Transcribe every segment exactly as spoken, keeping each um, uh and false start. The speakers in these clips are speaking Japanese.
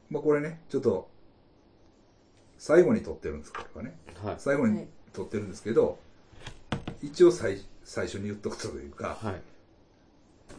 まあこれね、ちょっと、最後に撮ってるんです、これはね。はい、最後に撮ってるんですけど、一応最、最初に言っとくというか、はい、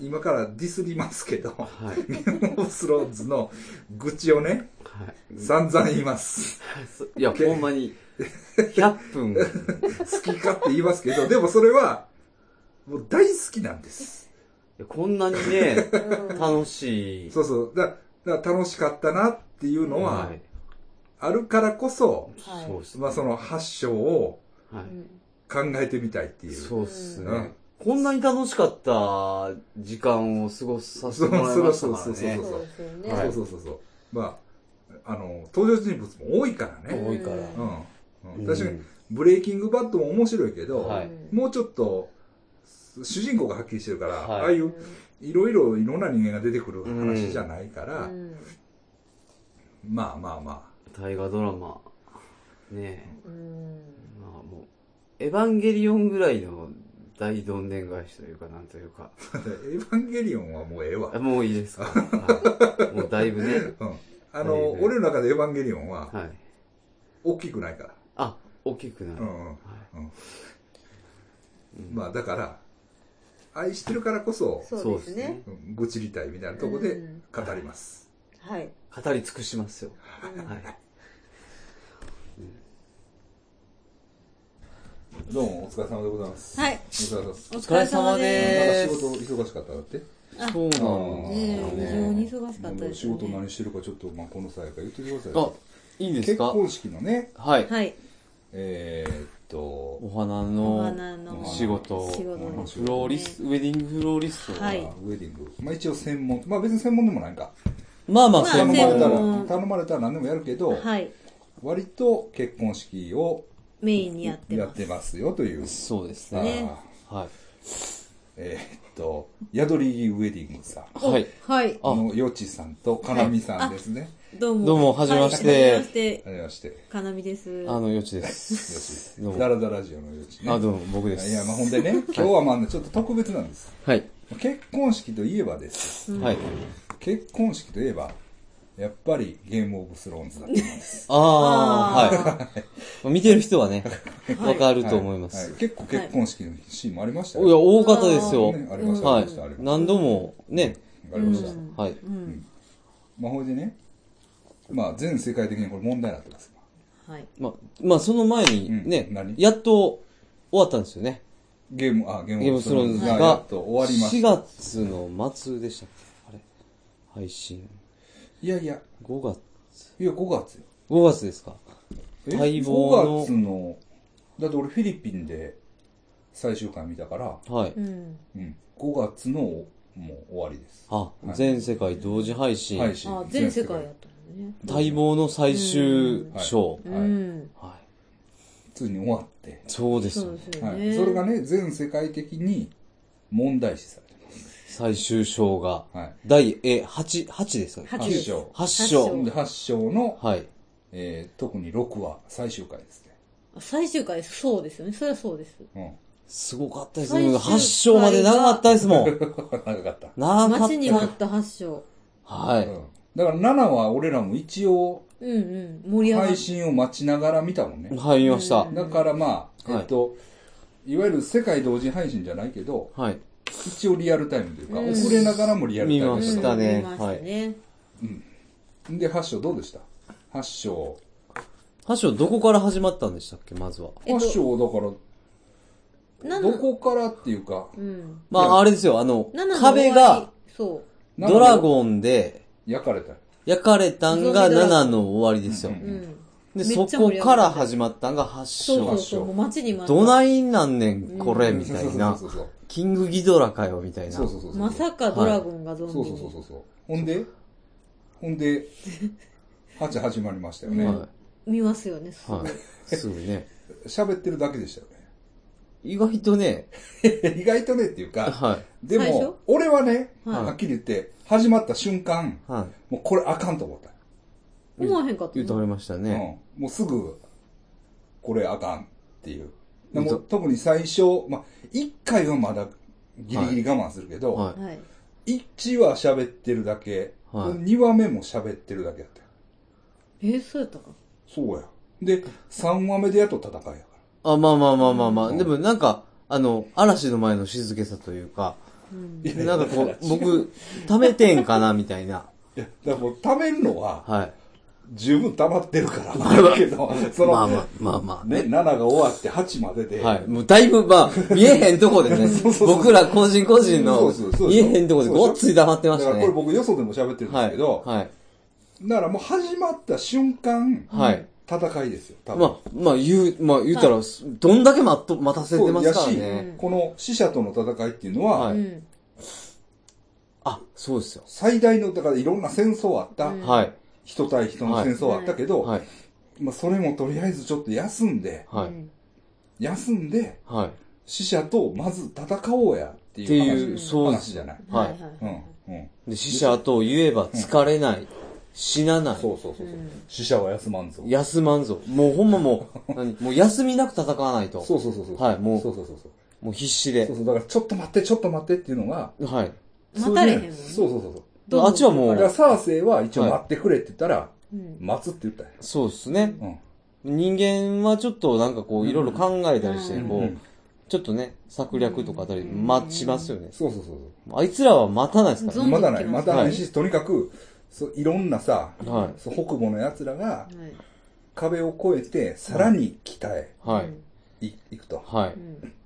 今からディスりますけど、はい、ゲームオブスローンズの愚痴をね、はい、散々言います。 いや、ほんまに、ひゃっぷん。好き勝手言いますけど、でもそれは、もう大好きなんです。 いやこんなにね、楽しい。 そうそう。だだから楽しかったなっていうのは、はい、あるからこそ、はい、まあその発祥を考えてみたいっていう。 そうですね、うん。こんなに楽しかった時間を過ごさせてもらいましたからね。そうそうそうそう。 そうそうそうそう。まあ、あの、登場人物も多いからね。 多いから。 うん。確かに、ブレイキングバッドも面白いけど、はい、もうちょっと、主人公がはっきりしてるから、はい、ああいういろいろいろんな人間が出てくる話じゃないから、うん、まあまあまあ大河ドラマねえ、うん、まあもうエヴァンゲリオンぐらいの大どんでん返しというかなんというかエヴァンゲリオンはもうええわ。 もういいですか、はい、もうだいぶね、うん、 あの俺の中でエヴァンゲリオンは、はい、大きくないから。 あ、大きくない、うんうん、はい、 うん、まあだから愛してるからこそ、 そうですね。 愚痴りたいみたいなところで語ります。 はい。語り尽くしますよ。はい。 どうもお疲れ様でございます。 はい。 お疲れ様です。 お疲れ様です。まだ仕事忙しかったんだって。 そうなんですね。非常に忙しかったです。 仕事何してるかちょっとまあこの際から言ってください。 あ、いいんですか。 結婚式のね。 はい。 はい。 えー、っとお花の仕事、フローリス、ウェディングフローリスト、 はい、ウェディング、まあ一応専門、まあ別に専門でもないか。 まあまあ専門頼まれたら頼まれたら何でもやるけど、 はい、 割と結婚式をメインにやってます。 やってますよという。 そうですね。はい。 えー、っと宿りウェディングさん、 はい、はい、 あのよちさんとかなみさんですね。 どうも。 どうも、はじめまして。 はじめまして。 はじめまして。 かなみです。 あの、よちです。 よち。ダラダラジオのよちね。 あ、どうも、僕です。 いや、まあ、ほんでね、今日はまあ、ちょっと特別なんです。 はい。 結婚式といえばです。 はい。 結婚式といえば、やっぱりゲームオブスローンズだと思うんです。 ああ、はい。見てる人はね、わかると思います。 結構結婚式のシーンもありましたよ。 いや、多かったですよ。 ありました、 ありました。何度もね、 ありました。 はい。 まあ、ほいでね、まあ、全世界的にこれ問題になってます。 はい。 まあ、まあ、その前にね、うん、やっと終わったんですよね。 ゲーム、あ、ゲームオブスローンズがやっと終わりました。 しがつの末でしたっけあれ配信。 いやいや。 ごがつ。 いや、ごがつよ。 ごがつですか。 待望の。ごがつの、だって俺フィリピンで最終回見たから、 はい。 うん。 うん。ごがつのもう終わりです。 あ、はい、全世界同時配信。 配信。 あ、全世界やったのね。 待望の最終章。 うん。はい。うんはい。ついに終わって。 そうです。 そうですよね。 はい。それがね、全世界的に問題視されてます。 最終章が。 はい。 第、え、8、8ですか ?はち章。 はち章。 で、はち章の、 はい。 えー、特にろくわ、最終回ですね。 最終回です。そうですよね。それはそうです。 うん。 すごかったですね。はち章まで長かったですもん。 長かった。長かった。 待ちに待ったはち章。 はい、 うん。だからななは俺らも一応、 うんうん。盛り上が配信を待ちながら見たもんね。 はい、見ました。 だからまあ、えっと、はい、いわゆる世界同時配信じゃないけど、 はい。 一応リアルタイムというか、うん、遅れながらもリアルタイム。 見ましたね。 見ましたね。 うん。で、はち章どうでした ?はち 章。 はち章どこから始まったんでしたっけ、まずは。 はち章だから、どこからっていうか。 うん、 まあ、あれですよ、あの、壁が、 そう。 ドラゴンで、 焼かれた。 焼かれたんがななの終わりですよ。うんうん、で、そこから始まったんがはち章。 そうそうそう、もう待ちに待った。 どないなんねん、これ、みたいな。キングギドラかよ、みたいな。 そうそうそうそう。 まさかドラゴンがゾンビに。 そうそうそうそう。ほんで、ほんで、はち始まりましたよね。はい、 見ますよね、すぐ。はい、 すぐね。 喋ってるだけでしたよね。 意外とね。 意外とねっていうか、 はい、 でも、俺はね、はい、はっきり言って、始まった瞬間、はい、もうこれあかんと思った。 思わへんかった。 言うとありましたね。 うん。もうすぐ、これあかんっていう。でも特に最初、まあ、いっかいはまだギリギリ我慢するけど、はい、いちわ喋ってるだけ、はい、にわめも喋ってるだけだったよ。 えー、そうやったか。 そうや。で、さんわめでやっと戦いやから。 あ、まあまあまあまあまあ。うん、でもなんか、あの、嵐の前の静けさというか、うん、なんかこう、僕、貯めてんかな、みたいな。 いや、だからもう貯めるのは、はい。十分溜まってるから。だけど、その、 まあまあ、まあまあ。 ね、ななが終わってはちまでで。 はい。もうだいぶ、まあ、見えへんとこでね。そうそうそう僕ら個人個人の、見えへんとこでごっつい溜まってましたね。 だからこれ僕よそでも喋ってるんですけど、はい。はい、だからもう始まった瞬間、はい。戦いですよ、多分。 まあ、まあ言う、まあ言うたら、はい、どんだけ待っと、待たせてますからね。 この死者との戦いっていうのは、はい、 あ、そうですよ。 最大の、だからいろんな戦争あった。はい。人対人の戦争あったけど、はい、まあそれもとりあえずちょっと休んで、はい、休んで、はい、死者とまず戦おうやっていう話、う話じゃない。はい。 うん。うん。で、死者と言えば疲れない。うん、死なない。 そうそうそうそう、うん。死者は休まんぞ。 休まんぞ。もうほんまもう、何もう休みなく戦わないと。 そうそうそうそう。 はい、もう。 そうそうそうそう。 もう必死で。 そうそう、だからちょっと待って、ちょっと待ってっていうのが、はい。 待たれへんもんね。 そうそうそうそう。 あっちはもう。 だからサーセイは一応待ってくれって言ったら、はい、待つって言ったよ。 そうですね。うん、人間はちょっとなんかこういろいろ考えたりして、こう、うん、ちょっとね、策略とかあたり待ちますよね。 そうそうそうそう。 あいつらは待たないですからね。待たない。待たないし、はい、とにかく、そういろんなさ、はい、そう北部の奴らが、はい、壁を越えて、さらに北へ、はい、い行くと。はい。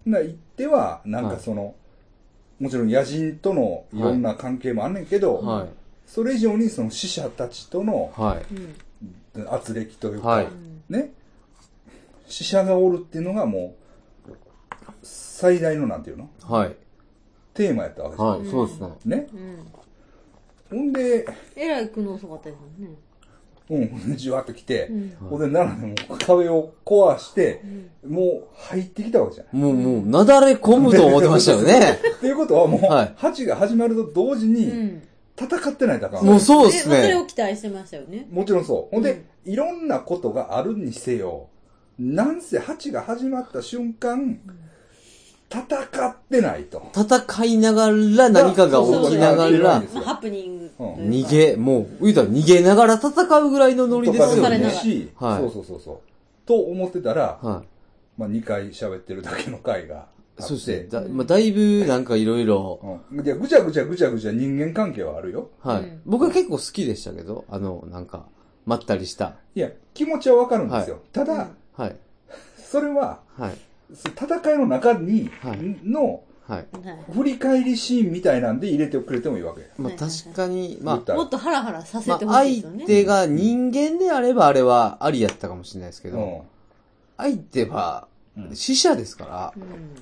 な、行っては、なんかその、はい、もちろん野人とのいろんな関係もあんねんけど、はい、それ以上にその死者たちとの、はい、圧力というか、はい、ね、死者がおるっていうのがもう、最大のなんていうの、はい、テーマやったわけですよ。 はい、そうですね。 ね。うんほんで、 えらい苦悩すごかったですもんね。 うん、じわっと来て、うん、ほんで、奈良でも壁を壊して、うん、もう入ってきたわけじゃない。 もう、もう、なだれ込むと思ってましたよね。 っていうことはもう、はい、はちが始まると同時に、戦ってないだから、 うん。もうそうですね。 それを期待してましたよね。 もちろんそう。ほんで、うん、いろんなことがあるにせよ、なんせはちが始まった瞬間、うん戦ってないと。 戦いながら何かが起きながら、 まあ、ハプニング、 うん。逃げ、もう、言うたら逃げながら戦うぐらいのノリですよね。 し、はい、そうそうそうそう。と思ってたら、はい、まあにかい喋ってるだけの回があって。 そうですね。だ,、まあ、だいぶなんかいろいろ。 いや、ぐちゃぐちゃぐちゃぐちゃ人間関係はあるよ。 はい。うん、僕は結構好きでしたけど、あの、なんか、まったりした。 いや、気持ちはわかるんですよ。はい、ただ、はい。それは、はい。戦いの中に、はい、の、はい、振り返りシーンみたいなんで入れてくれてもいいわけ。 まあ確かに、まあ、 もっとハラハラさせてほしいですよね。 まあ、相手が人間であればあれはありやったかもしれないですけど、うん、相手は死者ですから、うん、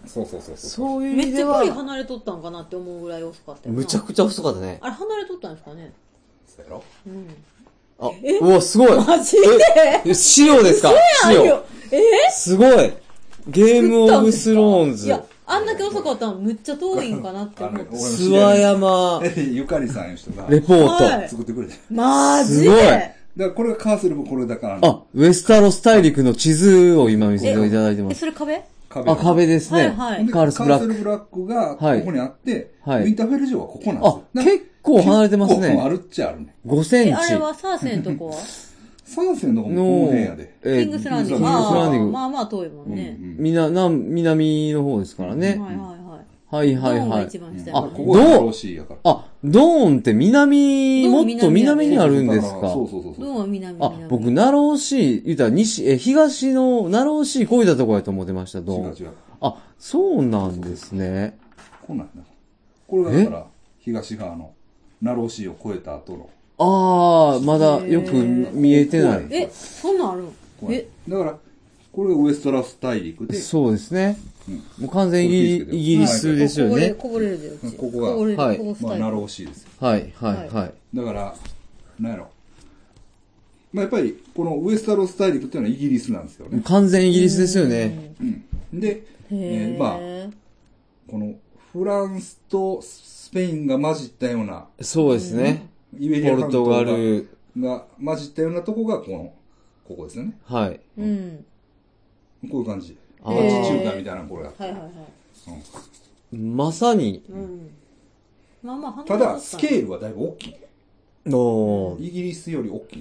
そうそうそうそう。 そういう意味では。めっちゃ距離離れとったんかなって思うぐらい遅かったよな。 むちゃくちゃ遅かったね。 あれ離れとったんですかね。 そうやろうん。 あ、うわ、すごい。 マジで塩ですか塩。 えすごい。ゲームオブスローンズ。 いや、あんだけ遅かったのむっちゃ遠いんかなって思って。 諏訪山。 ゆかりさんいう人が。 レポート。 はい、 作ってくれて。 マジで。 すごい。 だからこれがカーソルもこれだから、 ね。あ、ウエスタロス大陸の地図を今見せていただいてます。 え、それ壁壁あ、壁ですね。 はいはい。 カールスブラック。カーソルブラックがここにあって、はい、ウィンターフェル城はここなんですよ。あ、結構離れてますね。 結構あるっちゃあるね。 ごセンチ。え、 あれはサーセンとこは三世のとこもこの辺やで。 えー、キングスランディング。ああ、まあまあ遠いもんね。 うんうん、みな、な、南の方ですからね。 はいはいはい。 はいはいはい。ドーンが一番下やあ、ここが楽しいやから。あ、ドーンって南、もっと南にあるんですか。 そうそうそうそう。 ドーンは南あ、僕、ナローシー、言ったら西、え、東の、ナローシー越えたとこやと思ってました、ドーン。 違う違う。 あ、そうなんですね。 こうなんだ。これがだから、東側の、ナローシーを越えた後の。 ああ、まだよく見えてない。 え、そんなんあるのえ、 だから、これがウエストラス大陸で。 そうですね。うん、もう完全イギリイギリスですよね。 こぼれるで、うち。 ここが、 はい。 まあ、ナローシーですよ。 はい、はい、はい。 だから、なんやろ。まあ、やっぱり、このウエスタロス大陸っていうのはイギリスなんですよね。 完全イギリスですよね。 うん。で、えー、まあ、このフランスとスペインが混じったような。 そうですね。 イベリア半島がが混じったようなとこがこの、ここですよね。 はい。 うん。 こういう感じ。町中華みたいなこれが。 はいはいはい。 うん、まさに。 うん。まあまあ、 ただ、スケールはだいぶ大きい。 おイギリスより大きい。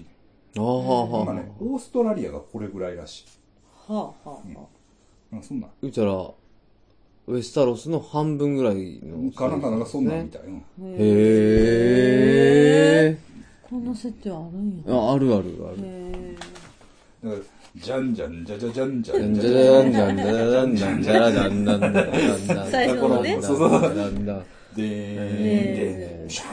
ああ、はあ、 今ね、オーストラリアがこれぐらいらしい。 はあ、はあ、うん。そんなん。 言ったら、ウェスタロスの半分ぐらいの。 かなんかなんかそんなんみたいな。 へー。 こんな設定あるんや。 あ、あるあるある。 へだから、じゃんじゃんじゃじゃじゃんじゃんじゃじゃじゃんじゃんじゃじゃんじゃんじゃらじゃんじゃんじゃんじゃんじゃん。 最初のね。 そうそう。でーん、 ででーん、シャ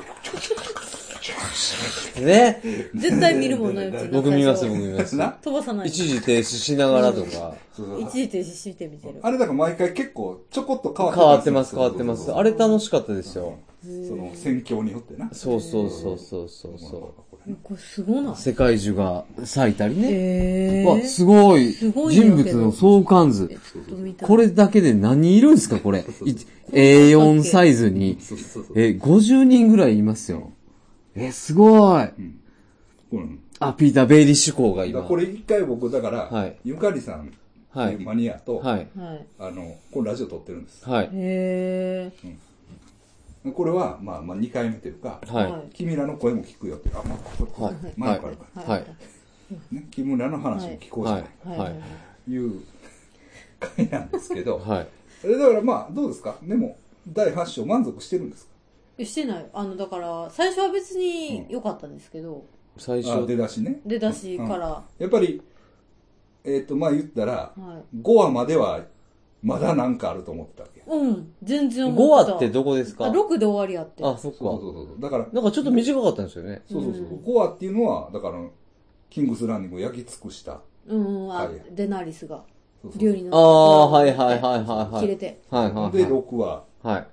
ーね。 絶対見るもんな、うち僕見ます、僕見ます。 飛ばさない。 一時停止しながらとか。 一時停止して見てる。 あれだから毎回結構ちょこっと変わって変わってます、変わってます。あれ楽しかったですよ。 その戦況によってな。 そうそうそうそうそうそう。 これすごない？ 世界中が咲いたりね。 へー。 わ、すごい。人物の相関図。これだけで何人いるんですか、これ。エーよん サイズに。え、ごじゅうにんぐらいいますよ。え、すごい。あ、ピーター・ベイリッシュ校が今。 これ一回僕、だから、ゆかりさんっていうマニアと、あの、このラジオ撮ってるんです。 はい。 へー。これは、まあ、まあ、にかいめというか、君らの声も聞くよって、あ、まあ、これ、前からから。はい。ね、君らの話も聞こうじゃないか。はい。いう回なんですけど、はい。だからまあ、どうですか？でも、だいはち章満足してるんですか？ してない。あの、だから、最初は別に良かったんですけど、 最初。 出だしね。 出だしから。 やっぱり、えっと、まあ言ったら、ごわまでは、まだなんかあると思ってたわけ。 うん、全然思ってた。ごわってどこですか？ ろくで終わりやって。 あ、そっか。 そうそうそう。だから、 なんかちょっと短かったんですよね。 そうそうそう。ごわっていうのは、だから、キングスランディングを焼き尽くした。 うん、あ、デナーリスが。 竜に乗って。ああ、はいはいはいはい。 切れて。 はいはい。で、ろくわ。 はい。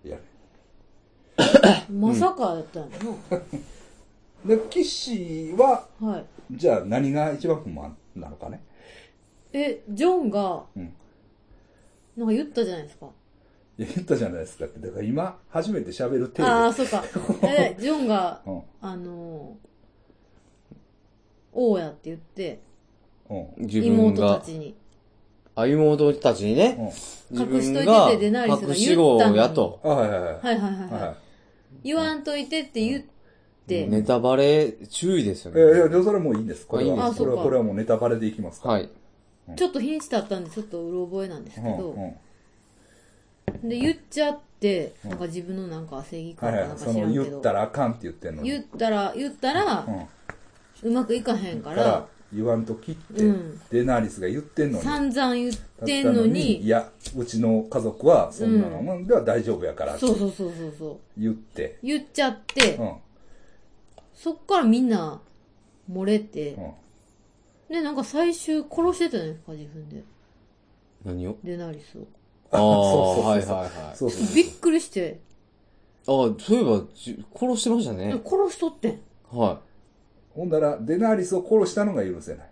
やる。 まさかやったんやな。で、騎士は、はい。じゃあ何が一番不満なのかね。 え、ジョンが、うん。なんか言ったじゃないですか。 いや、言ったじゃないですかって。だから今、初めて喋る程度。 ああ、そうか。え、ジョンが、うん、あの、王やって言って、うん、妹たちに。 あ、妹たちにね。 うん、隠しといてってデナーリスが言ったのに。 やと。 はいはいはい。はいはいはいはい。言わんといてって言って。 ネタバレ注意ですよね。 いやいや、でもそれはもういいんです。これは、これは、これはもうネタバレでいきますから。はい。 ちょっと日にち経ったんで、ちょっとうろ覚えなんですけど。で、言っちゃって、なんか自分のなんか正義感かなんか知らんけど。 はいはい、言ったらあかんって言ってんのに。 言ったら、言ったら、うまくいかへんから。 言わんときって、デナーリスが言ってんのに。 散々言ってんのに。 いや、うちの家族はそんなのもんでは大丈夫やから。 そうそうそうそうそう。 言って。 言っちゃって、そっからみんな漏れて、で、なんか最終殺してたじゃないですか、自分で。 何を？ デナーリスを。 ああ、はいはいはい。 そうそう。びっくりして。 ああ、そういえば、殺してましたね。 殺しとってん。 はい。 ほんだら、デナーリスを殺したのが許せない。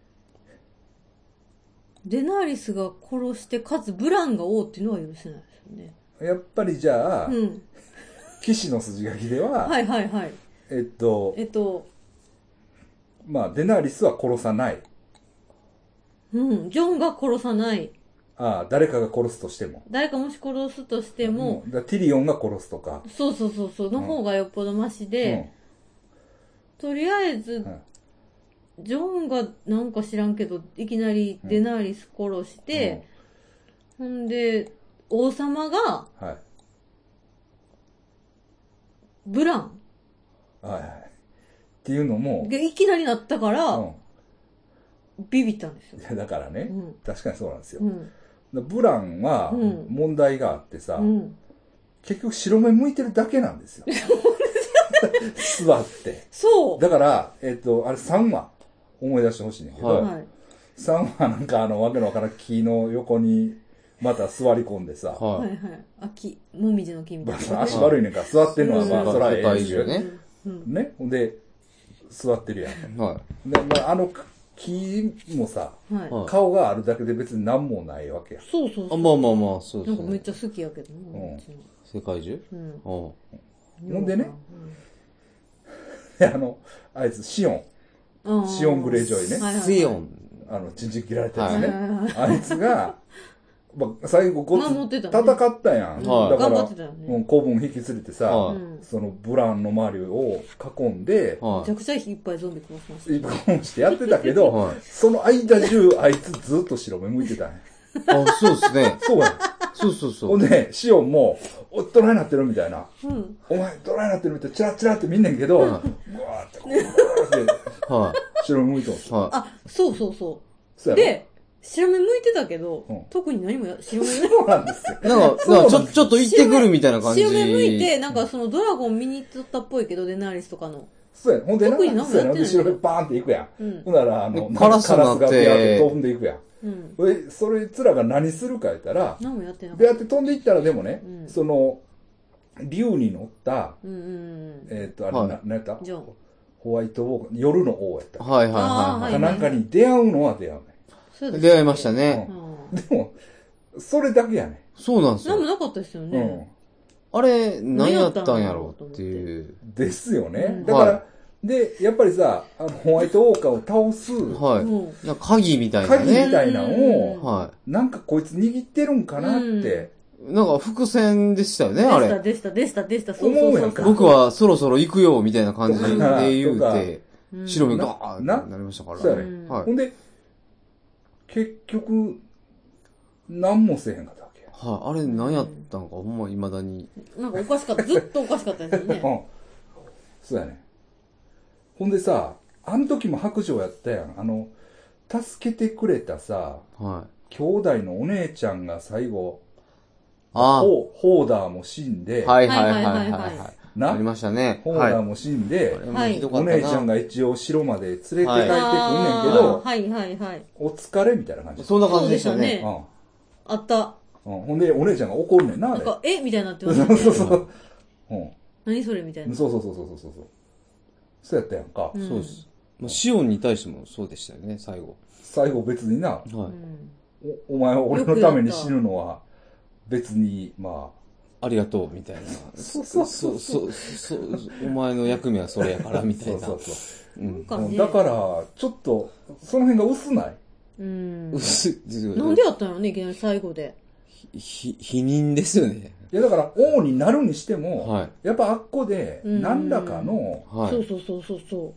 デナーリスが殺して、かつブランが王っていうのは許せないですよね。 やっぱりじゃあ、うん、騎士の筋書きでは、 はいはいはい。 えっと、 えっと、 まあ、デナーリスは殺さない。 うん、ジョンが殺さない。 ああ、誰かが殺すとしても。 誰かもし殺すとしても。 うん、だティリオンが殺すとか。 そうそうそうそう、の方がよっぽどマシで、うん、とりあえず、うん、ジョンがなんか知らんけど、いきなりデナーリス殺して、うん、ほんで、王様が、はい、ブラン。 はいはい。っていうのも。 いきなりなったから、うん、ビビったんですよ。 いや、だからね、うん、確かにそうなんですよ。うんブランは問題があってさ、うん、結局白目向いてるだけなんですよ。座って。 そう。 だから、えっと、あれさんわ思い出してほしいねんけど、はい、さんわなんかあのわけのわからん木の横にまた座り込んでさ、 はいはい。あ、木、もみじの木みたいな。 足悪いねんから座ってるのはまあ、そらええですよね。ね。ほんで、座ってるやん。はい。で、まあ、あの、木もさ、はい、顔があるだけで別に何もないわけや。 そうそうそう。 あまあまあまあ、そうですね。 なんかめっちゃ好きやけどな、うん、 世界中うん。 ほんでね、うん、あの、あいつ、シオン。シオン・グレイジョイね。 シオン。 あの、チンチン切られたやつね。あいつが、 まあ、最後ごっつ戦ったやん。 だから、 古文引き連れてさ、そのブランの周りを囲んで、 めちゃくちゃいっぱいゾンビ殺しました。 いっぱい殺してやってたけど、その間中あいつずっと白目向いてたんや。 あ、そうですね。 そうやん。 そうそうそう。 ほんで、シオンも、お、ドライになってるみたいな。お前、ドライになってるみたいな、チラチラって見んねんけど、ぐわーって、こう、って、白目向いてます。 あ、そうそうそう。で、白目向いてたけど、うん、特に何もや、白目そうなんですよ。 なんか、なんかちょ、ちょっと行ってくるみたいな感じ。 白目向いて、なんかそのドラゴン見に行っとったっぽいけど、デナーリスとかの。 そうや、ほんでな、 特に何もやってない。 白目バーンって行くやん。うん、ほんなら、あの、 カラスがビャーって飛んでいくやん。うん、それつらが何するか言ったら、 何もやってなかった。 ビャーって飛んでいったらでもね、うん、その、竜に乗った、うんうんうん、えっ、ー、と、あれ、はい、な、何やったホワイトウォーカー、夜の王やった。 はいはいはい。 かなんかに出会うのは出会うね。 出会いましたね、 うん。でも、それだけやね。 そうなんですよ。 何もなかったですよね。 うん、あれ、何やったんやろうっていう。 ですよね。うん、だから、はい、で、やっぱりさ、あのホワイトウォーカーを倒す。 はい。なんか鍵みたいなね。 鍵みたいなのを、はい。なんかこいつ握ってるんかなって。 うん、なんか伏線でしたよね、あれ。 でした、でした、でした、でした、そうそうそうそう。 僕はそろそろ行くよ、みたいな感じで言うて、白目がーってなりましたから。 そうやね。はい。ほんで、結局、何もせえへんかったわけや。 はい、あれ何やったんか、ほんま未だに。 なんかおかしかった。ずっとおかしかったですよね。うん。 そうやね。ほんでさ、あの時も白状やったやん。あの、助けてくれたさ、はい、兄弟のお姉ちゃんが最後、ああ。ホーダーも死んで、 はいはいはいはいはい。なありましたね。 ホーダーも死んで、 はい、 お姉ちゃんが一応城まで連れて帰ってくんねんけど、 はいはいはい。 お疲れみたいな感じ。 そんな感じでしたね。 うん。あった。 うん。ほんで、お姉ちゃんが怒るねんな、あれ。 なんか、えみたいになってましたね。 そうそうそう。うん。 何それみたいな。 そうそうそうそうそうそう。そうやったやんか。 そうです。まあ、シオンに対してもそうでしたよね、最後。 最後別にな。はい。お、お前は俺のために死ぬのは、別に、まあ、 ありがとう、みたいな。そうそうそう。そうそう。お前の役目はそれやから、みたいな。そうそうそう。うん。 だから、ちょっと、その辺が薄ないうん。薄い。なんでやったのね、いきなり最後で。 ひ、否認ですよね。 いや、だから、王になるにしても、はい、やっぱあっこで、何らかの、 はい、そうそうそうそうそう。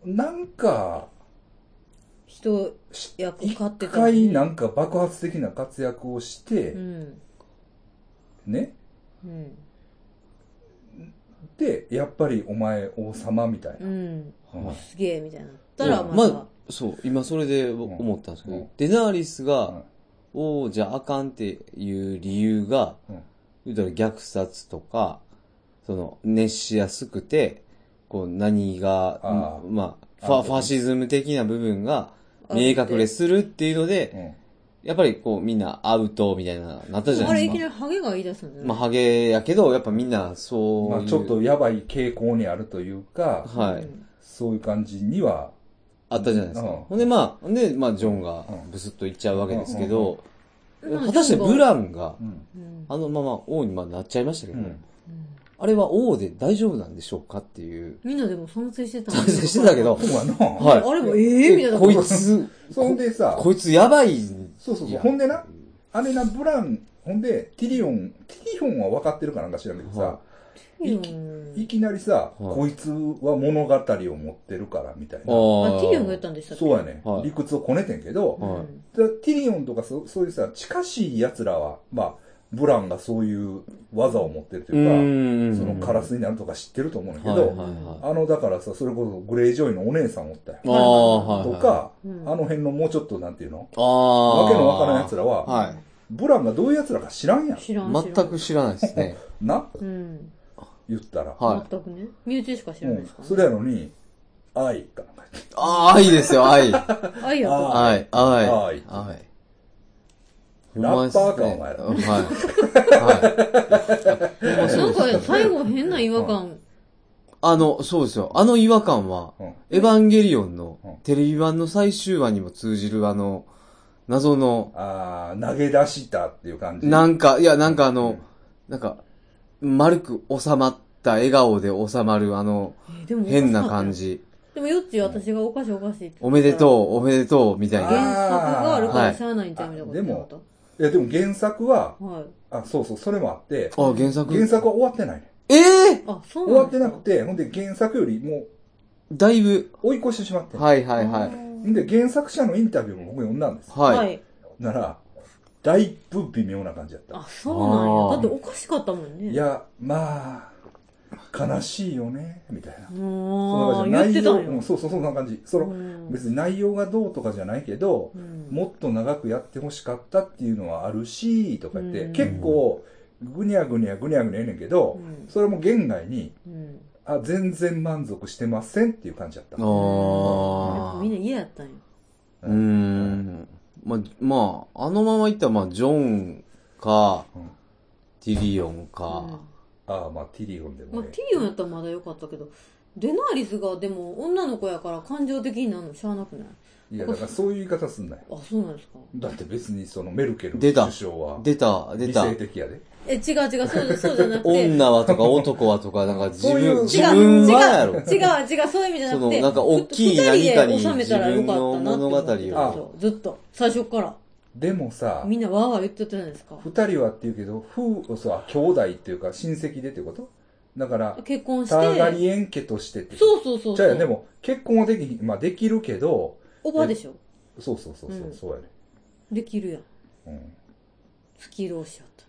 なんか、 人役買ってた、ね。一回なんか爆発的な活躍をして、うん、ね。うん、で、やっぱりお前王様みたいな。うんうん、すげえみたいな。たらままあ、そう、今それで思ったんですけど、うん、デナーリスが、王じゃあかんっていう理由が、うん、言うたら虐殺とか、その、熱しやすくて、こう何が、あまあファ、ファシズム的な部分が見え隠れするっていうので、やっぱりこうみんなアウトみたいななったじゃないですか。 あれいきなりハゲが言い出すんだよね。 まあハゲやけど、やっぱみんなそういう。まあちょっとやばい傾向にあるというか、はい。そういう感じには。 あったじゃないですか。うん、ほんでまあ、で、まあジョンがブスッといっちゃうわけですけど、果たしてブランが、あのまま王にまあなっちゃいましたけど、うんあれは王で大丈夫なんでしょうかっていう。 みんなでも賛成してた賛成してたけど。 はい。あれもええみたいな。 こいつ、 そんでさ、 こいつやばい。 そうそうそう。ほんでな、あれな、ブラン、ほんで、ティリオン、ティリオンは分かってるかなんか知らんけどさ、いき、いきなりさ、こいつは物語を持ってるから、みたいな。あ、ティリオンが言ったんでしたっけ？ そうやね。理屈をこねてんけど、ティリオンとかそそういうさ、近しい奴らは、まあ、ブランがそういう技を持ってるというか、そのカラスになるとか知ってると思うんだけど、あの、だからさ、それこそグレイジョイのお姉さんおったよ。とか、あの辺のもうちょっとなんていうのわけのわからん奴らは、ブランがどういう奴らか知らんやん。 全く知らないですね。 な言ったら。 全くね。身内しか知らないですから。それやのに、愛かなんか。 ああ、愛ですよ、愛。 愛やと。 愛、愛。愛。愛。 ラッパーか、お前ら。はい。 はい。なんか、最後変な違和感。 あの、そうですよ。あの違和感は、エヴァンゲリオンのテレビ版の最終話にも通じるあの、謎の。 ああ、投げ出したっていう感じ。 なんか、いや、なんかあの、なんか、丸く収まった笑顔で収まるあの、変な感じ。 でも、よっち私がおかしいおかしいって。 おめでとう、おめでとう、みたいな。 原作があるからしゃあないんちゃうみたいなこと。 でも、 いや、でも原作は、はい、あ、そうそう、それもあって、 あ、原作原作は終わってないね。 ええー、あ、そう終わってなくて、ほんで原作よりもう、 だいぶ、 追い越してしまって。 はいはいはい。 で、原作者のインタビューも僕読んだんです。 はい。 なら、だいぶ微妙な感じだった。 あ、そうなんや。だっておかしかったもんね。 いや、まあ、悲しいよね、みたいな。そんな感じ。内容、 うん、そうそう、そんな感じ。その、別に内容がどうとかじゃないけど、もっと長くやってほしかったっていうのはあるし、とか言って、結構、ぐにゃぐにゃぐにゃぐにゃ言うねんけど、それも言外に、あ、全然満足してませんっていう感じだった。ああ。みんな嫌やったんよ。 うーん。まあ、まあ、あのままいったら、まあ、ジョンか、うん、ティリオンか。 うん、ああ、まあ、ティリオンでもね。 まあ、ティリオンやったらまだよかったけど、デナーリスがでも女の子やから感情的になるのしゃあなくない？ いや、だからそういう言い方すんなよ。 あ、そうなんですか。 だって別にそのメルケル首相は。 出た、出た。 理性的やで。 え、違う違う、そうそうじゃなくて。 女はとか男はとか、なんか自分、自分はやろ。 違う、違う、そういう意味じゃなくて。その、 なんか大きい何かに収めたらよかったなって物語を。 ずっと、最初から。 でもさ、 みんなわーわー言ってたじゃないですか。 二人はって言うけど、夫、そう、兄弟っていうか親戚でってことだから、 結婚して。 ターガリエン家としてって。 そうそうそう。 じゃあ、でも、結婚はでき、まあできるけど。 おばでしょ。 そうそうそうそう、うん、そうやね。 できるやん。うん。スキルをしよう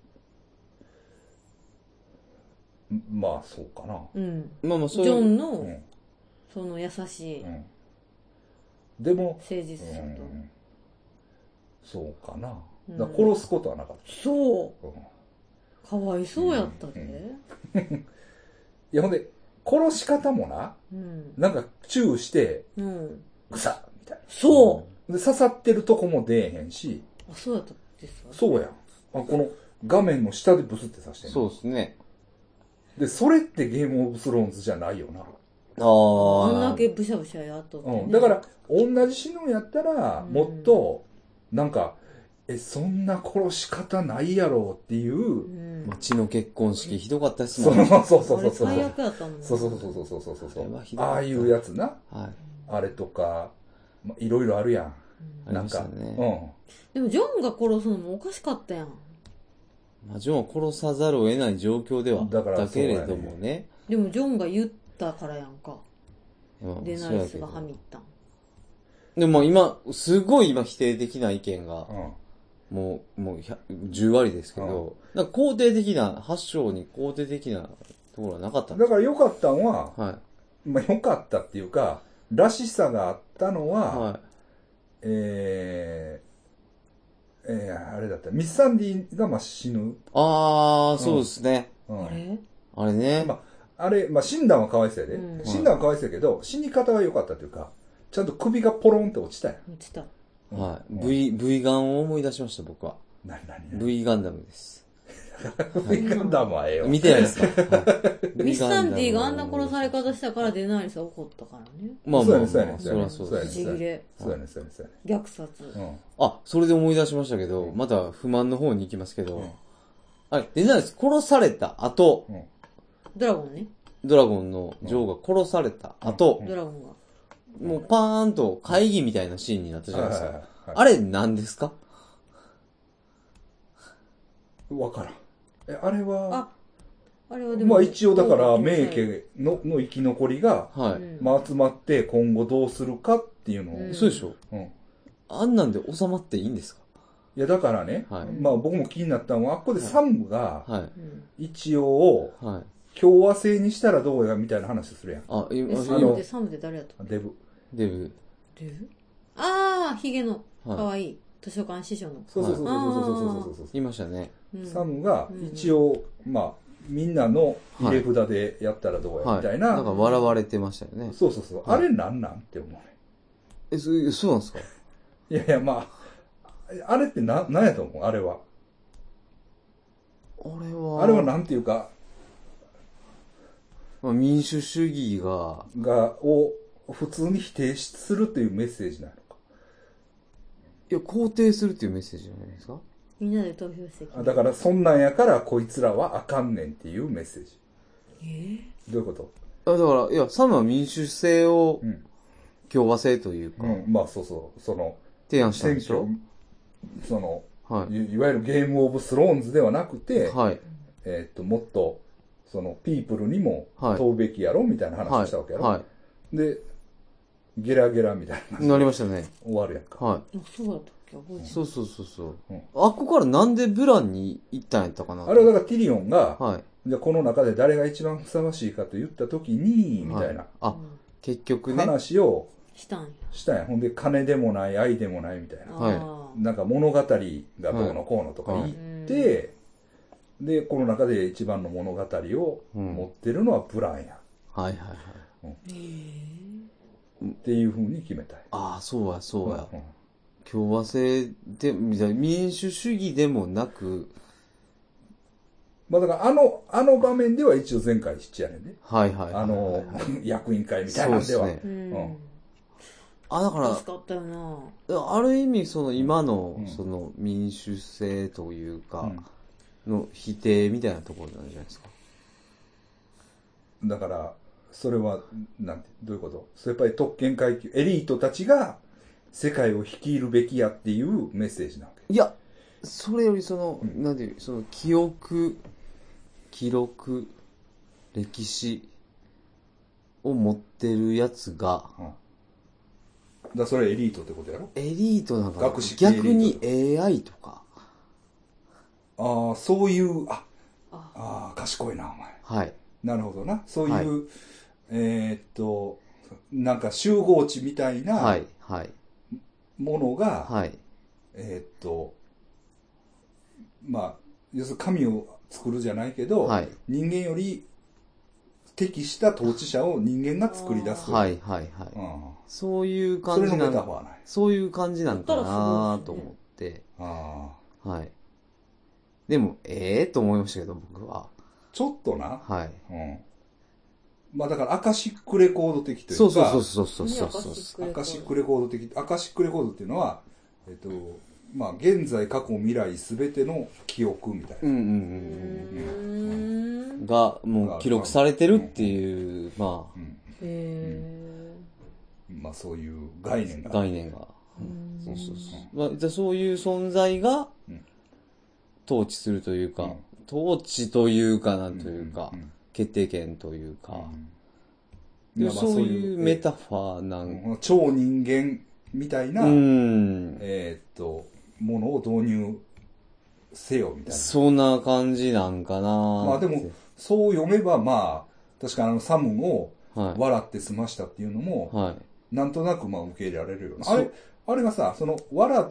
と。まあ、そうかな。 うん。まあまあ、そういう。ジョンの、うん、その優しい。うん。 でも、 誠実さと、うん。 そうかな。だから殺すことはなかった。 うん、そう。うん、かわいそうやったで。 うんうん、いや、ほんで、殺し方もな、うん、なんか、チューして、うん、ぐさみたいな。 そう、 で、刺さってるとこも出えへんし。 あ、そうやったですか？ そうやん。あ、この画面の下でブスって刺してんの。 そうですね。 で、それってゲームオブスローンズじゃないよな。 ああ。あんだけブシャブシャやっとって、ね、 うん。だから、同じ死ぬんやったら、もっと、なんか、え、そんな殺し方ないやろっていう。 うん、街の結婚式ひどかったですもんね。そうそうそうそうそう。 最悪やったもんね。 そうそうそうそうそうそうそう。ああいうやつな。はい。あれとか、まあ、いろいろあるやん。うん、なんか、ね、 うん。でもジョンが殺すのもおかしかったやん。 まあ、ジョンを殺さざるを得ない状況ではだったけれどもね。ねでもジョンが言ったからやんか。うん、デナリスがはみったん。 でも今、すごい今否定的な意見が、うん、もう、もうじゅう割ですけど、うん、なんか肯定的な、発祥に肯定的なところはなかったんですか？だから良かったのは、はい、まあ良かったっていうか、らしさがあったのは、はい、えー、えー、あれだった。ミス・サンディがまあ死ぬ。 ああ、そうですね。 うん、あれあれね。 まあ、あれ、まあ死んだんはかわいそうやで。うん、死んだんはかわいそうやけど、死に方は良かったというか、ちゃんと首がポロンって落ちたやん。 落ちた。 はい。V、V ガンを思い出しました、僕は。 何何 ?V ガンダムです。 V ガンダムはええよ。 見てないですか？ ミス・サンディがあんな殺され方したからデナーリスは怒ったからね。 まあまあまあ、そうやね。 そりゃそうです。不思議で。 そうやね、そうやね、そうやね。虐殺。 うん。あ、それで思い出しましたけど、また不満の方に行きますけど、あれ、デナーリス殺された後、 ドラゴンね。 ドラゴンのジョーが殺された後、 ドラゴンが。 もうパーンと会議みたいなシーンになったじゃないですか。あれ何ですか？ わからん。え、あれは、 あ、あれはでも、 まあ一応だから、名家のの生き残りが、はい、まあ集まって今後どうするかっていうのを。 うん、そうでしょ？うん。あんなんで収まっていいんですか？ いやだからね、はい、まあ僕も気になったのは、あっこでサムが、一応、はい、共和制にしたらどうやみたいな話するやん。 あ、今、サムで、サムで誰やったデブ。 デブ。 デブああ、ヒゲの、かわいい。図書館司書の。 そうそうそうそうそうそうそう。 いましたね。 サムが一応、まあ、みんなの入れ札でやったらどうやみたいな。 なんか笑われてましたよね。 そうそうそう。あれなんなんって思うね。 え、そ、そうなんですか？ いやいや、まあ、あれってな、なんやと思うあれは。 あれは。 あれはなんていうか。 まあ、民主主義が。 が、を普通に否定するというメッセージなの。 いや、肯定するっていうメッセージじゃないですか？ みんなで投票してきだからそんなんやからこいつらはあかんねんっていうメッセージ。 えー、 どういうこと？ あだからいやサムは民主制を、うん、共和制というか、 うん、まあそうそうその提案したんでしょ？ その、 はい、い, いわゆるゲームオブスローンズではなくて、はい、えっと、もっと、その、ピープルにも問うべきやろみたいな話をしたわけやろ、はいはい、で、ゲラゲラみたいな。 なりましたね。 終わるやんか。 はい。そうだったっけ覚えてない。 そうそうそうそう。うん、あっこからなんでブランに行ったんやったかな。 あれはだからティリオンが、はい、じゃあこの中で誰が一番ふさわしいかと言ったときに、みたいな。はい、 あ、結局ね。 話をしたんや。 したんや。ほんで、金でもない、愛でもないみたいな。はい。なんか物語がどうのこうのとか言って、はい、で、この中で一番の物語を持ってるのはブランや。 うん、はいはいはい。 うん、へーっていう風に決めたい。 ああ、そうや、そうや。うんうん、共和制で、民主主義でもなく、 まあだからあの、あの場面では一応前回七やねんね。 はいはいはい、はい。 あの、役員会みたいなんでは。そうですね。 うん。あ、だから、 助かったよな。 ある意味、その今の、うん、その民主制というか、の否定みたいなところなんじゃないですか。 だから、それは、なんて、どういうこと？それやっぱり特権階級、エリートたちが世界を率いるべきやっていうメッセージなわけ。 いや、それよりその、うん、なんていう、その記憶、記録、歴史を持ってるやつが、うん、 だそれエリートってことやろ？ エリートなんか学識逆に エーアイ とか。 ああ、そういう、あ、ああ、賢いな、お前。 はい。 なるほどな。そういう、はい、えー、っと、なんか集合値みたいな、はい、はい。ものが、はい。えー、っと、まあ、要するに神を作るじゃないけど、はい、人間より適した統治者を人間が作り出すという。 はいはいはい。うん、そういう感じなんだ。そういう感じなんかなと思って。ああ。はい。でも、ええー、と思いましたけど、僕は。 ちょっとな。はい。うん。まあだからアカシックレコード的というか。 そうそうそうそうそうそう。アカシックレコード的。アカシックレコードっていうのは、えっと、まあ現在、過去、未来すべての記憶みたいな。うんうんうんうん。が、もう記録されてるっていう、まあ。 へー。まあそういう概念が。 概念が。そうそうそう。まあ、じゃあそういう存在が、統治するというか、統治というかなんというか、決定権というか、うん、そういうメタファーなん、 超人間みたいな、うん、えー、っと、ものを導入せよみたいな。 そんな感じなんかな。 まあでも、そう読めばまあ、確かあのサムを笑って済ましたっていうのも、はい、なんとなくまあ受け入れられるような。あれ、あれがさ、その、笑って、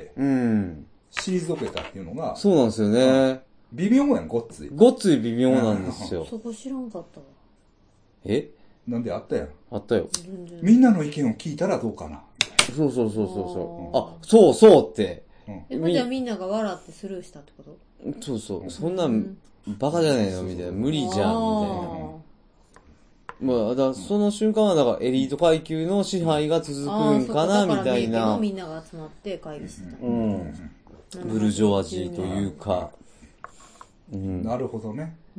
退けたっていうのが、 そうなんですよね。 微妙やん、ごっつい。 ごっつい微妙なんですよ。 そこ知らんかったわ。 えなんであったやん。 あったよ。 みんなの意見を聞いたらどうかな。 そうそうそうそうそう。あ、そうそうって。 え、これじゃみんなが笑ってスルーしたってこと？ そうそう。そんなんバカじゃねえのみたいな。無理じゃんみたいな。まあ、だその瞬間はだからエリート階級の支配が続くんかなみたいな。 みんなが集まって会議してた。うん。ブルジョワジーというか。 うん、なるほどね。うん。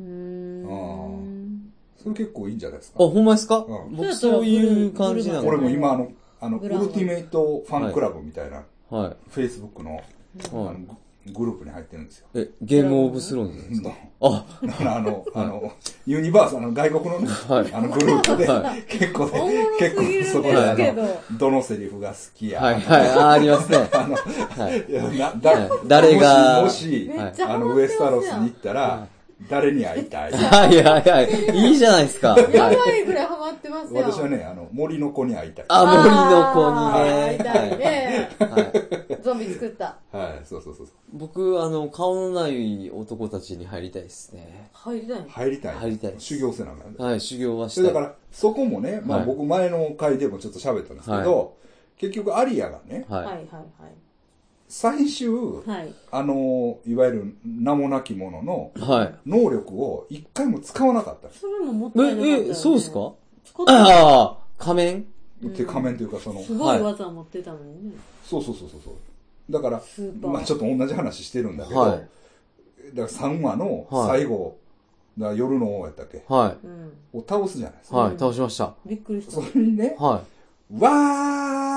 それ結構いいんじゃないですか。 あ、ほんまですか？うん、僕そういう感じなの。 俺も今あの、あの、ウルティメイトファンクラブみたいな、はい。フェイスブックの、はい、あのグループに入ってるんですよ。 え、ゲームオブスローンズですか？ あ、だからあの、あの、ユニバーサルの外国のね、あのグループで、結構ね、結構そこであの、どのセリフが好きや。 はいはい、あ、ありますね。あの、いや、な、だ、誰が、 もし、もし、あの、ウエスタロスに行ったら、誰に会いたい？ はいはいはい。いいじゃないですか。 やばいぐらいハマってますよ。 私はね、あの、森の子に会いたい。 あ、森の子にね。 会いたいね。はい。ゾンビ作った。 はい、そうそうそう。 僕、あの、顔のない男たちに入りたいですね。 入りたい入りたい。 入りたい。 修行せなあかん。 はい、修行はしたい。 だから、そこもね、まあ僕前の回でもちょっと喋ったんですけど、結局アリアがね、はいはいはい。最終、はい、あの、いわゆる名もなきものの、能力を一回も使わなかった。 それももったいなかったよね。 え、そうですか？ああ、仮面って仮面というかその、 すごい技を持ってたのにね。 そうそうそうそう。だから、まあちょっと同じ話してるんだけど、はい、だからさんわの最後、はい、夜の王やったっけ？はい。を倒すじゃないですか。 はい、倒しました。 びっくりした。 それにね、はい、わー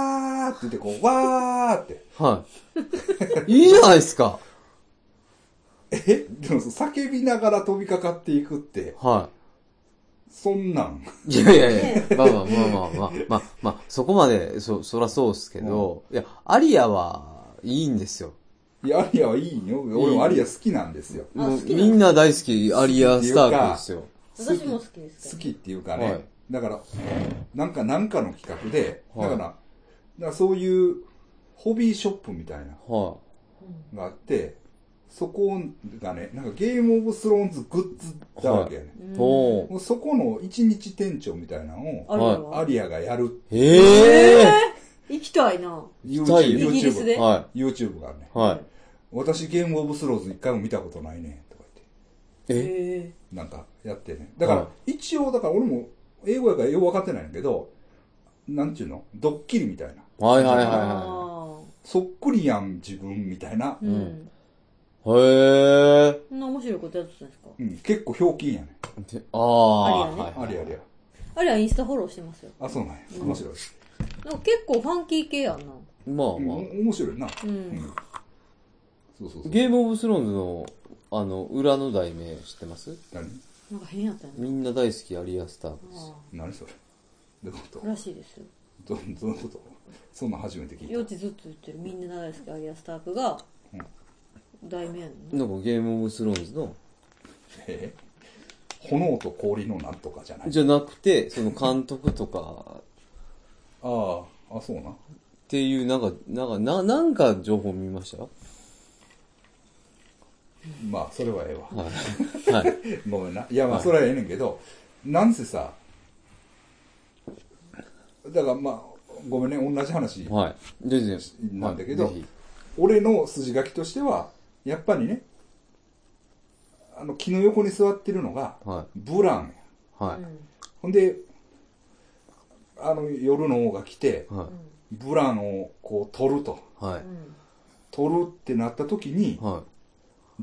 ーって言って、こう、わーって。 はい。いいじゃないですか。 えでも叫びながら飛びかかっていくって。 はい。 そんなん。 いやいやいや、まあまあまあまあまあ、まあ、まあ、そこまで、そ、そらそうですけど、うん、いや、アリアはいいんですよ。 いや、アリアはいいよ。俺もアリア好きなんですよ。 もうみんな大好き、アリアスタークですよ。 私も好きです好きっていうかね。はい、だから、なんか、なんかの企画で、はい、だから、だからそういう、ホビーショップみたいな、はい、があって、そこがね、なんかゲームオブスローンズグッズだらけやね、はい、そこの一日店長みたいなのを、アリアがやる。 へぇー行きたいな。 YouTube、 イギリスで YouTube がね。 はい。 私ゲームオブスローズ一回も見たことないね、とか言って。 えなんかやってね。だから、一応、だから俺も英語やからよく分かってないんだけど、なんちゅうのドッキリみたいな。 はいはいはいはい。 そっくりやん、自分みたいな。うん。 へぇー。 そんな面白いことやってたんですか？ うん、結構ひょうきんやね。 ああ。 ありやね。 ありありや。 あれはインスタフォローしてますよ。 あ、そうなんや。面白い。 なんか結構ファンキー系やんな。 まあまあ。 面白いな。 うん。 そうそうそう。 ゲームオブスローンズの、あの、裏の題名知ってます？ 何？ なんか変やったよね。 みんな大好きアリアスタークです。 何それ？どういうこと？ らしいですよ。 ど、どういうこと？そんな初めて聞いた。 幼稚ずっと言ってるみんな大好きアリアスタークが、題名やねん。 なんかゲームオブスローンズの、 えー、炎と氷のなんとかじゃない？ じゃなくて、その監督とか、 ああ、あ、そうな。 っていう、なんか、なんか、な、なんか情報見ましたよ。 まあ、それはええわ。 はい。はい、 ごめんな。いや、まあ、それはええねんけど、はい、なんせさ、だからまあ、ごめんね、同じ話。 はい。全然。 なんだけど、はい、俺の筋書きとしては、やっぱりね、あの、木の横に座ってるのが、はい、ブラン。 はい。 ほんで、あの、夜の王が来て、はい、ブランをこう取ると。 はい。 取るってなった時に、 はい、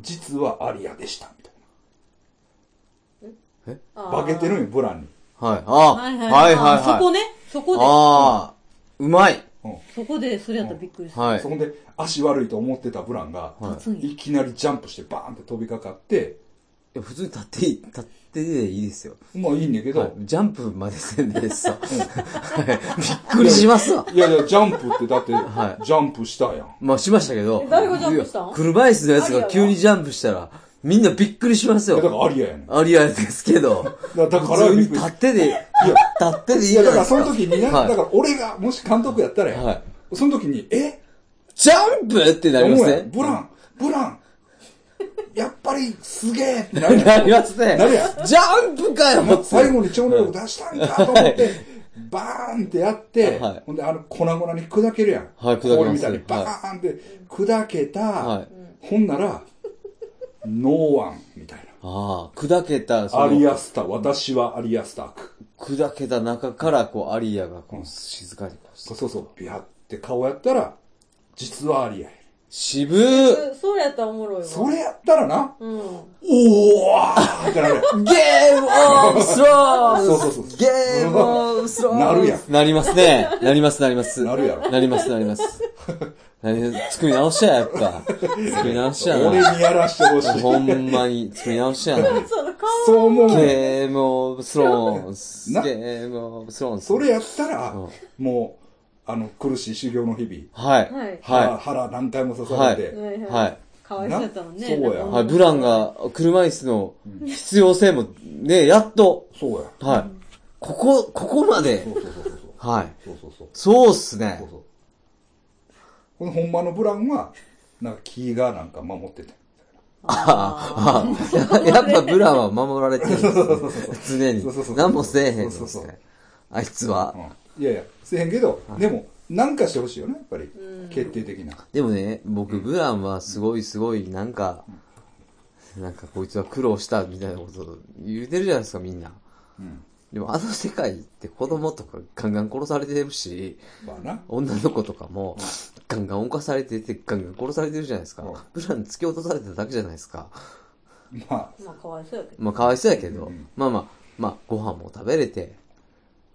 実はアリアでした、みたいな。え化けてるんよ、ブランに。 はい。ああ、はいはいはい、はい。 そこね、そこで。 ああ、うまい。 うん、そこで、それやったらびっくりする。 はい。 そこで、足悪いと思ってたブランが、はい、いきなりジャンプしてバーンって飛びかかって、 いや、普通に立っていい、立ってでいいですよ。 まあいいんだけど、はい、 ジャンプまでせんでさ、うん、はい。びっくりしますわ。 いやいや、ジャンプってだって、はい、ジャンプしたやん。 まあしましたけど、 誰がジャンプしたん？ 車椅子のやつが急にジャンプしたら、みんなびっくりしますよ。 だからアリアやねん。 アリアですけど。 だから、 普通に立ってで、いや、立ってでいいじゃないですか。 いや、だからその時にね、はい、だから俺がもし監督やったらや、はい、その時に、えジャンプってなりますね。 ブラン、ブラン、やっぱりすげえってなるやん。 なりますね。 なるやん。 ジャンプかよ。 最後に超能力出したんかと思って、はい、バーンってやって、はい、ほんであの粉々に砕けるやん。 はい、砕けます。 氷みたいにバーンって砕けた、はい、ほんなら、ノーワンみたいな。 ああ、砕けた、 アリアスター、私はアリアスターク。 砕けた中から、こう、アリアが、こう、静かにこう。そうそうそう、ビャって顔やったら、実はアリアや。 渋ー。 それやったらおもろいわ。 それやったらな。 うん。 おーってなるやん。 ゲームオブスローンズそうそうそう。 ゲームオブスローンズなるやん。 なりますね。なりますなります。 なるやろ。 なりますなります。作り直しや、やっぱ。作り直しやな。 俺にやらしてほしい。 ほんまに作り直しやな。 そう思う。 ゲームオブスローンズ。ゲームオブスローンズ。 それやったら、もう、あの、苦しい修行の日々。 はい。 はい。腹何回も刺されて。 はい。 かわいそうやったもんね。 そうや。 はい。ブランが車椅子の必要性も、ね、やっと。 そうや。 はい。ここ、ここまで。 そうそうそうそう。 はい。 そうそうそう。 そうっすね。そうそう。 この本場のブランは、なんか木がなんか守ってて。 ああ、やっぱブランは守られてるんですね。常に。何もせえへんのですね。あいつは。 いやいや、せえへんけど、でも、なんかしてほしいよね、やっぱり。決定的な。 でもね、僕、ブランはすごいすごい、なんか、なんかこいつは苦労したみたいなことを言うてるじゃないですか、みんな。でもあの世界って子供とかガンガン殺されてるし、女の子とかもガンガン犯されててガンガン殺されてるじゃないですか。ブラン突き落とされただけじゃないですか。 まあ、 まあかわいそうやけど。 まあかわいそうやけど、まあまあ、まあご飯も食べれて、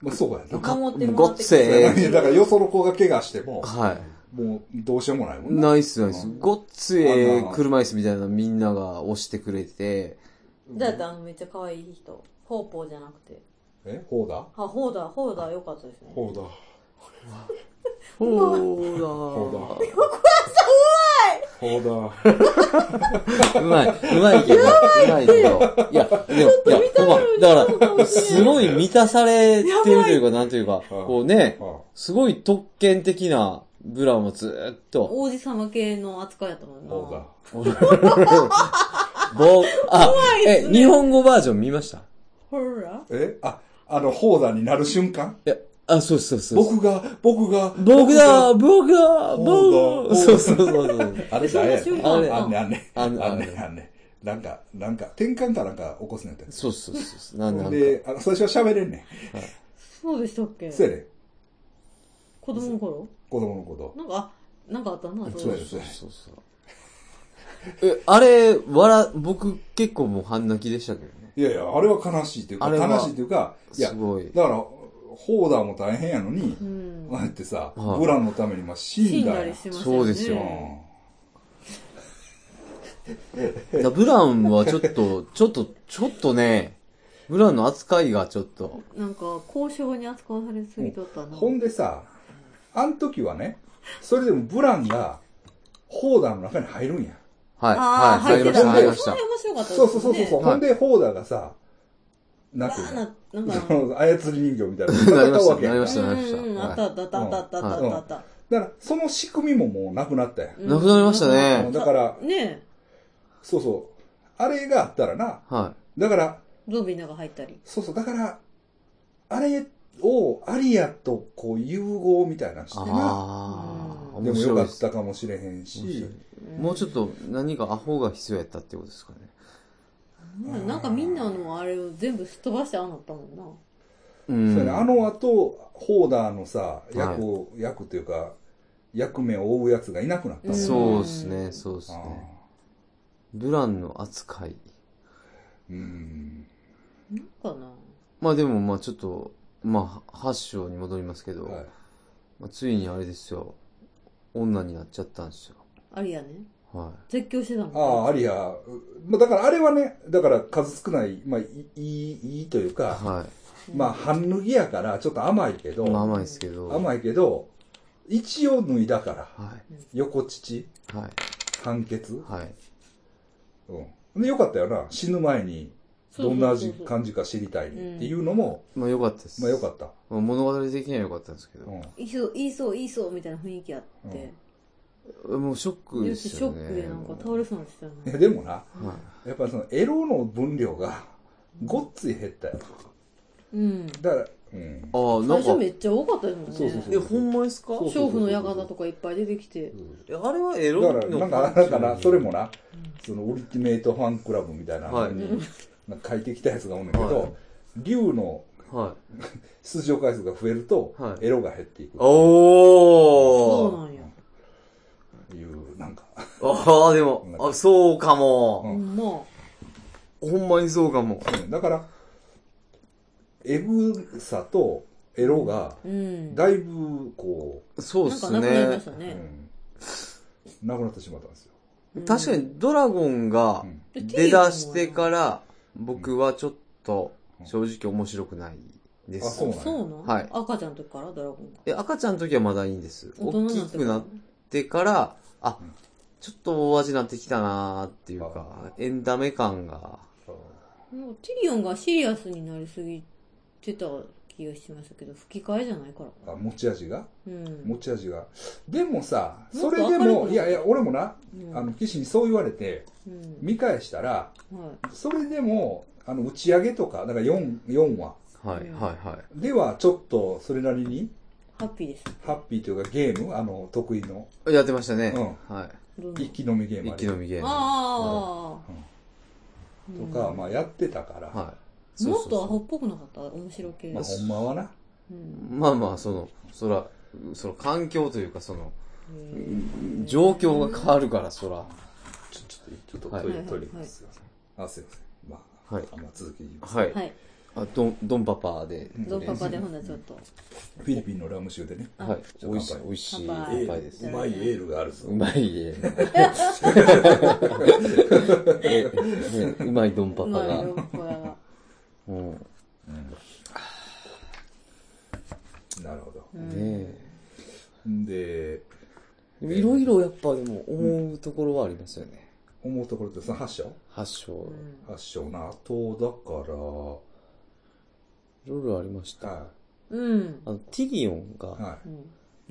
まあそうやな。 守ってもごっつええ。だからよその子が怪我しても、 はい。 もうどうしようもないもんナイスナイス。ごっつえ車椅子みたいなみんなが押してくれて。 だってあのめっちゃ可愛い人。ポーポーじゃなくて。 えホーダーあ、ホーダー、ホーダー良かったですね。 ホーダー。 ホーダー。 ホーダー。 横ホーダー。 うまい、うまいけど、うまいけど。いや、でも、いや、ほんま、だから、すごい満たされてるというか、なんというか、こうね、すごい特権的なブランをずーっと。 王子様系の扱いやったもんな。 ホーダー。 ぼあ、え、日本語バージョン見ました？ ほら。 えあ、あの、ホーダーになる瞬間いや、あ、そうそうそう。 僕が、僕が、 僕だ僕だ僕そうそうそうそう。 あれだよ。 あれあんねあんね。 あんねあんねあんね。なんか、なんか、転換かなんか起こすねんて。 そうそうそう。なんなんか。 で、あの最初は喋れんねん。 そうでしたっけ？ そうやね。 子供の頃？ 子供のこと。 なんか、なんかあったな、 そうやね。 そうそうそう。え、あれ、笑、僕結構もう半泣きでしたけどね。 いやいや、あれは悲しいっていうか、悲しいっていうか、いや、 すごい。 だから、ホーダーも大変やのに、 うん、 ああやってさ、 はい、 ブランのためにまあ死んだりしましたよね。 そうですよ。だブランはちょっと、ちょっと、ちょっとね、ブランの扱いがちょっと。 なんか、交渉に扱わされすぎとったな。 ほんでさ、あん時はね、それでもブランが、ホーダーの中に入るんや。 はい、はい、入りました、入りました。 そうそうそうそう。ほんで、ホーダーがさ、なんていうのなんか、操り人形みたいな。 なりました、なりました、なりました。 うん、あったあったあったあったあったあった。だから、その仕組みももうなくなったやん。 なくなりましたね。 だから、 ねそうそう。あれがあったらな。 はい。 だから、 ゾンビの中入ったり。 そうそう。だから、あれをアリアとこう融合みたいなしてな。 ああ、 でもよかったかもしれへんし。 もうちょっと何かアホが必要やったってことですかね。 なんかみんなのあれを全部すっ飛ばしてああなったもんな。 うん。そうね、あの後、ホーダーのさ、役を、はい、役というか、役目を追うやつがいなくなったもんね。 そうですね、そうですね。ブランの扱い。 うん。 なんかな。 まあでもまあちょっと、まあはち章に戻りますけど、はい、まあ、ついにあれですよ、女になっちゃったんですよ。 アリアね。 はい。 絶叫してたもんね。ああ、アリア。まあだからあれはね、だから数少ない、まあいい、いいというか、はい。まあ半脱ぎやからちょっと甘いけど、 まあ甘いですけど、 甘いけど、一応脱いだから、 はい。 横乳、 はい。 判決、 はい。 うん。で、よかったよな。死ぬ前に、どんな味感じか知りたいっていうのも、 まあよかったです。 まあよかった。 まあ、物語的にはよかったんですけど。 うん、いいそう、いいそう、いいそうみたいな雰囲気あって。 うん、もうショックですよね。 ショックでなんか倒れそうになってたよね。 いや、でもな、はい、やっぱりそのエロの分量が、ごっつい減ったよ。 うん。 だから、うん。 ああ、なんか。 最初めっちゃ多かったですもんね。 そうそうそう。 え、ほんまですか？ 娼婦の館とかいっぱい出てきて。 うん、あれはエロのだから、なんか、なんかな、それもな、その、ウルティメイトファンクラブみたいなのに、なんか書いてきたやつがおんねんけど、はい、竜の、はい、出場回数が増えると、はい、エロが減っていく。 おー。 そうなんや。 いう、なんか。 ああ、でも、あ、そうかも。 ほんま。 ほんまにそうかも。 だから、エグさとエロが、だいぶ、こう、そうっすね。 なんかなくなりましたね。 うん、なくなってしまったんですよ。 確かにドラゴンが出だしてから、僕はちょっと正直面白くないです。 あ、そうなんそうなの？はい。赤ちゃんの時からドラゴンが。 え、赤ちゃんの時はまだいいんです。大きくなってから、あ、ちょっと大味になってきたなーっていうか、エンタメ感が。 ティリオンがシリアスになりすぎてた気がしましたけど、吹き替えじゃないから。 あ、持ち味が、 うん、 持ち味が。でもさ、それでも、いやいや、俺もな、うん、あの、騎士にそう言われて、うん、見返したら、はい、それでも、あの、打ち上げとか、だからよん、よんわ。 はい、はい、はい。 では、ちょっと、それなりに、 ハッピーです。 ハッピーというか、ゲーム、あの、得意の。 やってましたね。 うん。はい。一気飲みゲーム。 一気飲みゲーム。 ああ、 うん。とか、まあ、やってたから。 はい。 もっとアホっぽくなかった面白系。 まあ、ほんまはな。 うん、まあまあ、その、そら、その環境というか、その、状況が変わるから、そら。 ちょ、ちょっと、ちょっとトイレ、トイレです。あ、すいません。まあ、はい。まあ、続き言います。 はい。 あ、ドン、ドンパパで。 ドンパパでほんならちょっと。 フィリピンのラム酒でね。 はい。美味しい、美味しい乾杯です。 うまいエールがあるぞ。 うまいエール。うまいドンパパが。うまいドンパパが。うん。 なるほど。 ねえ。 で、 いろいろやっぱでも思うところはありますよね。 思うところってそのはっ章 ? はち 章。 はち章な。あと、だから、 いろいろありました。 はい。うん。 あの、ティリオンが、 はい、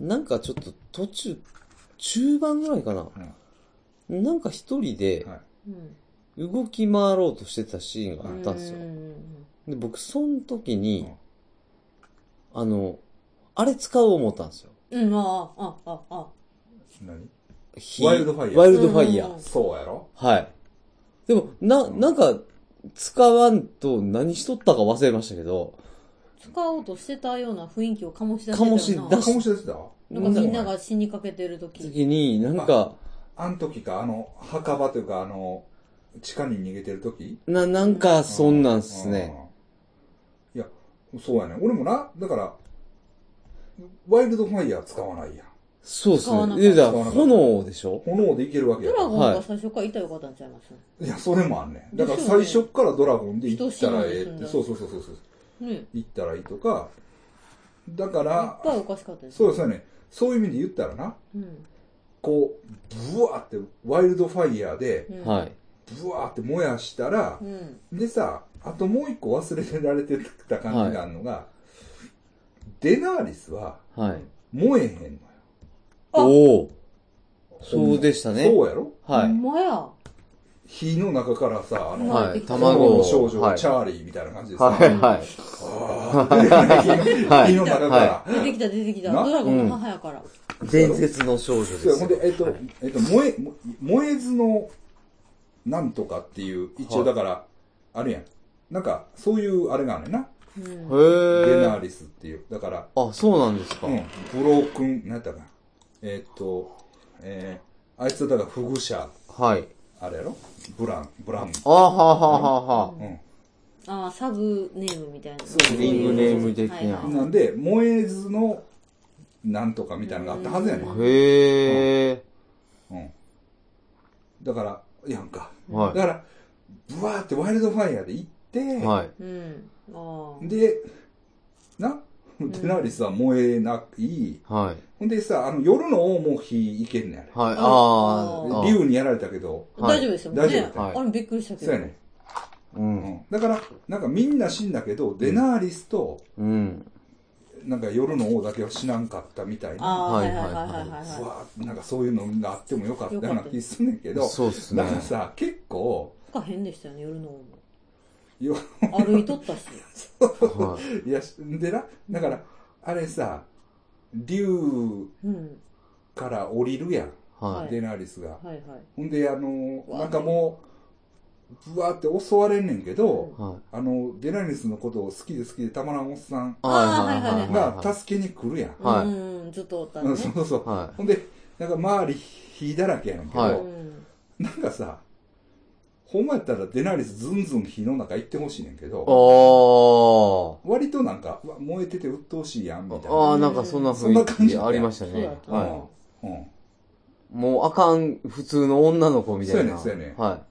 なんかちょっと途中、中盤ぐらいかな。うん、なんか一人で、動き回ろうとしてたシーンがあったんですよ。で、僕、その時に、うん、あの、あれ使おう思ったんですよ。 うん、ああ、ああ、ああ。 何ワイルドファイヤー。 ワイルドファイヤー。 そうやろはい。でも、な、なんか、使わんと何しとったか忘れましたけど。 使おうとしてたような雰囲気を醸し出してたよな。 醸し出し、醸し出してたなんかみんなが死にかけてる時。 時に、なんか。 あん時か、あの、墓場というか、あの、地下に逃げてる時な、なんか、そんなんすね。 いや、そうやね。俺もな、だから、ワイルドファイヤー使わないやん。 そうっすね。で、だ炎でしょ？ 炎でいけるわけやドラゴンが最初からいたらよかったんちゃいます、 いや、それもあんねん。だから最初からドラゴンで行ったらええって、そうそうそうそう。ね。行ったらいいとか、だから、 いっぱいおかしかったですそうですよね。そういう意味で言ったらな、うん、こう、ブワーってワイルドファイヤーで、 はい。 ブワーって燃やしたら、うん、でさ、あともう一個忘れてられてた感じがあるのが、はい、デナーリスは、 はい。 燃えへんのよ。 おお。そうでしたね。 そうやろ？ はい。 ほんまや。 火の中からさ、あの、 はい、卵の少女、はい、チャーリーみたいな感じでさ、 はい、はい。 火の中から。 出てきた、出てきた。ドラゴンの母やから。 伝説の少女ですよ。 ほんで、えっと、えっと、燃え、燃えずの、なんとかっていう、一応だから、あるやん。なんか、そういうあれがあるねんな。 へぇー。デナーリスっていう。だから、 あ、そうなんですか。 うん。ブロークン、なんやったかな。えっと、えー、あいつだから、フグ者。 はい。 あれやろブラン、ブラウン。 あはははは。 うん。ああ、サブネームみたいな。 そう、リングネーム的な。 なんで、燃えずの、なんとかみたいなのがあったはずやねん。 へー。 うん。だから、やんか。 はい。 だから、ブワーってワイルドファイヤーで行って、 はい。 うん。ああ。で、な、デナーリスは燃えなくいい。 はい。 ほんでさ、あの、夜の王も火いけんねん、あれ。 はい。ああ。竜にやられたけど。 大丈夫ですよね。 大丈夫。 はい。あれびっくりしたけど。 そうやね。うん。だから、なんかみんな死んだけど、デナーリスと、 うん。 なんか夜の王だけは死なんかったみたいな。 はいはいはいはい。 うわなんかそういうのがあってもよかったような気すんねんけど。 そうっすね。 だからさ、結構。 か変でしたよね、夜の王も。 よ歩いとったし。 はい。いや、でな、だから、あれさ、竜から降りるやん。はい、デナーリスが。はいはい、ほんで、あの、なんかもう、ぶわーって襲われんねんけど、はい、あの、デナーリスのことを好きで好きでたまらんおっさんが助けに来るやん。 はい、うん、ずっとおったね。うん、 そうそう。はい、ほんで、なんか周り火だらけやねんけど、はい、なんかさ、ほんまやったらデナーリスずんずん火の中行ってほしいねんけど、割となんか、燃えてて鬱陶しいやん、みたいな。 ああ、なんかそんな雰囲気ありましたね。はい。うん。もうあかん、普通の女の子みたいな。 そうやね、そうやね。 はい。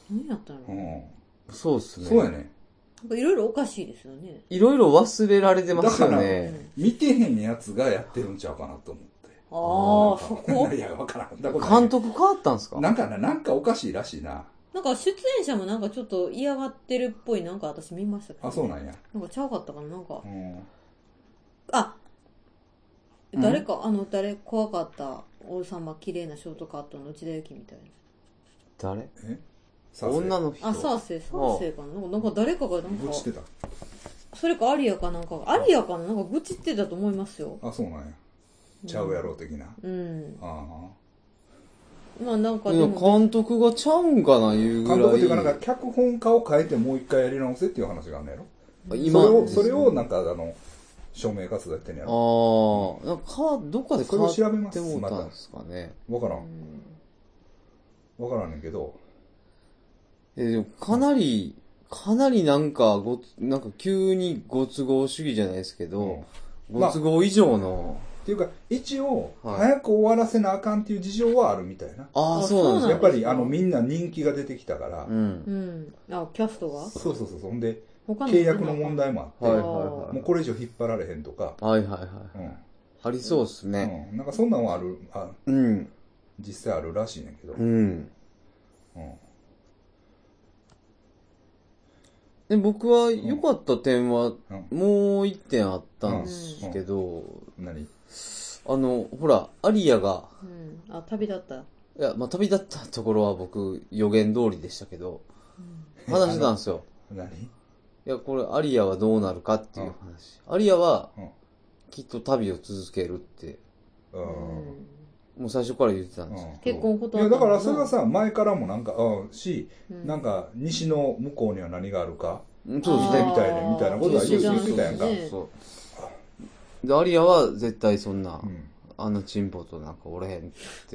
何やったの？ うん。 そうっすね。 そうやね。 いろいろおかしいですよね。 いろいろ忘れられてますよね。 だから、見てへんやつがやってるんちゃうかなと思って。 ああ、そこいや、わからん。 監督変わったんすか？ なんかな、なんかおかしいらしいな。 なんか出演者もなんかちょっと嫌がってるっぽいなんか私見ましたけど、 ね。あ、そうなんや。 なんかちゃうかったかな、なんか。うん、あ、誰か、うん、あの、誰、怖かった王様、綺麗なショートカットの内田有紀みたいな。 誰？ え？ 女の人。 あ、サーセイ、サーセイかな。なんか誰かがなんか。 愚痴ってた。 それかアリアかなんかが、アリアかななんか愚痴ってたと思いますよ。 あ、そうなんや。ちゃうやろう的な。 うん。 ああ。 まあなんかでも監督がちゃうんかないうぐらい。 監督っていうかなんか脚本家を変えてもう一回やり直せっていう話があるんやろ。今それをそれをなんかあの証明活動やってんやろ。ああ、なんかどっかで変わってもうたんですかね。 わからん。わからんねんけど。 えでもかなりかなりなんか、ご、なんか急にご都合主義じゃないですけど、うん、ご都合以上の、 まあ、っていうか、一応、早く終わらせなあかんっていう事情はあるみたいな。 ああ、そうなんですやっぱり、あの、みんな人気が出てきたから。 うん。うん。あ、キャストがそうそうそう。ほんで、契約の問題もあって、はいはいはい、もうこれ以上引っ張られへんとか。 はいはいはい。うん、ありそうっすね。 うん。なんかそんなんはある、あ、うん。実際あるらしいねんけど。うん。うん。 で僕は良かった点は、もう一点あったんですけど、 何あの、ほら、アリアが、 うん、あ、旅立った。いや、まあ、旅立ったところは僕、予言通りでしたけど、うん、話してたんですよ。 何いや、これ、アリアはどうなるかっていう話。うん、アリアは、きっと旅を続けるって、うん、もう最初から言ってたんですけど。うん、 結婚こといや、だからそれはさ、前からもなんか、うん、し、うん、なんか、西の向こうには何があるか、そうですね、みたいな、みたいなことは言ってたやんか。そう。で、アリアは絶対そんな、うん、あのチンポとなんかおれへんって。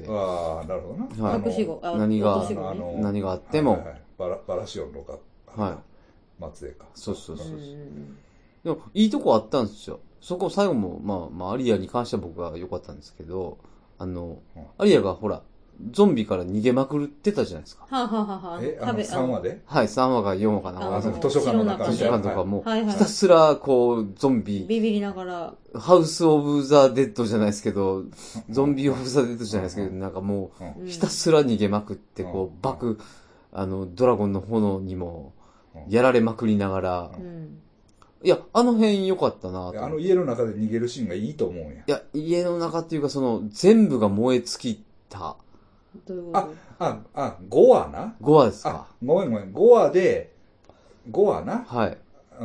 ああ、なるほどな。 はい。何が、あの何があっても。はいはい、 バラ、バラシオンのか。 はい。 松江か。 そうそうそうそう。でも、いいとこあったんですよ。そこ、最後も、まあ、まあ、アリアに関しては僕は良かったんですけど、あの、うん、アリアがほら、ゾンビから逃げまくってたじゃないですか。 はあ、はあはあ、 え、あのさんわではい、さんわかよんわかな。 あの図書館の中で。図書館とかも、ひたすら、こう、ゾンビ。 ビビりながら。 ハウス・オブ・ザ・デッドじゃないですけど、ゾンビ・オブ・ザ・デッドじゃないですけど、なんかもう、ひたすら逃げまくって、こう、爆、あの、ドラゴンの炎にも、やられまくりながら、いや、あの辺良かったなと。 あの家の中で逃げるシーンがいいと思うんや。 いや、家の中っていうか、その、全部が燃え尽きた。 あ、あ、あ、ごわな ? ご 話ですか。 ごめんごめん。ごわで、ごわなはい。 うん、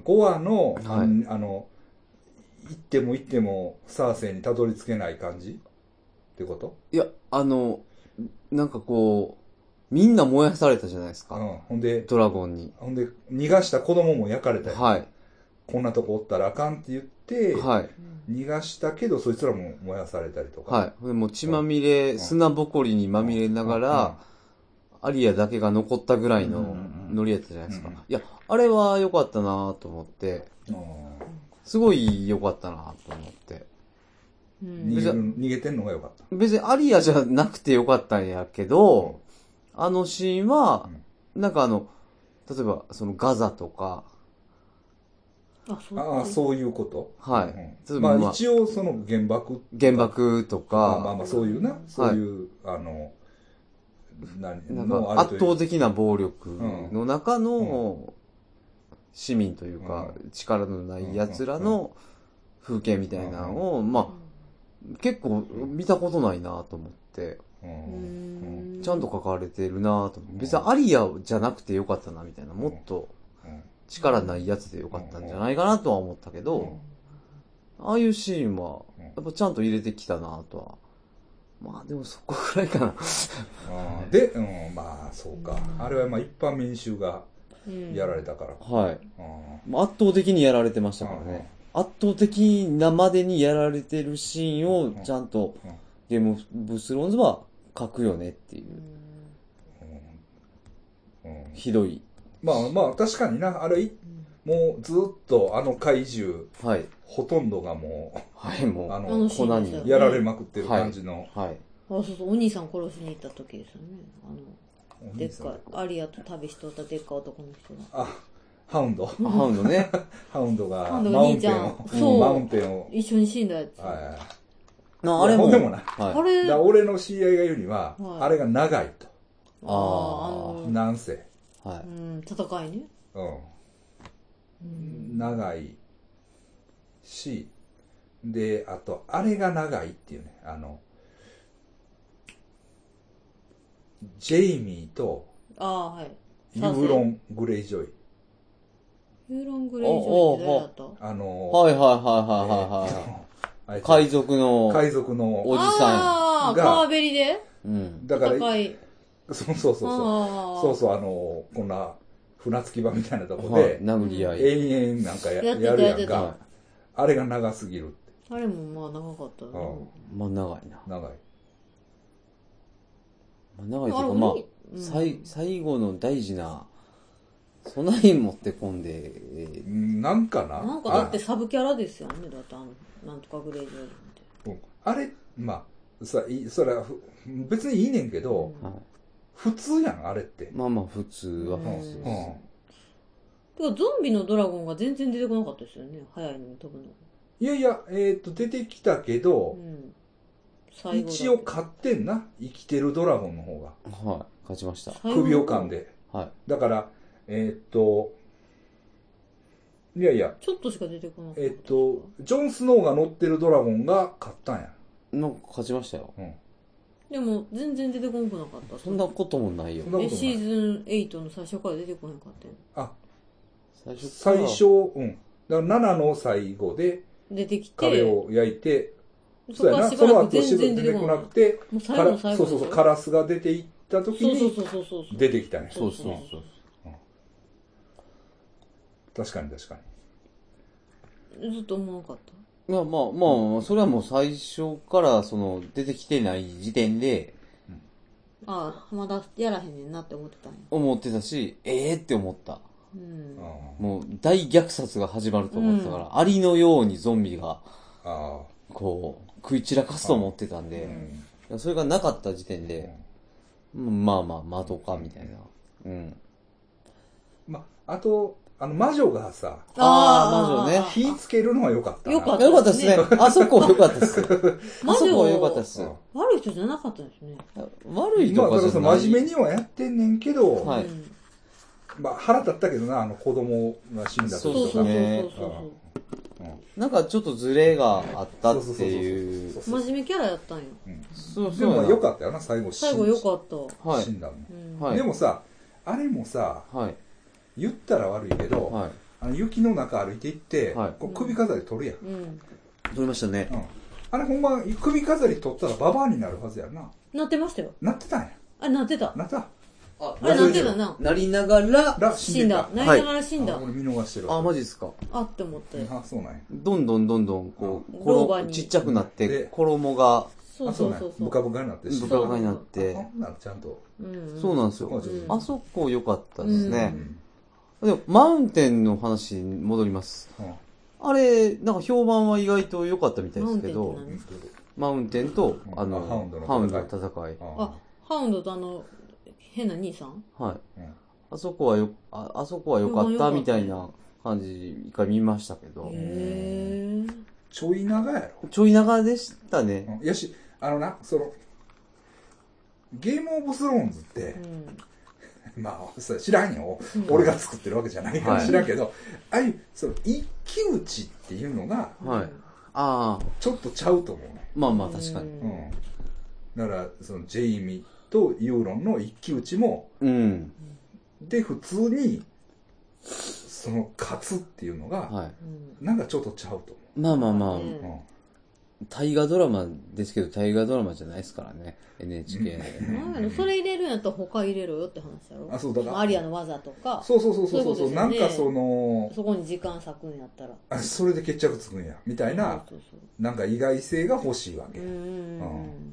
ごわの、はい、あの、行っても行っても、サーセイにたどり着けない感じってこと？ いや、あの、なんかこう、みんな燃やされたじゃないですか。うん、 ほんで、 ドラゴンに。 ほんで、逃がした子供も焼かれたよ。 はい。 こんなとこおったらあかんって言って、はい。逃がしたけど、そいつらも燃やされたりとか。 はい。もう血まみれ、うん、砂ぼこりにまみれながら、うんうん、アリアだけが残ったぐらいのノリやったじゃないですか。うんうん、いや、あれは良かったなと思って、うん、すごい良かったなと思って。 うん、逃げる、逃げてんのが良かった。 別にアリアじゃなくて良かったんやけど、うん、あのシーンは、うん、なんかあの、例えばそのガザとか、 あ、そうあそういうこと。 はい。 うん、まあ、まあ、一応その原爆。 原爆とか。 まあまあまあそういうな、そういう、はい、あの、 何なんか圧倒的な暴力の中の市民というか、うん、力のない奴らの風景みたいなのを、まあ、結構見たことないなと思って、うん、ちゃんと書かれてるなと思って、別にアリアじゃなくてよかったなみたいな、もっと、力ないやつでよかったんじゃないかなとは思ったけど、ああいうシーンは、やっぱちゃんと入れてきたなとは。まあでもそこくらいかな。 で、うん、まあそうか。あれはまあ一般民衆がやられたから。 はい。圧倒的にやられてましたからね。圧倒的なまでにやられてるシーンをちゃんとゲームオブスローンズは書くよねっていう。ひどい。 まあまあ確かにな、あれ、もうずっとあの怪獣、はい、ほとんどがもう、 はい、もう、 あの、粉にやられまくってる感じの。 はい。はい、あ、そうそう、お兄さん殺しに行った時ですよね。あの、でっかい、アリアと旅しとったでっかい男の人が。 あ、ハウンド。 ハウンドね。 ハウンドが、 ハウンドが兄ちゃん、 そう、マウンテンを。 一緒に死んだやつ。はい。 なあれも。でもな。はい、あれだ俺の知り合いが言うには、はい、あれが長いと。ああ、あの、なんせ。 はい。うん、戦いね。うん。 うん、長いし、で、あと、あれが長いっていうね、あの、ジェイミーと、 ああ、はい。 ユーロン・グレイジョイ。 ユーロン・グレイジョイって誰だったあの、 はいはいはいはいはい、はい。海賊の、 海賊のおじさんああ、川べりでうん。だから、そうそうそうそう。そうそう、あの、こんな、船着き場みたいなとこで、 殴り合い。 延々なんか や, やるやんか。あれが長すぎるって。 あれもまあ長かったね。 うん、まあ長いな。 長い。 まあ長いというか、まあ、最、最後の大事なそんなに持ってこんで、 えー、なんかななんかだってサブキャラですよね。だってあの、なんとかグレージョーって。あれ、まあ、さ、い、それは、別にいいねんけど、うん、普通やん、あれって。 まあまあ、普通は普通です。うん。 てか、ゾンビのドラゴンが全然出てこなかったですよね。早いのに飛ぶの。 いやいや、えっと、出てきたけど、うん一応勝ってんな、生きてるドラゴンの方が。 はい、勝ちました。 首を噛んで。はい。だから、えー、っと、いやいや。 ちょっとしか出てこなかった。 えー、っと、ジョン・スノーが乗ってるドラゴンが勝ったんや。 なんか勝ちましたよ。うん。 でも、全然出てこなくなかった。 そんなこともないよ。 え、シーズンエイトの最初から出てこなかったよ。 あ、最初最初、うん。だからななの最後で、 出てきて、 壁を焼いて、そうやな、その後全然出てこなくて、もう最後の最後そうそうそう、カラスが出ていった時に、出てきたね。 そうそうそう。 確かに確かに。ずっと思わなかった。 いや、まあまあ、それはもう最初から、その、出てきてない時点で、 うん、ああ、まだやらへんねんなって思ってたんや。 思ってたし、ええー、って思った。うん、もう、大虐殺が始まると思ってたから、うん、アリのようにゾンビが、あこう、食い散らかすと思ってたんで、うん、それがなかった時点で、うん、まあまあ、窓か、みたいな。うん。 まあ、あと、あの、魔女がさ、 ああ、魔女ね。 火つけるのは良かったな。 良かったですね。あそこ良かったです。あそこ良かったです。 悪い人じゃなかったですね。 悪い人かじゃない。 まあ、真面目にはやってんねんけど、はい。まあ、腹立ったけどな、あの子供が死んだ時とかね。 なんかちょっとズレがあったっていう。 真面目キャラやったんよ。 そうそう。でも良かったよな、最後。 最後良かった。 死んだもん。でもさ、あれもさ、言ったら悪いけど、あの雪の中歩いていって、首飾り取るやん。 取りましたね。 あれほんま、首飾り取ったらババアになるはずやな。 なってましたよ。 なってたんや。 あ、なってた。 なった。 あ、あれなってたな。 なりながら死んだ。なりながら死んだ。 俺見逃してる。 あ、マジですか。 あって思って。 あ、そうなんや。 どんどんどんどん、こう、衣、ちっちゃくなって、衣が、 そうそうそう。 ブカブカになって。 ブカブカになって。 ちゃんと。 そうなんですよ。あそこ良かったですね。でも、マウンテンの話に戻ります。あれ、なんか評判は意外と良かったみたいですけど、マウンテンと、あの、ハウンドの戦い。 あ、ハウンドとあの、変な兄さんはい。あそこはよ、あ、あそこは良かったみたいな感じ一回見ましたけど。 へー。ちょい長やろ。 ちょい長でしたね。 よし、あのな、その、ゲームオブスローンズって、まあ、知らんよ。俺が作ってるわけじゃないから知らんけど、ああいう、その、一騎打ちっていうのが、はい。ああ。ちょっとちゃうと思うね。 まあまあ確かに。うん。 だから、その、ジェイミとユーロンの一騎打ちも、うん。で、普通に、その、勝つっていうのが、はい。なんかちょっとちゃうと思う。 まあまあまあ。うん。大河ドラマですけど、大河ドラマじゃないですからね。エヌエイチケーで。それ入れるんやったら他入れろよって話だろ。 あ、そうだから。 アリアの技とか。 そうそうそうそうそう。なんかその。 そこに時間割くんやったら。 あ、それで決着つくんや。みたいな、なんか意外性が欲しいわけ。うん。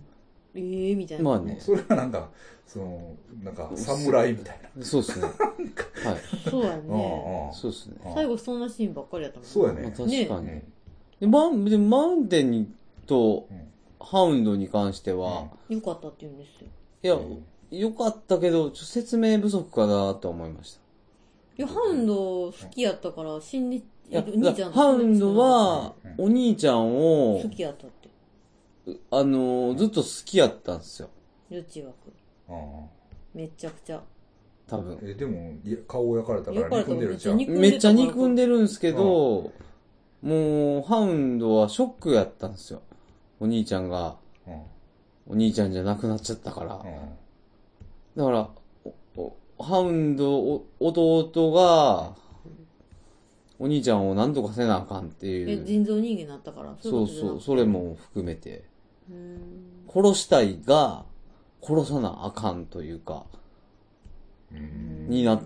ええみたいな。 まあね。 それはなんか、その、なんか、侍みたいな。 そうっすね。はい。 そうやね。 そうっすね。 最後そんなシーンばっかりやったもんね。 そうやね。 確かに。で、マウンテンと、ハウンドに関しては、 良かったって言うんですよ。 いや、良かったけど、ちょ説明不足かなと思いました。 いや、ハウンド好きやったから、死んで、 兄ちゃんハウンドは、お兄ちゃんを、 好きやったって。 あの、ずっと好きやったんですよ。 幼稚枠。めっちゃくちゃ。 多分。 え、でも、顔焼かれたから憎んでるじゃん。 めっちゃ憎んでるんですけど、もう、ハウンドはショックやったんですよ。お兄ちゃんが、うん、お兄ちゃんじゃなくなっちゃったから。うん、だから、ハウンド、弟が、お兄ちゃんを何とかせなあかんっていう。 え、人造人間になったから。 そうそう、それも含めて。殺したいが、殺さなあかんというか、になって、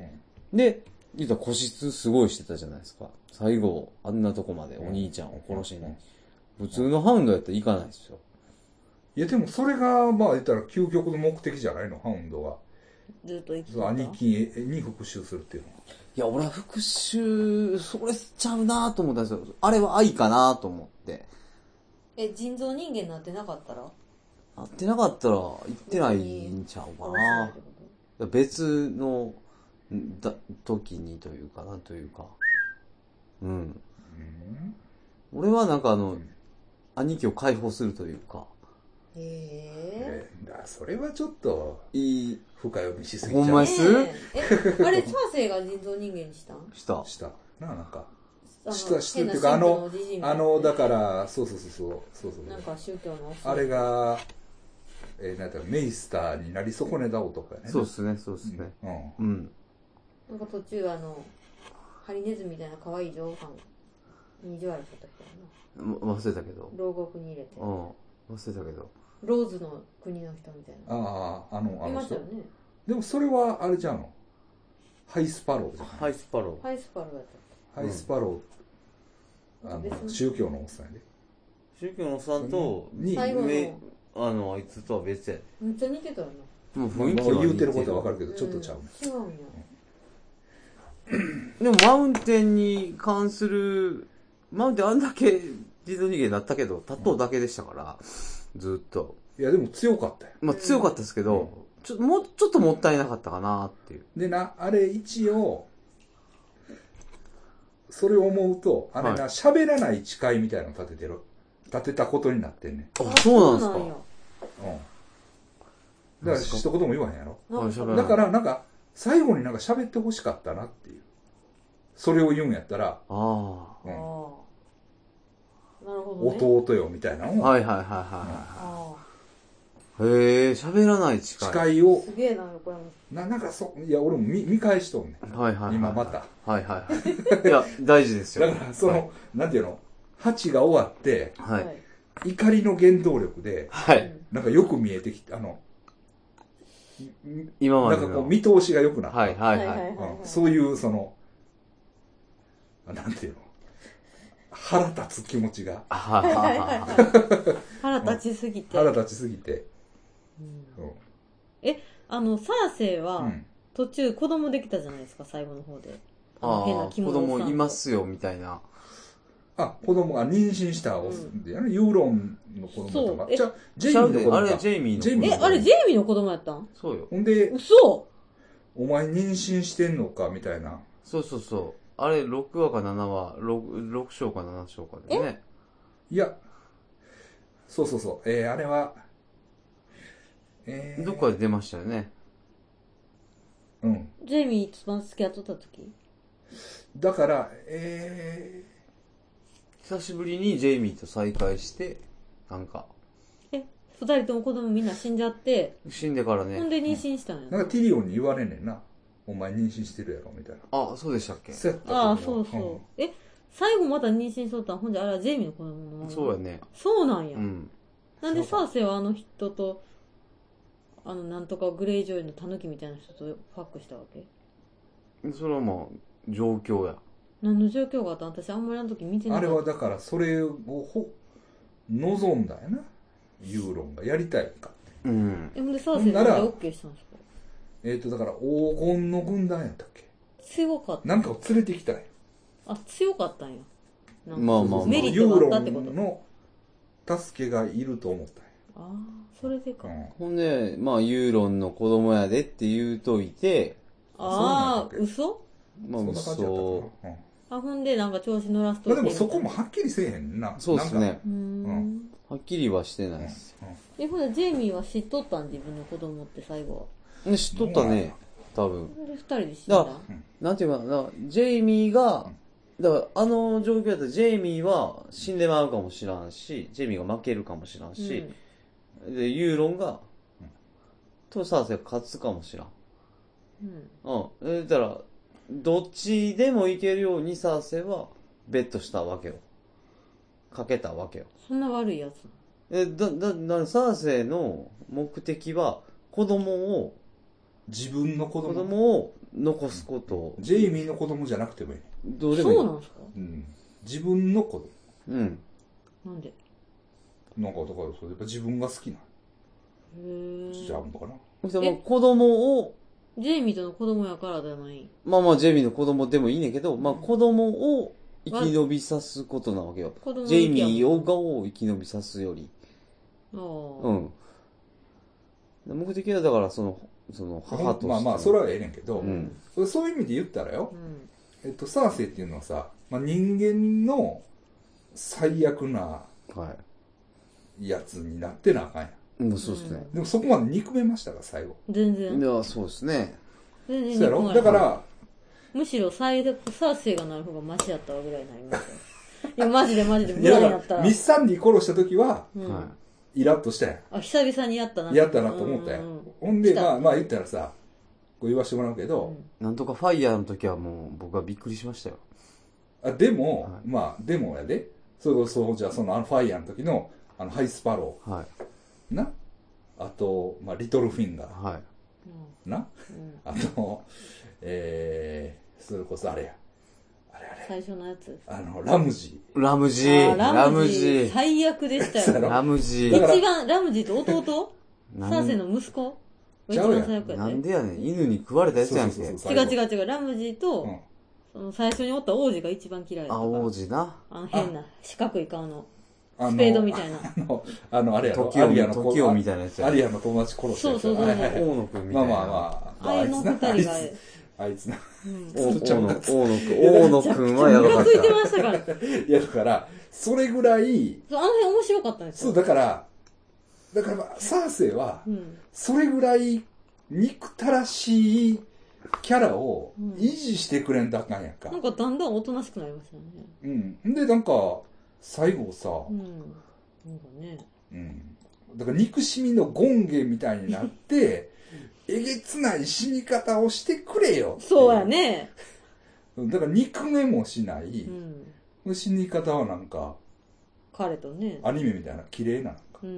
で、言うたら固執すごいしてたじゃないですか。最後、あんなとこまでお兄ちゃんを殺しに。普通のハウンドやったら行かないですよ。 いやでもそれが、まあ言ったら究極の目的じゃないの、ハウンドが。 ずっと生きてそう、 た。 兄貴に復讐するっていうの。 いや、俺は復讐、それちゃうなと思ったんですよ。あれは愛かなと思って。 え、人造人間になってなかったらなってなかったら、言ってないんちゃうかな。別の、だ、時にというかなというか。うん。うん、俺はなんかあの、兄貴を解放するというか。 へえー。だそれはちょっと、いい深読みしすぎちゃう。 ほんまです、 えー、え、あれ、サーセイが人造人間にしたんした。 した。なあ、なんか。 した、 したっていうか、あの、あの、だから、そうそうそうそう、そうそう。 なんか宗教の。 あれが、えー、なんだろう、メイスターになり損ねた男やね。 そうっすね、そうっすね。うん。うん。 なんか途中、あの、ハリネズミみたいな可愛い女王さんに意地悪しとった人やな。忘れたけど。 牢獄に入れて。 うん。忘れたけど。 ローズの国の人みたいな。 ああ、あの、あの人。いましたよね。 でもそれは、あれじゃんの。ハイスパローじゃん。 ハイスパロー。 ハイスパローやった。 ハイスパロー、あの、宗教のおっさんやで。 宗教のおっさんと、 に、最後の、 あの、あいつとは別や。 めっちゃ似てたよな。 もう雰囲気は言うてることはわかるけど、ちょっとちゃうね。 違うんや。 でも、マウンテンに関する、マウンテンあんだけ人造人間になったけど、タットだけでしたから、ずっと。 いや、でも強かったよ。 まあ強かったですけど、ちょもうちょっともったいなかったかなっていう。 でな、あれ一応、それを思うと、あれな、喋、はい、らない誓いみたいなの立ててる。立てたことになってんねん。 あ、そうなんですか。 うん。だから一言も言わへんやろ。だから、なんか、最後になんか喋ってほしかったなっていう。それを言うんやったら、ああ。うん。 なるほど、ね。 弟よ、みたいなのを。 はいはいはいはい。うん、へえ、喋らない誓い。 誓いを。 すげえな、これも。 な、なんかそ、いや、俺も見、見返しとんねん。 はいはいはい。 今また。 はいはいはい。いや、大事ですよ。 だから、その、はい、なんていうの、八が終わって、 はい。 怒りの原動力で、 はい。 なんかよく見えてきて、あの、 今までの。 なんかこう見通しが良くなった。 はいはいはい。 そういう、その、なんていうの、腹立つ気持ちが。 腹立ちすぎて。 腹立ちすぎて。 うんうん、え、あの、サーセイは、途中子供できたじゃないですか、最後の方で。 ああ、変な子供いますよ、みたいな。 あ、子供が妊娠したオスで、うん、ユーロンの子供だったか。じゃあ、ジェイミーの子供だあれ、ジェイミーの子供。 え、あれ、ジェイミーの子供やったん？ そうよ。 ほんで、 嘘？ お前妊娠してんのか、みたいな。 そうそうそう。あれ、ろくわかななわ、ろく, ろく章かなな章かでね。 いや、そうそうそう。えー、あれは、えー、 どっかで出ましたよね。 うん。 ジェイミー一番付き合っとった時？ だから、えー、久しぶりにジェイミーと再会して、なんか。 え、二人とも子供みんな死んじゃって。 死んでからね。 ほんで妊娠したんや、 うん。なんかティリオンに言われんねんな。お前妊娠してるやろ、みたいな。 あ、そうでしたっけ？ ああ、そうそう。うん、え、最後また妊娠しとったんほんじゃ、あれはジェイミーの子供の。 そうやね。 そうなんや。 うん。 なんでサーセイはあの人と、あの、なんとかグレイジョイのタヌキみたいな人とファックしたわけ？ それはまあ、状況や。 何の状況があったん？私あんまりあの時見てなかった。 あれはだから、それをほ、望んだよな。ユーロンがやりたいかって。 うん。 え、ほんでサーセイなんで OK したんですか？ えっと、だから黄金の軍団やったっけ？ 強かった。 なんかを連れてきたんや。 あ、強かったんや。 なんかまあまあ、 メリットがあったってこと。 ユーロンの助けがいると思ったんや。 ああ、それでか。うん、 ほんで、まあ、ユーロンの子供やでって言うといて、 ああ、嘘？ まあ、嘘。 うん、あ、ほんで、なんか調子乗らすと。 まあでもそこもはっきりせえへんな。 そうですね。 うん。 はっきりはしてないです。 うんうん、え、ほんで、ジェイミーは知っとったん？自分の子供って最後は。ね、知っとったね。多分。 で、二人で死んだ。 なんていうかな、ジェイミーが、だからあの状況だったらジェイミーは死んでまうかもしらんし、ジェイミーが負けるかもしらんし、うん、で、ユーロンが、とサーセが勝つかもしらん。うん。うん。だから、どっちでもいけるようにサーセはベットしたわけよ。かけたわけよ。 そんな悪いやつ？ え、だ、だ、だ、サーセの目的は子供を、 自分の子供子供を残すことを、 ジェイミーの子供じゃなくてもいい。 どうでもいい。 そうなんですか？ うん。自分の子供。 うん。 なんで？ なんかだからそれやっぱ自分が好きな。 へー。 じゃあんのかな。 その子供をジェイミーとの子供やからじゃない。 まあまあ、ジェイミーの子供でもいいねんけど、まあ子供を生き延びさすことなわけよ。ジェイミーをがを生き延びさすより。うん。目的はだから、その、その母として。 まあまあ、それはええねんけど、うん、そういう意味で言ったらよ、うん、えっと、サーセイっていうのはさ、まあ、人間の最悪なやつになってなあかんやん。 うん、そうですね。 でもそこまで憎めましたか、最後。 全然。 いや、そうですね。 全然そうやろだから、 むしろ最悪、サーセイがなる方がマシやったわぐらいになりますよ。いや、マジでマジで、無駄になったら。 ミスサンディ殺した時は、うん、はいイラッとしたやん。 あ、久々にやったな。 やったなと思ったやん。うんうん、ほんで、まあ、まあ言ったらさ、こう言わしてもらうけど、 うん、なんとかファイヤーの時はもう僕はびっくりしましたよ。 あでも、はい、まあ、でもやで、それそう、じゃあそのあのファイヤーの時の、あのハイスパロー。はい。な。あと、まあ、リトルフィンガー。はい。な。うん、あと、えー、それこそあれや。 最初のやつ。 あの、ラムジー。ラムジー。 ラムジー。最悪でしたよ。 ラムジー。一番、ラムジーと弟サーセイの息子一番最悪やね。なんでやねん。犬に食われたやつやんけ。違う違う違う。ラムジーと、うん、その最初におった王子が一番嫌いだった。 あ、王子な。 あの変な、四角い顔の。スペードみたいな。 あの、あの、あれやろ。 時を、時をみたいなやつや。 アリアの友達殺したやつ。 そうそうそう。 大野くんみたいな。 まあまあまあ。 あいの二人が。 あいつな。 大野くん、大野くんはやばかった。 ついてましたから。 いや、だから、それぐらい。 あの辺面白かったんですよ。そう、だから、だから、サーセイは、それぐらい憎たらしいキャラを維持してくれんとあかんやんか。 なんかだんだんおとなしくなりましたね。 うん。で、なんか、最後さ、 うん。なんかね。 うん。だから憎しみの権限みたいになって、えげつない死に方をしてくれよ。 そうやね。 だから憎めもしない、うん、死に方はなんか、 彼とね。 アニメみたいな綺麗ななんか。 うん、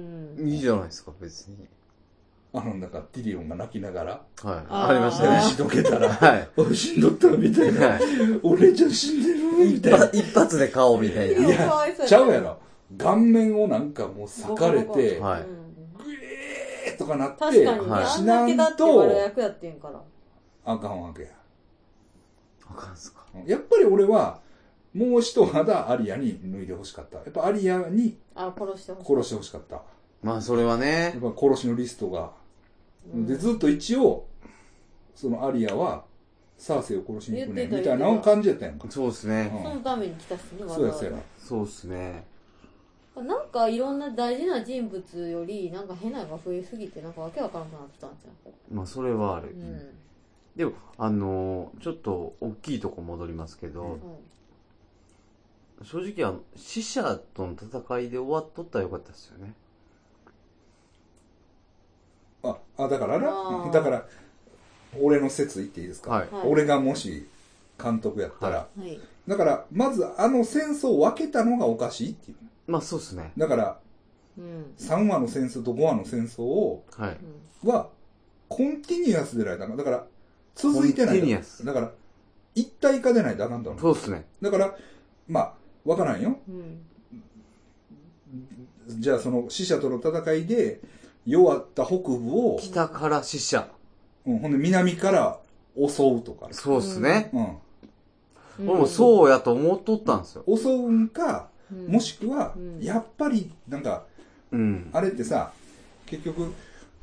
いいじゃないですか、別に。 あの、なんかティリオンが泣きながら、 はい。ありましたね。 しどけたら、はい。お死んどったみたいな。はい、お姉ちゃん死んでるみたいな。 一発で顔みたいな。 いや、ちゃうやろ。顔面をなんかもう裂かれて、はい。とかなって、 確かに、ね、死なんと、悪役やってんから。 あかんわけや。 あかんすか。 やっぱり俺は、もう一肌アリアに脱いでほしかった。やっぱアリアにあ殺してほし殺してほしかった。 まあそれはね。 やっぱ殺しのリストが。うん、で、ずっと一応、そのアリアは、サーセイを殺しに行くねんみたいな感じやったやんか。 そうですね、 うん。そのために来たしね、 そうやそうや。 そうですね。 なんかいろんな大事な人物よりなんか変なのが増えすぎてなんかわけわからなくなってたんじゃん。 まあそれはある、うん、でもあのー、ちょっと大きいとこ戻りますけど、うん、正直あの死者との戦いで終わっとったらよかったですよね。 ああだからなだから俺の説言っていいですか、はい、俺がもし監督やったら、はい、だからまずあの戦争を分けたのがおかしいっていう。 まあそうですね。 だから、うん、さんわの戦争とごわの戦争を、はい、は、コンティニュアスでないとあかん。だから、続いてないと。コンティニュアス。だから、一体化でないとあかんと思う。 そうですね。 だから、まあ、わからんよ。うん、じゃあその死者との戦いで、弱った北部を、 北から死者。 うん、ほんで南から襲うとか、ね。 そうですね。うん。俺もそうやと思っとったんですよ。 襲うんか、もしくは、やっぱり、なんか、うん、あれってさ、結局、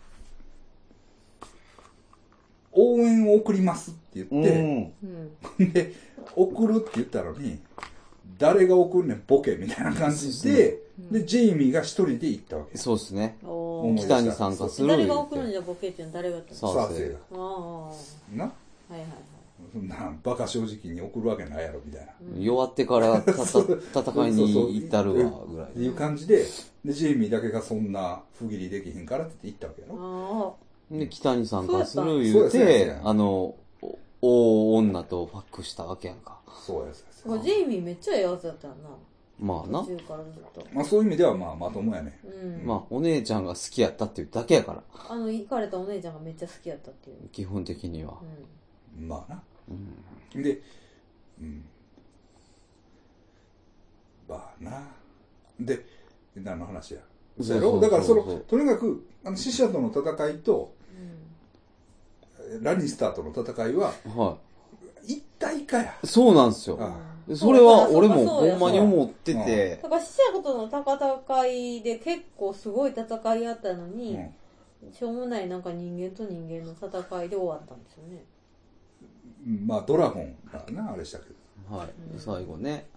応援を送りますって言って、うん、で、送るって言ったのに、誰が送るねん、ボケみたいな感じで、で、ジェイミーが一人で行ったわけ。 そうですね。北に参加する。 誰が送るんじゃボケっていうのは誰がやったの？ サーセイが。な？はいはいはい。そんなバカ正直に送るわけないやろみたいな、 うん、弱ってからたた戦いに行ったるわぐらいっていう感じで、でジェイミーだけがそんな不義理できへんからって言ったわけやろ。 で北に参加する言うて、あの大女とファックしたわけやんか。 そうやそうや。ジェイミーめっちゃええやつだったよな。 まあな。 途中からずっと。 まあそういう意味ではまあまともやね。 うん。まあお姉ちゃんが好きやったっていうだけやから。 あの行かれたお姉ちゃんがめっちゃ好きやったっていう。 基本的には。 うん、まあな。うん、で、うん。まあな。で、何の話や。そうやろ？だからその、とにかく、あの死者との戦いと、うん、 ラニスターとの戦いは、はい、一体化や。 そうなんですよ。ああそれは俺もほんまに思ってて。 だから死者との戦いで結構すごい戦いあったのに、うん、しょうもないなんか人間と人間の戦いで終わったんですよね。 まあドラゴンがな、あれしたけど。はい、うん、最後ね。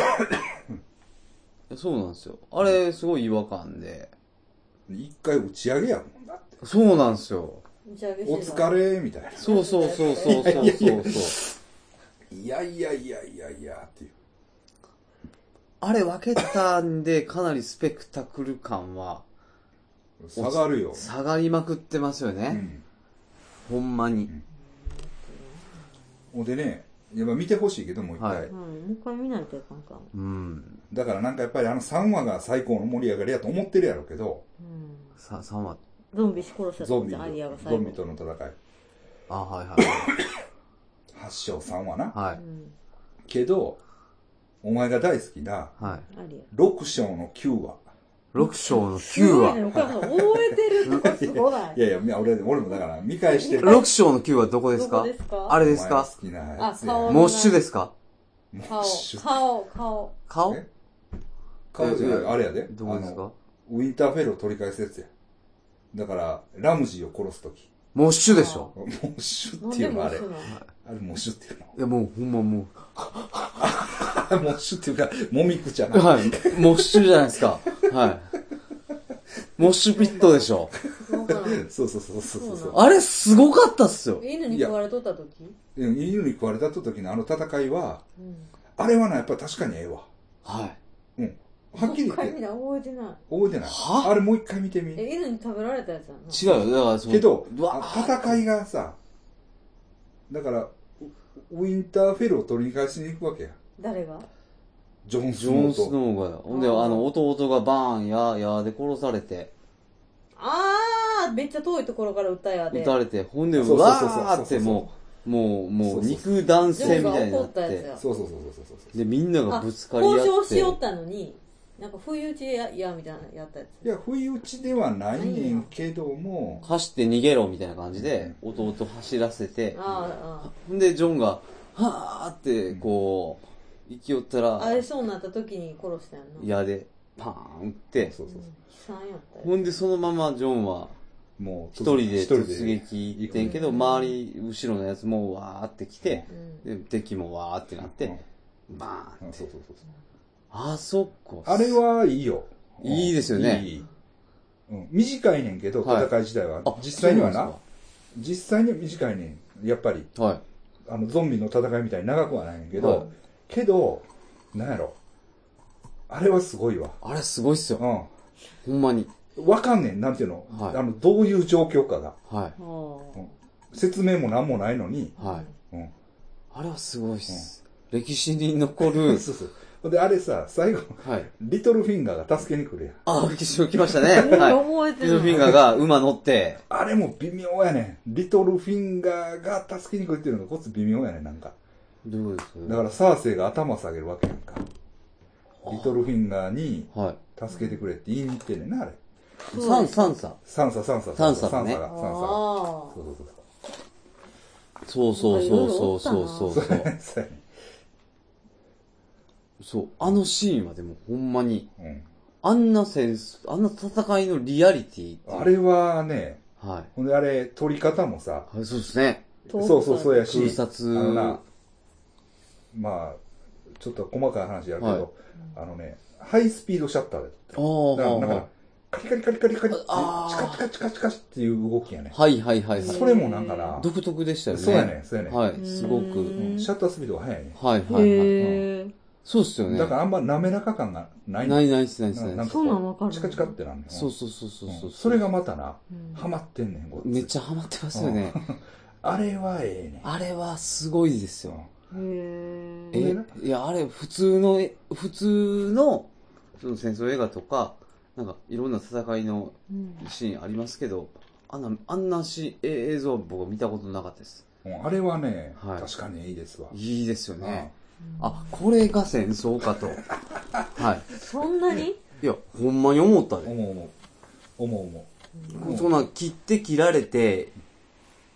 そうなんですよ。あれすごい違和感で。 一回打ち上げやもんだって。 そうなんですよ。 打ち上げお疲れみたいな。 そうそうそうそうそうそうそう。 いやいやいやいやいやっていう。 あれ分けたんでかなりスペクタクル感は下がるよ。 下がりまくってますよね。うん、ほんまに。 ほ、うんでね、やっぱ見てほしいけどもう一回、はい、 うん。もう一回見ないといかんか。 うん。 だからなんかやっぱりあのさんわが最高の盛り上がりやと思ってるやろうけど。 うん。 ささんわ。 ゾンビ殺したゾンビ。ゾンビとの戦い。 あ、はいはい。 はち章さんわな。 はい。 けど、お前が大好きな、 はい、 ろく章のきゅうわ。 ろく章のきゅうわ。 すごいね、お母さん覚えてるとこすごない。 いやいや、俺、俺もだから見返してる。 ろく章のきゅうわどこですか？ どこですか？ あれですか？ 好きなやつや。あ、 モッシュですか？ 顔、顔、顔。 顔？ 顔じゃない、あれやで。 どこですか？ ウィンターフェルを取り返すやつや。だから、ラムジーを殺すとき。 モッシュでしょ？ モッシュっていうのあれ。あれモッシュっていうの。 いやもうほんまもう。 モッシュっていうか、もみくちゃな。 はい。モッシュじゃないですか。はい。モッシュピットでしょ。 そうそうそうそうそう。 あれすごかったっすよ。 犬に食われとった時？ 犬に食われた時のあの戦いは、うん、あれはな、やっぱ確かにええわ。 はい。 うん。はっきり言って。 もう一回見ない、覚えてない。 覚えてない。はあれもう一回見てみ。 え、犬に食べられたやつやな。違うよ。だからそのけど、戦いがさ、だから、ウィンターフェルを取り返しに行くわけや。 誰が？ ジョン・スノーと。ジョン・スノーが。ほんで、あの、弟がバーン、やー、やーで殺されて。 あー、めっちゃ遠いところから撃ったやで。 撃たれて、ほんで、わーってもう、もう、もう、肉弾戦みたいになって。 そうそうそうそうそう。 で、みんながぶつかり合って。 交渉しよったのに、なんか不意打ちや、や、みたいなやったやつ。 いや、不意打ちではないねんけども。 走って逃げろみたいな感じで、弟走らせて。 ああ。 ほんで、ジョンが、はーって、こう、生きよったら。 あれそうなった時に殺したやんな。 矢で、パーン撃って。 そうそうそう。 悲惨やったよ。 ほんで、そのままジョンは、もう、一人で突撃行ってんけど、周り、後ろのやつもわーって来て、で、敵もわーってなって、バーンって。そうそうそう。あ、そっか。 あれはいいよ。 いいですよね。いい。 うん。短いねんけど、戦い自体は。実際にはな。実際には短いねん。やっぱり。 はい。 あの、ゾンビの戦いみたいに長くはないねんけど、けど、なんやろ。あれはすごいわ。 あれすごいっすよ。 うん。 ほんまに。 わかんねん、なんていうの。あの、どういう状況かが。 はい。 説明もなんもないのに。 はい。うん。あれはすごいっす。歴史に残る。 そうそう。で、あれさ、最後、はい、リトルフィンガーが助けに来るやん。 ああ、来ましたね。はい。リトルフィンガーが馬乗って。 あれも微妙やねん。リトルフィンガーが助けに来るっていうのがこっち微妙やねん、なんか。 どういうことですか？ だからサーセイが頭下げるわけやんか。リトルフィンガーに、助けてくれって言いに行ってんねんな、あれ。 サン、サンサ。 サンサ、サンサ。 サンサだね。 サンサが、サンサが。 そうそうそうそう。そうそうそうそう。そうそう、あのシーンはでもほんまに、うん、あんな戦争、あんな戦いのリアリティあれはね、 はい。 ほんであれ、撮り方もさ、 そうですね。 そうそうそうやし、 空撮。 あのな、まあ、ちょっと細かい話やるけど、はい、あのね、ハイスピードシャッターで撮ってる。だから、なんか、カリカリカリカリカリって、チカチカチカチカっていう動きやね。 はいはいはいはい。 それもなんかな、 独特でしたよね。 そうやね、そうやね。 はい、すごく。 シャッタースピードが速いね。 はいはいはい。そうっすよね。 だからあんま滑らか感がないないないっすないっすない。 なんかこう、チカチカってなんねん。 そうそうそうそう。 それがまたな、ハマってんねん、 めっちゃハマってますよね。 あれはええね。 あれはすごいですよ。 へえ、いや、あれ普通の、普通の、その戦争映画とか、なんかいろんな戦いのシーンありますけど、あんな、あんなし映像は僕は見たことなかったです。 あれはね、確かにいいですわ。 いいですよね。あ、これが戦争かと。はい。 そんなに？ いや、ほんまに思ったで。 思う思う。思う思う。 そんな切って切られて、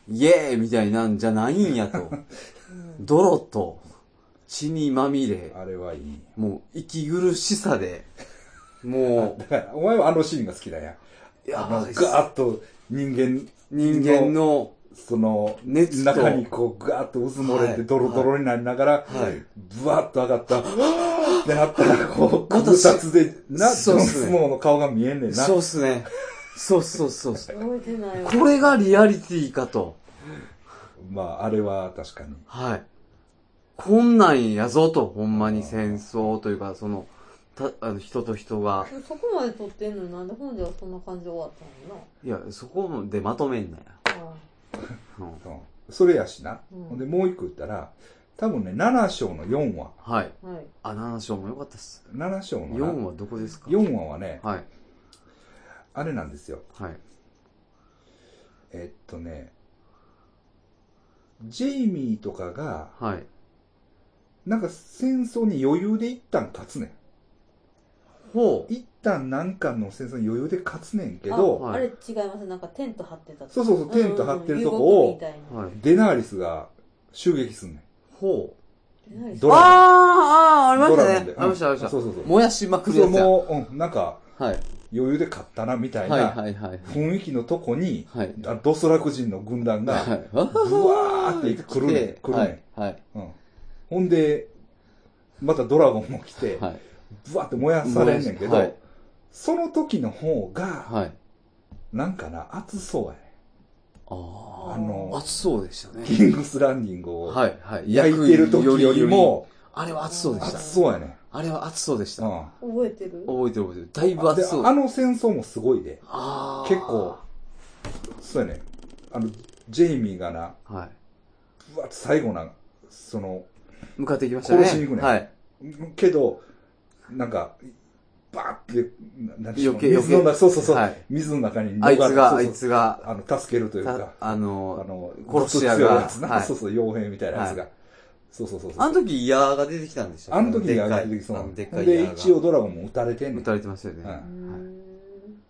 イエーイみたいなんじゃないんやと。泥と血にまみれ。 あれはいい。 もう息苦しさで、もう。だから、お前はあのシーンが好きだよ。いや、あの、ガーッと人間、 人間の、 その、熱中にこう、ガーッと渦漏れて、ドロドロになりながら、はい、ブワッと上がった、ってなったら、こう、空撮で、な、ジョン・スノーの顔が見えんねんな。 そうっすね。そうそうそう。これがリアリティかと。 まあ、あれは確かに。 はい。こんなんやぞと、ほんまに戦争というか、その、たあの人と人が。 そこまで撮ってんのになんで本ではそんな感じで終わったのな。いや、そこでまとめんなや。 うん、それやしな。ほ、うん、で、もう一個言ったら、多分ね、なな章のよんわ。 はい。あ、なな章もよかったっす。 なな章のよんわどこですか？ よん 話はね、 はい。 あれなんですよ。 はい。 えっとね、ジェイミーとかが、 はい。 なんか戦争に余裕で一旦勝つねん。 ほう。 一旦なんかの戦争に余裕で勝つねんけど、 あ, あれ違います。なんかテント張ってた。 そうそうそう、テント張ってるとこを、デナーリスが襲撃すんねん。 ほう。デナーリスああ、ありましたね。ありました、ありました。 そうそうそう。 燃やしまくるやつや。 もう、うん、なんか、はい。余裕で勝ったなみたいな雰囲気のとこに、はいはいはい、ドスラク人の軍団が、はい、ブワーって来るねん。来るねん。はいはいうん。ほんで、またドラゴンも来て、はい、ブワーって燃やされんねんけど、はい、その時の方が、はい、なんかな、熱そうやねん。 ああの、熱そうでしたね。 キングスランディングを焼いてる時よりも、 あれは熱そうでした。 熱そうやねん。 あれは熱そうでした。うん、 覚えてる覚えてる覚えてる。だいぶ熱そう。 あの戦争もすごいで。あ結構、そうやね。あの、ジェイミーがな、はい。うわ、最後な、その、 向かっていきましたね。 殺しに行くね。はい。けど、なんか、バーって、なんていうの、水の中、そうそうそう、はい、水の中に、 あいつが、あいつが、 あの、助けるというか、 あの、あの殺し屋が、 やつな、はい、そうそう、傭兵みたいなやつが。はいそうそうそうそう。 あの時、イヤーが出てきたんでしたっけ？ あの時、イヤーが出てきたの。でっかいイヤーが。で、一応ドラゴンも撃たれてんねん。 撃たれてますよね。うん。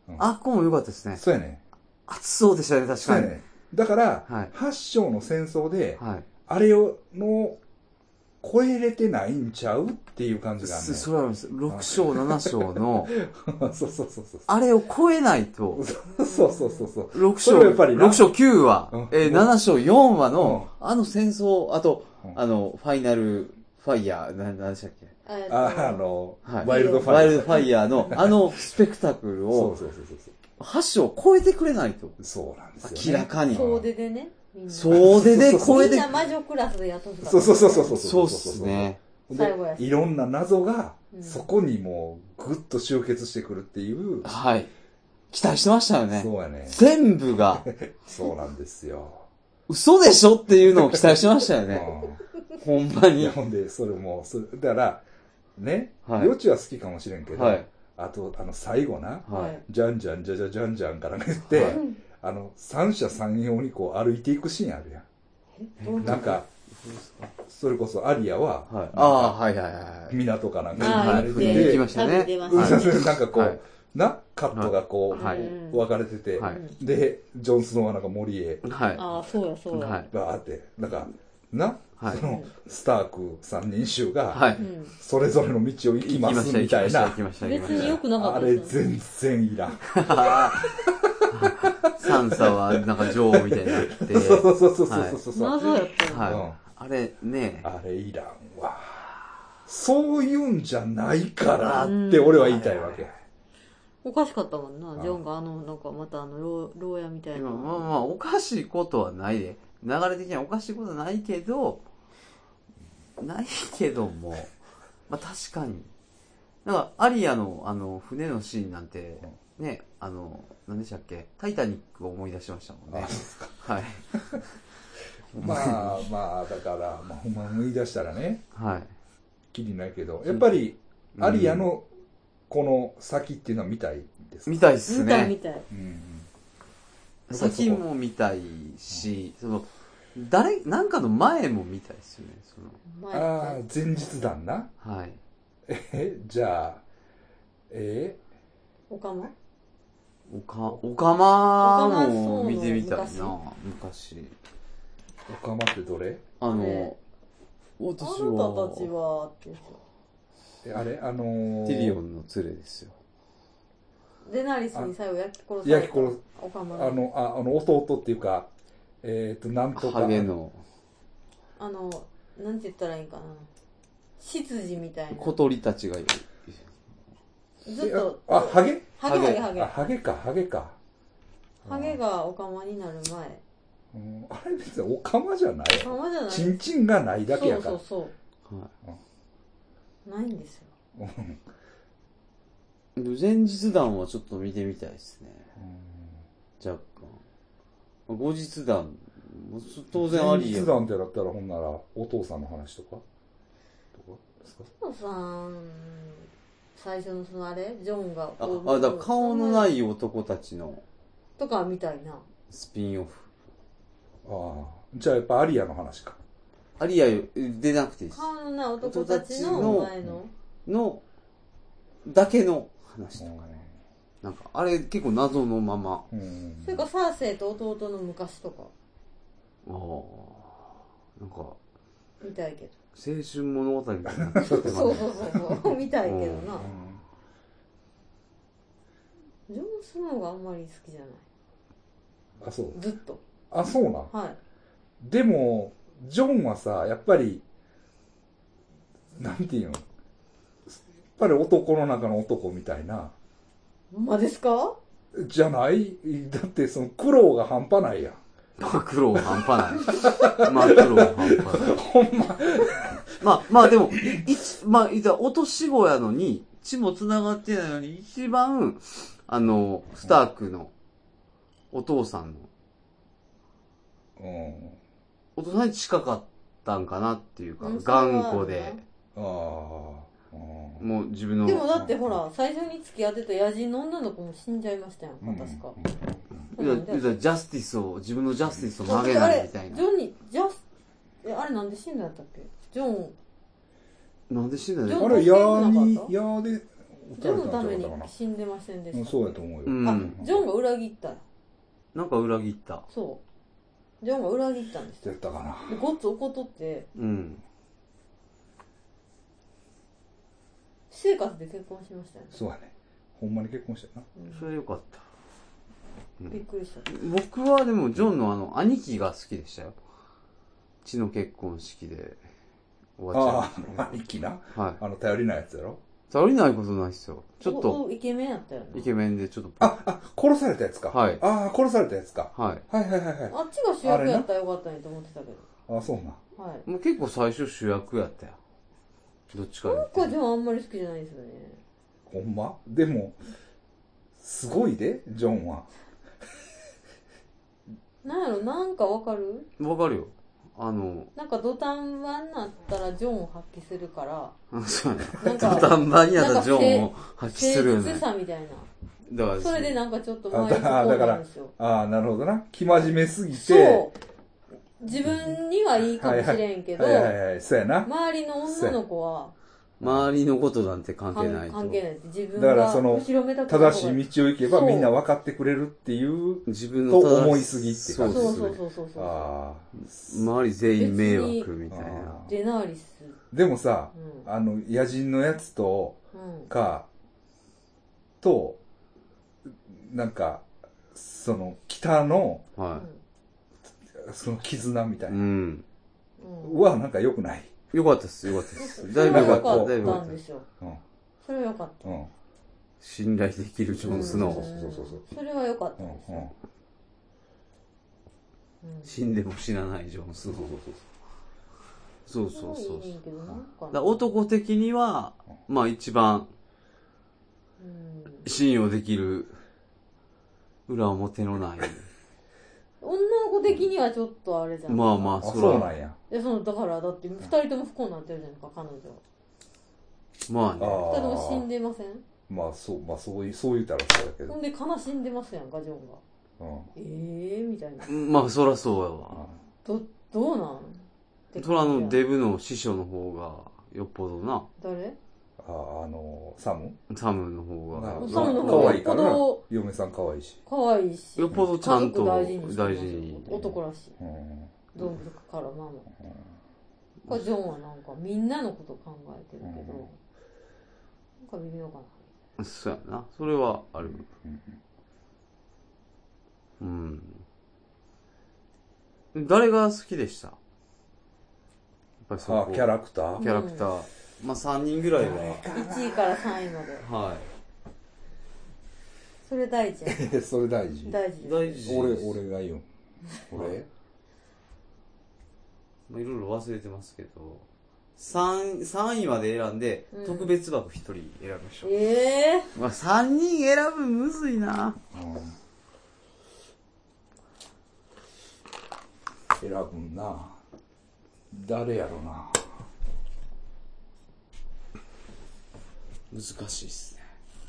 あっこも良かったですね。 そうやね。 熱そうでしたね、確かに。 そうやね。だから、はい、はち章の戦争で、はい、あれを、の、超えれてないんちゃうっていう感じがあるね。 それはあります。ろく章、なな章の、 そうそうそうそう。 あれを超えないと、 そうそうそうそう。 ろく章、ろく章きゅうわ、うん、えー、なな章よんわの、うん、あの戦争、あと、うん、あの、ファイナルファイヤー、な、なんでしたっけ？ あ、あの、はい、ワイルドファイヤー。 ワイルドファイヤーの、あのスペクタクルを、そうそうそうそう。はち章超えてくれないと。 そうなんですよ、ね。 明らかに。 総出でね。 総出で超えて。 みんな魔女クラスでやっとった。 そうそうそうそうそう。 そうっすね。 で、いろんな謎が、そこにもう、ぐっと集結してくるっていう。 はい。期待してましたよね。 そうやね。 全部が。 そうなんですよ。 嘘でしょっていうのを期待してましたよね。ほんまに。 ほんで、それも、それだから、ね、余地は好きかもしれんけど、あと、あの、最後な、じゃんじゃんじゃじゃじゃんじゃんから言って、あの、三者三様にこう歩いていくシーンあるやん。なんか、それこそアリアは、 はい、ああ、はいはいはい。 港かなんかに歩いてて、行きましたね。 なんかこう、な、カットがこう、分かれてて、で、ジョン・スノーはなんか森へ、 ああ、そうやそうや。 バーって、なんか、な、その、スターク三人衆が、それぞれの道を行きますみたいな。 別に良くなかったあれ全然いらん。 サンサはなんか女王みたいになって。 そうそうそうそうそうそう。 謎やったはい。あれね。 あれいらんわ。そういうんじゃないからって俺は言いたいわけ。 おかしかったもんな、ジョンがあの、なんかまたあの、牢屋みたいな。 まあまあ、おかしいことはないで。流れ的にはおかしいことはないけど、ないけども、まあ確かに。なんか、アリアのあの、船のシーンなんて、ね、あの、何でしたっけ、タイタニックを思い出しましたもんね。はい。 まあまあ、だから、まあ、ほんま思い出したらね、はい。きりないけど、やっぱり、アリアのこの先っていうのは見たいですか？ 見たいっすね。 見たい見たい。 うんうん、先も見たいし、その、誰、なんかの前も見たいですよね。そのああ、前日談な。 はい。 え、じゃあ、えー、おかまおか、おかまも見てみたいな、昔。 おかまってどれ？ あの、私は。 あなたたちは、ってえ、あれあのー、 ティリオンの連れですよ。 デナリスに最後焼き殺された。 焼き殺す。 おかまあの、ああの、弟っていうか、えっ、ー、と、なんとか。 ハゲの。 あの、なんて言ったらいいんかな。執事みたいな。 小鳥たちがいる。 ずっと。 あ、ハゲハゲハゲハゲ。 あ、ハゲか、ハゲか。 ハゲがオカマになる前。 うん、あれ別にオカマじゃない。 オカマじゃない。 チンチンがないだけやから。 そうそうそう。はい。ないんですよ。 前日談はちょっと見てみたいですね。若干。後日談、当然ありや。後日談ってだったらほんならお父さんの話とかとかですか？お父さん、最初のそのあれジョンが。 あ、あ、だから顔のない男たちの。 とかみたいな。 スピンオフ。 ああ。じゃあやっぱアリアの話か。 アリア出なくていいです。 顔のない男たちの前の。 の、だけの話とかね。なんか、あれ結構謎のまま。 うん、それかサーセイと弟の昔とか。 ああ。なんか。 見たいけど。 青春物語みたいな。そうそうそうそう。見たいけどな。ジョン・スノーがあんまり好きじゃない。 あ、そう。 ずっと。 あ、そうな。 はい。 でも、ジョンはさ、やっぱり、なんていうの、やっぱり男の中の男みたいな。 ほんまですか？ じゃない？だってその苦労が半端ないやん。 苦労半端ない。まあ苦労半端ない。 ほんま。 まあまあでも、い、一、まあ、いた、落とし子やのに、血も繋がってないのに、一番、あの、スタークの、お父さんの、うん、お父さんに近かったんかなっていうか、うん、頑固で、ああ、もう自分の。 でもだってほら、最初に付き合ってた野人の女の子も死んじゃいましたよ、確か。 うん、いや、ジャスティスを、自分のジャスティスを投げないみたいな。 ジョンに、ジャス、え、あれなんで死んだんだっけ？ジョン。 なんで死んだんだっけ？あれ、矢に、矢で、 ジョンのために死んでませんでした。 そうやと思うよ。 うん、あ、ジョンが裏切った。 なんか裏切った。 そう。ジョンが裏切ったんですよ。 やったかな。 で、ごっつ怒っとって。うん。私生活で結婚しましたよね。 そうやね。ほんまに結婚したよな。 うん、それよかった。 うん、びっくりした。 僕はでもジョンのあの兄貴が好きでしたよ。血の結婚式で終わっちゃう。ああ、兄貴な。はい。あの頼りないやつやろ。 頼りないことないっすよ。ちょっと。 イケメンやったよね。 イケメンでちょっと。 あ、あ、殺されたやつか。 はい。 ああ、殺されたやつか。 はい。 はいはいはいはい。 あっちが主役やったらよかったねと思ってたけど。 あ、そうな。 はい。 もう結構最初主役やったよ。どっちかなんかじゃああんまり好きじゃないですよね。 ほんま？でも、すごいで、ジョンは。 なんやろ、なんかわかる？ わかるよ。あの、 なんか土壇場になったらジョンを発揮するから、 そうね。土壇場になったらジョンを発揮するよね。 誠実さみたいな。 だからそれでなんかちょっと周りがだから、ああ、なるほどな。生真面目すぎて。そう。 自分にはいいかもしれんけど、 はいはいはい、そうやな。 周りの女の子は、 周りのことなんて関係ないと。 関係ないって。自分が後ろめたく正しい道を行けばみんな分かってくれるっていう、 自分のと思いすぎって感じですね。そうそうそうそう。 あ周り全員迷惑みたいな。 デナーリス。 でもさ、うん、あの、野人のやつと、か、と、なんか、その、北の、はい、その絆みたいな。うん。は、なんか良くない。 よかったです、よかったです。だいぶよかった、だいぶよかった。 それはよかった。 信頼できるジョン・スノー。 そうそうそう。それはよかったです。 死んでも死なないジョン・スノー。そうそうそう。だ男的には、まあ一番、信用できる、裏表のない。 女の子的にはちょっとあれじゃん。 まあまあ、 そうなんや。 で、その、だから、だって二人とも不幸になってるじゃないですか、彼女。 まあね。 二人とも死んでません？ まあそう、まあそういう、そう言ったらそうだけど。 ほんで悲しんでますやんか、ジョンが。うん。ええー、みたいな。 まあそらそうやわ。 ど、どうなん？ そらあの、デブの師匠の方が、よっぽどな。 誰？ あのサムサムの方がサムの方が可愛いからな、嫁さん可愛いし可愛いしよっぽどちゃんと大事にして大事に男らしい、うん、どんぶくからママ、うん、ジョンはなんかみんなのこと考えてるけど、うん、なんか微妙かな。そうやな、それはある。うん、うん、誰が好きでした？やっぱりそこあキャラクターキャラクター、うん、まあさんにんぐらいは。 いちいからさんいまで。 はい。 それ大事や。 それ大事。 大事。 大事。 俺、俺が言う。俺まあいろいろ忘れてますけど、さん、さんいまで選んで、うん、特別枠ひとり選びましょう。 ええー。まあさんにん選ぶむずいな。 うん、選ぶんな。誰やろな。 難しいっすね。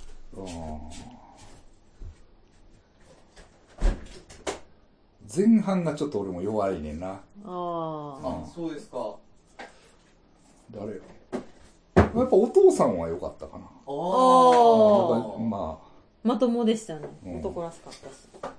前半がちょっと俺も弱いねんな。ああ、 そうですか。 誰ややっぱお父さんは良かったかな。ああ、 まあまともでしたね、うん、男らしかったし。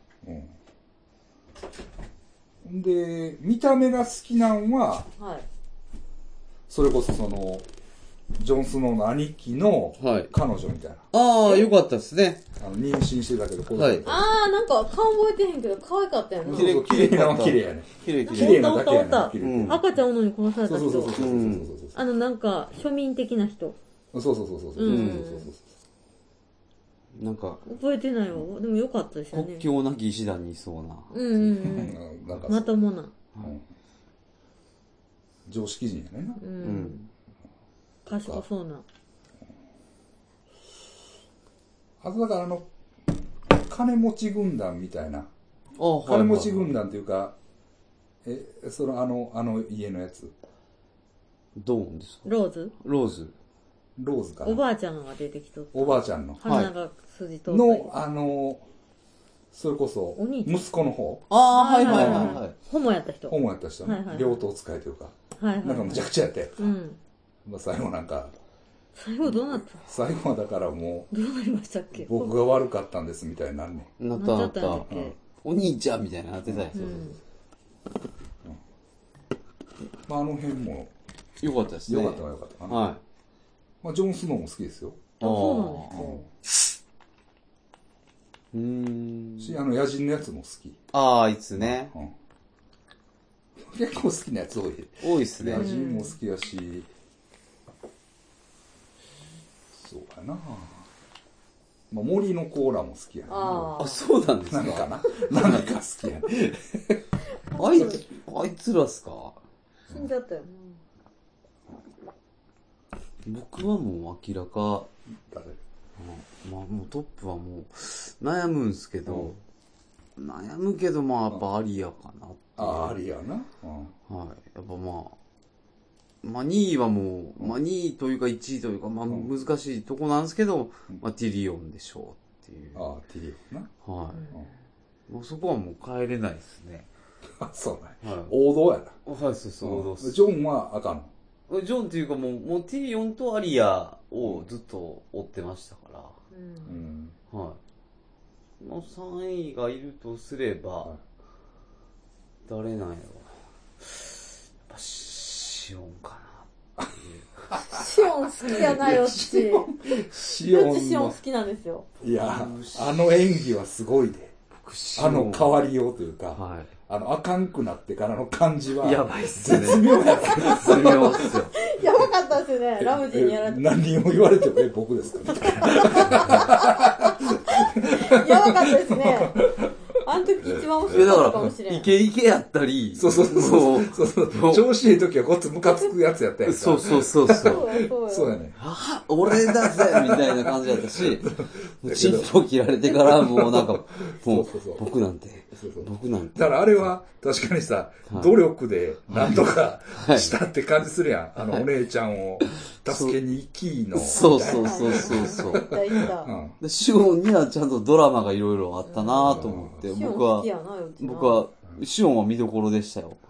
うん。で見た目が好きなんは、はい、それこそそのジョン・スノーの兄貴の彼女みたいな。 はい、ああ、よかったですね。 あの妊娠してたけど、 はい、ああ、なんか顔覚えてへんけど、可愛かったよね。 そうそう、綺麗な、綺麗やね。 綺麗、 綺麗なだけやね。 うん、赤ちゃんおのに殺された人。 そうそうそうそう。うん、 あの、なんか、庶民的な人。 そうそうそうそう。うん。 なんか、 覚えてないわ。でもよかったですよね。 国境なき医師団にいそうな。 うんうんうん。なんかまともな。 常識人やねな。 うん。賢そうな。 あとだからあの金持ち軍団みたいな、金持ち軍団っていうか、えそのあのあの家のやつどうですか？ ローズローズローズかな。 おばあちゃんが出てきとった。 おばあちゃんの鼻が筋通ったのあのそれこそ息子の方、 ああはいはいはいはい、 ホモやった人ホモやった人ね、両党使いというか、なんかむちゃくちゃやったやんか。まあ最後なんか最後どうなった？ 最後はだからもうどうなりましたっけ？ 僕が悪かったんですみたいになんねん。なったなった。お兄ちゃんみたいななってたやつ。 まああの辺も良かったですね。 良かったは良かったかな。 はい。 まあジョン・スノーも好きですよ。 あ、そうなんですか。 うん。 し、あの野人のやつも好き。 ああ、あいつね。 結構好きなやつ多い。 多いっすね。 野人も好きやし。そうかな。まあ、森のコーラも好きやね。 ああ、そうなんですか。 なんかな。なんか好きやね。 あいつ、あいつらっすか。 死んじゃったよ。 僕はもう明らか、 誰？ まあもうトップはもう悩むんすけど、うん、悩むけどまあやっぱアリアかなって。 ああ、アリアな。 うん、はい。やっぱまあ。まあにいはもう、まあにいというかいちいというか、まあ難しいとこなんですけど、まあティリオンでしょうっていう。 ああ、ティリオンな。 はい。もうそこはもう変えれないですね。 あ、そうね。王道やな。 はい、そうそう、王道っす。 ジョンはあかんの？ジョンっていうかもう、もうティリオンとアリアをずっと追ってましたから。うん。はい。もうさんいがいるとすれば、誰なんやろ。やっぱシオンかなっていう。 シオン好きやなよっち。 シオン。 シオン好きなんですよ。 いや、あの演技はすごいで。あの変わりようというか、はい、あのあかんくなってからの感じはやばいっすね。 絶妙やった。 絶妙っすよ。 やばかったっすね。ラムジーにやられて。 何も言われてもえ僕ですかみたいな。 やばかったですね。あの時一番面白かったかもしれん。 イケイケやったり、 そうそうそうそうそうそう。調子いい時はこっちムカつくやつやったやんか。 そうそうそうそう。 そうやね。 は俺だぜみたいな感じだったし、チンポ切られてからもうなんか、もう僕なんて、僕なんて。 だからあれは確かにさ、努力でなんとかしたって感じするやん。あのお姉ちゃんを助けに行きの。 そうそうそうそうそう。シオンにはちゃんとドラマがいろいろあったなと思って。僕は、僕は、シオンは見どころでしたよ。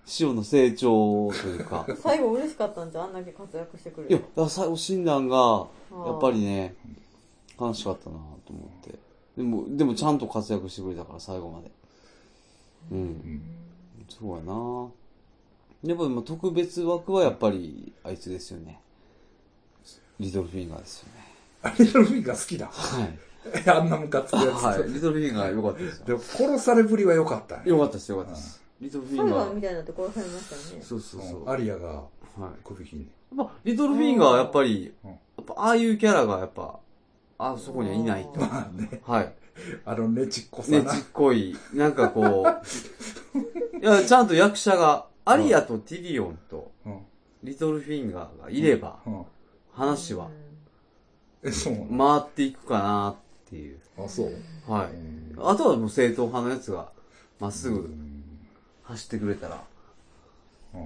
塩の成長というか。 最後嬉しかったんじゃん、あんだけ活躍してくれる。 いや、最後診断が、やっぱりね、悲しかったなと思って。でも、でもちゃんと活躍してくれたから、最後まで。うん。うん、そうやなでも、特別枠はやっぱり、あいつですよね。リトルフィンガーですよね。 あ、リトルフィンガー好きだ。はい。あんなムカつくやつ。 はい。リトルフィンガー良かったですよ。 でも、殺されぶりは良かったね。 良かったです、良かったです。リトルフィンガー。 最後みたいになって殺されましたよね。 そうそうそう。 アリアが、首切り。 やっぱ、リトルフィンガーはやっぱり、やっぱ、ああいうキャラがやっぱ、あそこにはいないと。 まあね。 はい。 あの、ねちっこさな。 ねちっこい。なんかこう、いや、ちゃんと役者が、アリアとティリオンと、リトルフィンガーがいれば、話は、 え、そう回っていくかなっていう。 あ、そう。 はい。あとはもう正統派のやつが、まっすぐ、走ってくれたら。うん。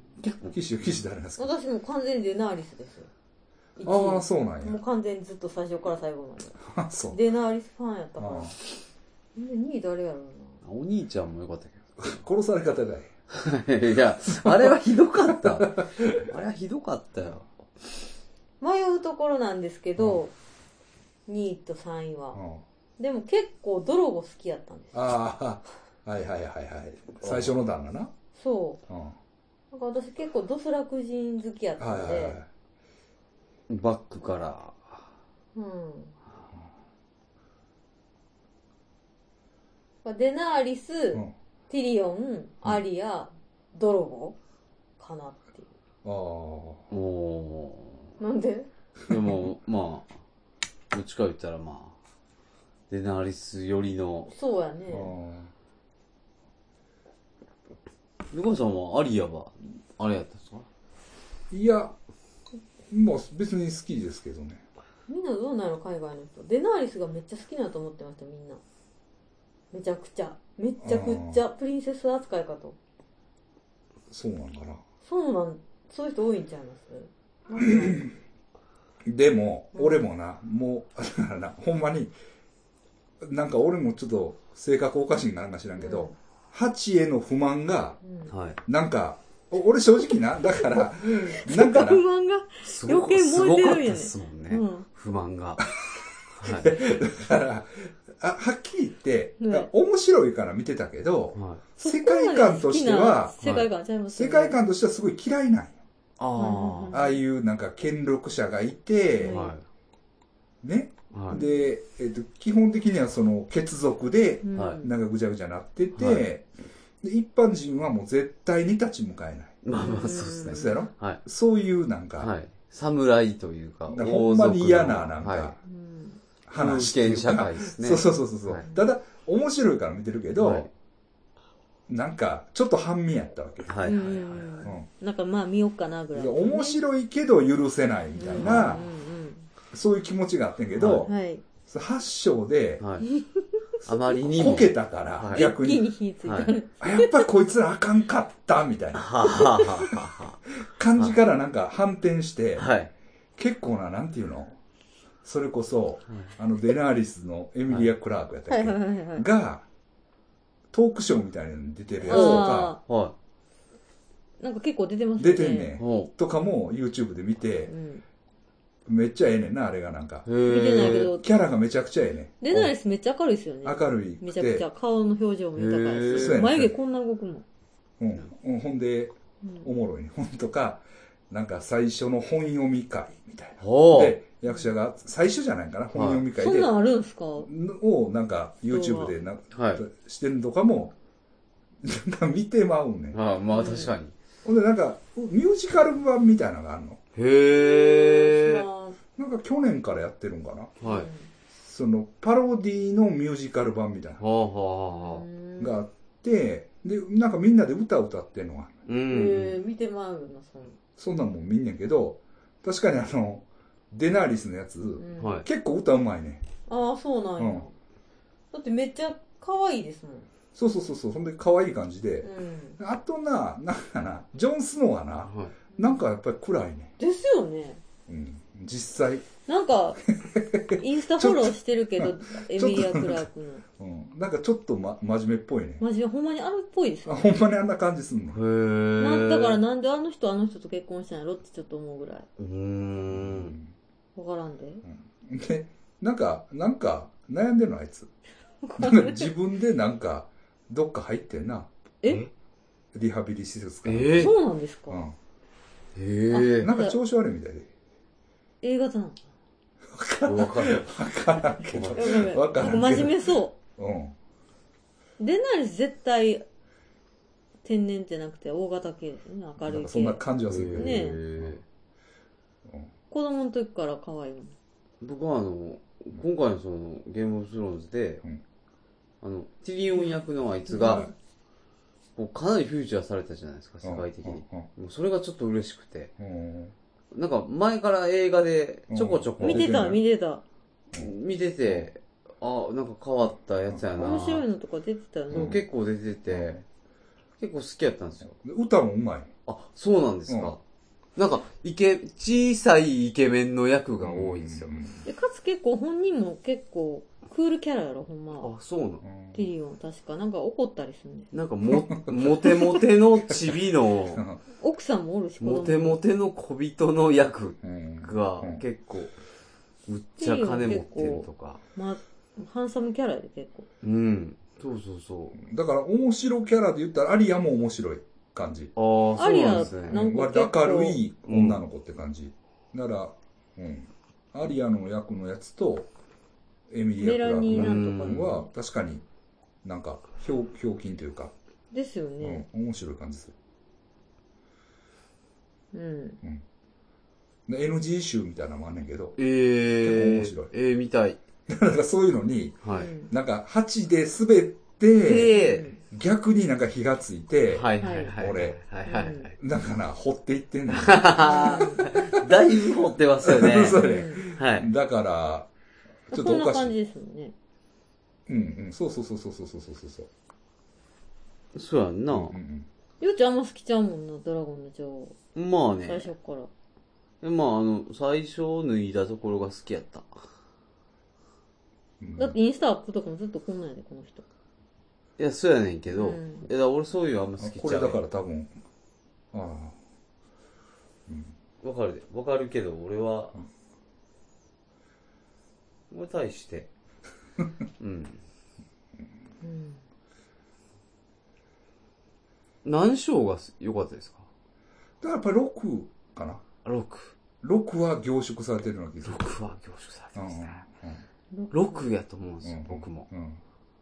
騎士、騎士誰ですか？ 私も完全にデナーリスですよ。 ああ、そうなんや。 もう完全にずっと最初から最後まで。 あ、そう。 デナーリスファンやったから。にい誰やろうな。お兄ちゃんもよかったけど。殺され方だい。いや、あれはひどかった。あれはひどかったよ。 迷うところなんですけど、うん、にいとさんいは、うん、でも結構ドロゴ好きやったんですよ。 ああ、はいはいはいはい。最初の段がな。 そう。うん、なんか私結構ドスラク人好きやったんで、はいはいはい、 バックから。うん。 デナーリス、うん、ティリオン、アリア、ドロゴかなっていう。ああ。おー。なんで？ でも、まあ、どっちか言ったらまあ、デナーリス寄りの。 そうやね。 ルカさんはアリアは、あれやったんですか？ いや、まあ別に好きですけどね。 みんなどうなの海外の人。デナーリスがめっちゃ好きなと思ってましたみんな。めちゃくちゃ。めちゃくちゃプリンセス扱いかと。 そうなんかな。 そうなん、そういう人多いんちゃいますでも、うん、俺もな、もう、だからな、ほんまに、なんか俺もちょっと性格おかしいんかなんか知らんけど、うん、ハチへの不満が、うん、なんか、俺正直な、だから、 うん、なんかな。不満が余計燃えてるんやね。すごかったですもんね、うん、不満が。はい。 だから、あはっきり言って、うん、面白いから見てたけど、はい、世界観としては、 世界観ちゃいますね、世界観としてはすごい嫌いなんよ。あ, ああいうなんか権力者がいて、はい、ね、はい、で、えーと、基本的にはその血族でなんかぐちゃぐちゃなってて、はい、で一般人はもう絶対に立ち向かえない。 まあまあそうですね。 そうやろ、はい、そういうなんか、はい、 侍というか、 かほんまに嫌ななんか、はい、 話っていうか、社会ですね。 そうそうそうそう、はい、ただ面白いから見てるけど、はい、なんかちょっと半身やったわけ。はいはいはい、うん、 なんかまあ見よっかなぐらい、ね、 面白いけど許せないみたいな、うんうんうん、そういう気持ちがあってんけど、はい、はち章で、はい、 あまりにもこけたから、はい、逆に、 一気に火ついた、はい、 やっぱりこいつらあかんかったみたいな感じからなんか反転して、はい、結構な、なんていうの、それこそ、はい、あのデナーリスのエミリア・クラークやったっけ、はいはいはいはい、がトークショーみたいなのに出てるやつとか、はい、 なんか結構出てますね。 出てんねんとかも YouTube で見て、うん、めっちゃええねんな、あれがなんか。 見てないけど。 キャラがめちゃくちゃええねん。 デナーリスめっちゃ明るいですよね。 明るい。 めちゃくちゃ顔の表情も豊かです。眉毛こんな動くもん。 うん。うん、ほんで、おもろいね。ほんとか、なんか最初の本読み会みたいな。で、役者が、最初じゃないかな、本読み会で。 そんなんあるんすか？ を、なんか YouTube でな、はい、してるのとかも、なんか見てまうねん。 ああ、まあ確かに。 ほんでなんか、ミュージカル版みたいなのがあるの。 へー。 なんか去年からやってるんかな。はい。その、パロディのミュージカル版みたいな。はあはあ、があって、で、なんかみんなで歌歌ってんのがある。へー、見てまうな、そんな。 そんなんもん見んねんけど、確かにあの、デナーリスのやつ、うん、結構歌うまいね。 ああ、そうなんや、うん。だってめっちゃ可愛いですもん。 そうそうそうそう、ほんで可愛い感じで。うん、あとな、なんかな、ジョン・スノーはな、はい、なんかやっぱり暗いね。 ですよね。 うん、実際。 なんか、インスタフォローしてるけど、エミリア・クラークの。 うん。なんかちょっと、ま、真面目っぽいね。 真面目、ほんまにあるっぽいですよ、 ね。ほんまにあんな感じすんの。へー。だからなんであの人あの人と結婚したんやろってちょっと思うぐらい。うーん。わからんで。 うん、で、なんか、なんか、悩んでるのあいつ。なんか自分でなんか、どっか入ってんな。 えリハビリ施設か。 えー、そうなんですか。うん。 へえ。なんか調子悪いみたいで。 A 型なのわからん。わからんけど。わからんけど。 真面目そう。うん。デナリス絶対、天然じゃなくて大型系ですよね、明るい系。 そんな感じはするけどね。えうん、子供の時から可愛いもん。 僕はあの、今回のその、ゲームオブスローンズで、うん、あの、ティリオン役のあいつが、うん、かなりフューチャーされたじゃないですか、世界的に。うん、それがちょっと嬉しくて。うんなんか前から映画でちょこちょこ、 うん、見てた見てた見ててあなんか変わったやつやな面白いのとか出てたよね、 うん、結構出てて結構好きやったんですよ歌もうまいあそうなんですか、うん、なんかイケ小さいイケメンの役が多いんですよ、 でかつ結構本人も結構クールキャラやろほんまあそうなのティリオン確かなんか怒ったりするんでなんかもモテモテのチビの奥さんもおるしモテモテの小人の役が結構むっちゃ金持ってるとか、 まあ、ハンサムキャラで結構うんそうそうそうだから面白キャラで言ったらアリアも面白い感じああそうなんですね割と明るい女の子って感じ、うん、なら、うん、アリアの役のやつとエミリア・クラークは確かになんかひょうきんというかですよね、 うん、面白い感じするうん、 うん、エヌジー 集みたいなのもあんねんけど、 えー、 結構面白いえー、見たいだからそういうのに、 はい、 なんか鉢で滑って逆になんか火がついて、 はいはいはい、 俺、 はいはいはい、 だから掘っていってんのだいぶ掘ってますよねそれ、 はい、 だからちょっとおかしいこんな感じですもんねうんうんそうそうそうそうそうそうそうそうそうやんな、うんうんうんようちゃんあんま好きちゃうもんな、ドラゴンの女王。 まあね。 最初から。 まあ、あの、最初脱いだところが好きやった。 うん、だってインスタアップとかもずっとこんなんやで、この人。 いや、そうやねんけど、うん、いや俺そういうのあんま好きちゃう。 これだから多分、ああ。 うん。わかるで。わかるけど、俺は、うん、俺対して、うん。うん何章が良かったですか？ だからやっぱりろくかな。 ろく。 ろくは凝縮されてるような気がする。 ろくは凝縮されてますね。うんうん、ろくやと思うんですよ、うん、僕も、うん。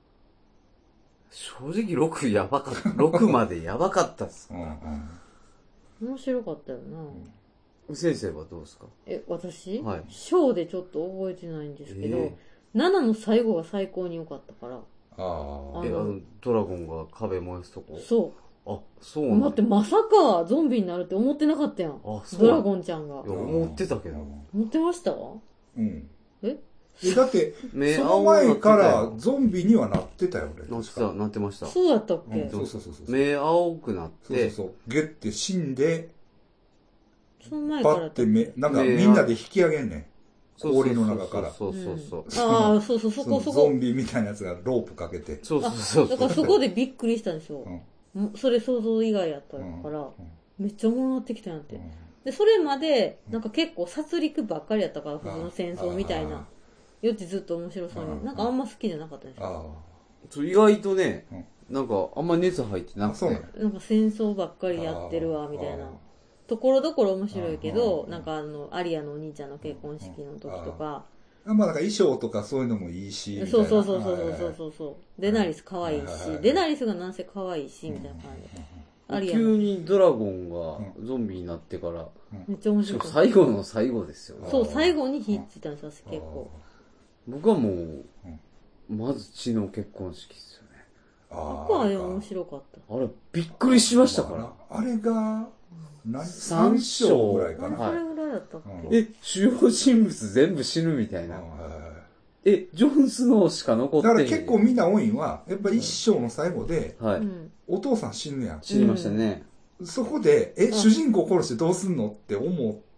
正直ろくやばかった。ろくまでやばかったっす。うんうん、面白かったよな、 うん。先生はどうですか？ え、私はい。 章でちょっと覚えてないんですけど、えー、ななの最後が最高に良かったから。ああ。え、あの、ドラゴンが壁燃やすとこ？ そう。 あ、そうなんだ。 だってまさかゾンビになるって思ってなかったやん。あ、そう。ドラゴンちゃんが。 いや、思ってたけど。 思ってました？ うん。 えだって、その前からゾンビにはなってたよね。 なってた、なってました。 そうやったっけ、うん、 そうそうそうそう。 目青くなって。 そうそうそう。ゲッて死んで、 その前からパッて目、なんかみんなで引き上げんねん。氷の中から。 そうそうそう。 ああ、そうそう、そこそこ。 ゾンビみたいなやつがロープかけて。 そうそうそう。 だからそこでびっくりしたんですよ。それ想像以外やったから、うん、めっちゃおもろなってきたんやって、うん、でそれまでなんか結構殺戮ばっかりやったから、普通の戦争みたいなよってずっと面白そうになんかあんま好きじゃなかったんですよ。 そう意外とね、うん、なんかあんま熱入ってなくて、 なんか戦争ばっかりやってるわみたいなところどころ面白いけど、なんかあのアリアのお兄ちゃんの結婚式の時とか、 まあなんか衣装とかそういうのもいいし、 そうそうそうそうそうそうそう、デナリス可愛いし、デナリスがなんせ可愛いしみたいな感じで、 アリア急にドラゴンがゾンビになってから、 めっちゃ面白い。 最後の最後ですよね。 そう、最後に火ついたんですよ、結構。 僕はもうまず血の結婚式ですよね。 あこはあれ面白かった。 あれびっくりしましたから。 あれがさん章ぐらいかな。 それぐらいだったっけ？え、主要人物全部死ぬみたいな。え、ジョン・スノーしか残ってない。 だから結構みんな多いんは、やっぱり一章の最後で、 はい、 お父さん死ぬやん。 死にましたね。 そこで、え、主人公殺してどうすんのって思っ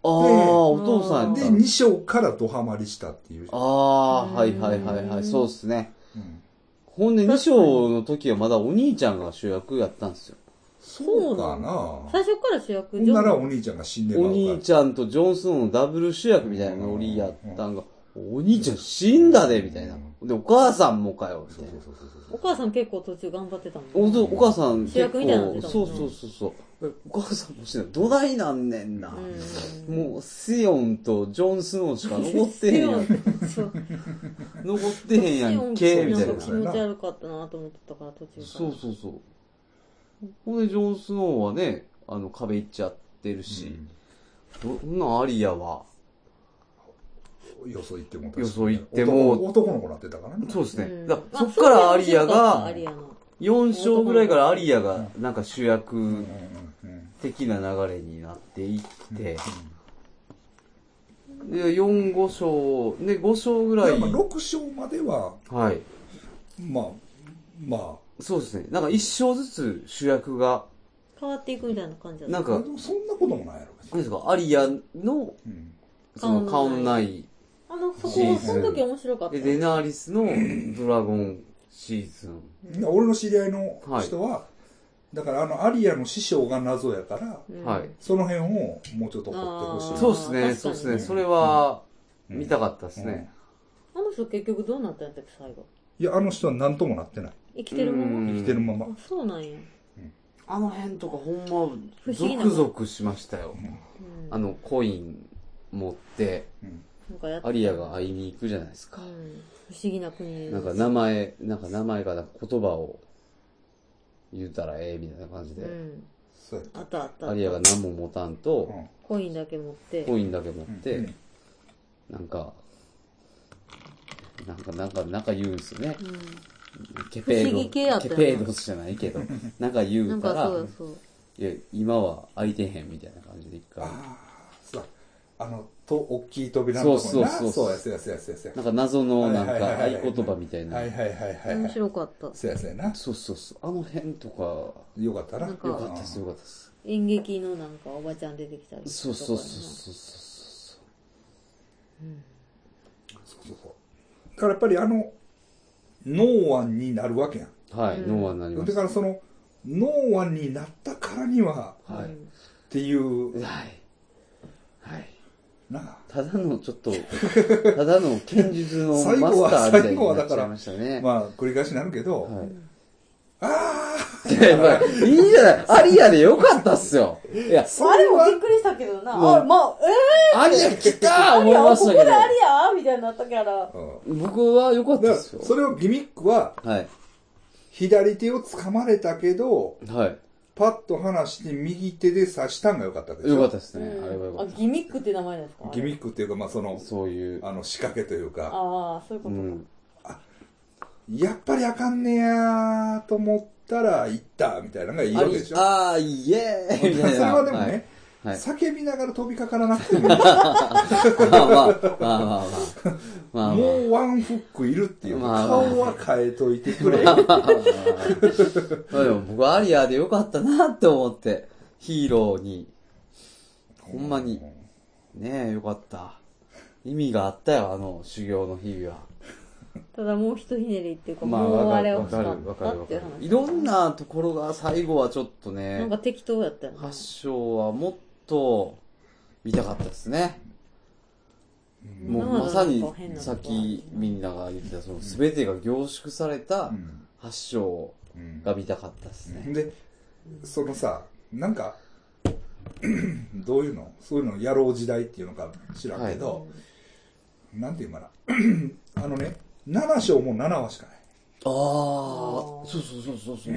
ああ、お父さんやった。 で、に章からドハマりしたっていう。 ああ、はいはいはいはい、そうっすね。うん、ほんでに章の時はまだお兄ちゃんが主役やったんですよ。 そうかな。 最初から主役。 ほんならお兄ちゃんが死んでまうお兄ちゃんとジョン・スノーのダブル主役みたいなノリやったんが、お兄ちゃん死んだでみたいな。で、お母さんもかよみたいな。 お母さん結構途中頑張ってたもんね。お母さん主役みたいなの。 そうそうそうそう。お母さんも死んだ。土台なんねんな。もう、セヨンとジョン・スノーしか残ってへんやん。残ってへんやんけ、みたいな。 気持ち悪かったなと思ってたから途中から。 そうそうそう。ほんで、ジョン・スノーはね、あの、壁行っちゃってるし、うん、どんなアリアは、 よそ行ってもよそ行っても男の子なってたからね。 そうですね。うん、だそっからアリアが、よん章ぐらいからアリアがなんか主役的な流れになっていって、で、よん、ご章、で、ご章ぐらい。 まあろく章までは、 はい。 まあ、まあ、 そうですね。なんか一章ずつ主役が変わっていくみたいな感じだった。 なんか、 そんなこともないやろ。 何ですか、アリアの、うん、その顔のないあの、そこ、その時面白かった。 で、デナーリスのドラゴンシーズン。俺の知り合いの人は、はい、だからあの、アリアの師匠が謎やから、はい、その辺をもうちょっと掘ってほしい。 そうですね、そうですね。それは、見たかったですね。 あの人結局どうなったんやったっけ、最後。 いや、あの人は何ともなってない。 生きてるまま生きてるまま。 そうなんや。 あの辺とかほんま、ゾクゾクしましたよ。あの、コイン持って、アリアが会いに行くじゃないですか。うん、 不思議な国なんか名前、なんか名前かなんか言葉を言うたらええみたいな感じで。うん、 あったあった。 アリアが何も持たんと、うん、 コインだけ持って。 コインだけ持って、うん、なんか、なんか、なんか、なんか言うんですよね。うん、ケペード、ケペードスじゃないけど、なんか言うたら、そうそういや、今は開いてへんみたいな感じで一回。 ああ、そう。あの、と、大きい扉のところにな。そうそうそう。そうや、そうや、そうや、そうや。 なんか謎の、なんか、合言葉みたいな。 はいはいはいはい。 面白かった。 そうや、そうやな。 そうそうそう。あの辺とか。 よかったな。よかったです、よかったです。 演劇のなんか、おばちゃん出てきたり。 そうそうそうそうそう。 うん。そうそうそう。だからやっぱりあの、ノーアンになるわけやん。 はい、ノーアンになります。 だからその、ノーアンになったからには、はい。っていう。 はい。はい。 なただのちょっと、ただの剣術のマスターみたいになっちゃいましたね。 まあ、繰り返しになるけど、はい、 ああいや、まあ、いいじゃない。アリアでよかったっすよ。いや、 あれもびっくりしたけどな。あ、まあ、えー、アリア来た思いましたけど。 ここでアリアみたいになったから。 僕はよかったっすよ。 それをギミックは、はい、左手を掴まれたけど、はい。パッと離して右手で刺したんが良かったでしょ。 良かったですね。あれは良かった。 あ、ギミックって名前ですか？ ギミックっていうか、まあその、 そういう、 あの仕掛けというか。 ああ、そういうことか。うん、 あ、やっぱりあかんねやーと思ったら行ったみたいなのがいいわけでしょ。 ああ、イエーイみたいな。 それはでもね、はい、叫びながら飛びかからなくてもいい。まあまあまあまあまあ。まあ、もうワンフックいるっていう。まあ、顔は変えといてくれ。まあまあまあ、でも僕はアリアでよかったなって思って、ヒーローに。ほんまに。ねえ、よかった。意味があったよ、あの修行の日々は。 ただもうひとひねりっていうか、まあ、もうあれを使ったっていう話。 いろんなところが最後はちょっとね。 なんか適当やったよね。 発祥はもっと見たかったですね。もうまさにさっきみんなが言ってたその全てが凝縮された発祥が見たかったですね。 で、そのさ、なんかどういうのそういうのやろう時代っていうのか知らんけど、はい、なんていうかなあのね、なな章もななわしかない。 ああ、そうそうそうそうそう。うん、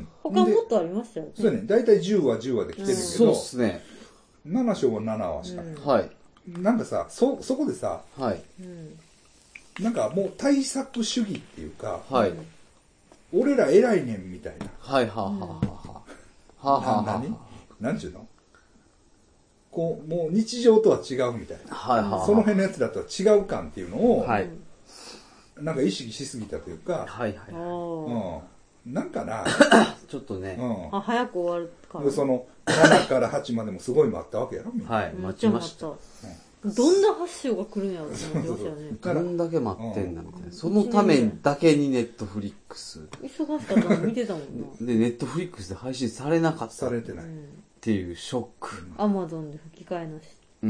他もっとありましたよね。 そうやね、だいたいじゅうわじゅうわで来てるけど、 そうっすね。 なな章はななわしかない。 うん、はい。 なんかさ、そ、そこでさ、はい。なんかもう対策主義っていうか、はい。俺ら偉いねんみたいな。 はい、はあ、はあ、はあ。はあ、はあ、 何なんちゅうのこう、もう日常とは違うみたいな。はい、はあ。その辺のやつらとは違う感っていうのを、はい。なんか意識しすぎたというか、はい、はい。うん。 なんかな、 ちょっとね、 うん、あ、早く終わるから。 その、ななからはちまでもすごい待ったわけやろ、みんな。 はい、待ちました。うん、 どんな発祥が来るんやろって思ってましたよね。 どんだけ待ってんだみたいな。そのためだけにネットフリックス。 忙しかったの見てたもんな。 で、ネットフリックスで配信されなかった。 されてない。 っていうショック。 アマゾンで吹き替えなし。 うん。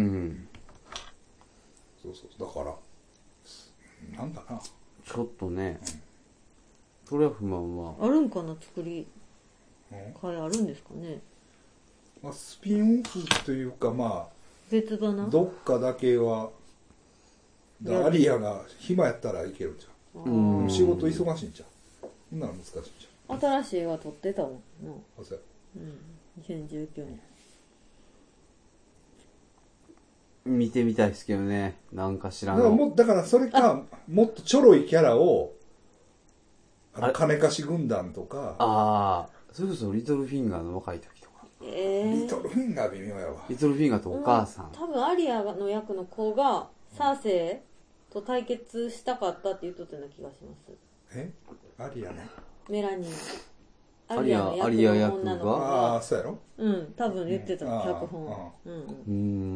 そうそう。だから、なんだな。 ちょっとね、それは不満は。 あるんかな、作り替えあるんですかね。 まあ、スピンオフというか、まあ、 別だな。 どっかだけは、だアリアが暇やったらいけるんちゃう。うん。仕事忙しいんちゃう。そんなの難しいんちゃう。新しい映画撮ってたもんな。 あ、そうや。 うん。にせんじゅうきゅうねん。 見てみたいですけどね。なんか知らん。 だからも、だからそれか、もっとちょろいキャラを、あの、金貸し軍団とか。 ああ、それこそリトルフィンガーの若い時とか。 えー、 リトルフィンガー微妙やわ。 リトルフィンガーとお母さん。 うん、多分アリアの役の子が、サーセイと対決したかったって言っとったような気がします。 えアリアね。 メラニー。 アリアの役の女の子が。ああ、そうやろうん、多分言ってた、脚本。 うん。うん。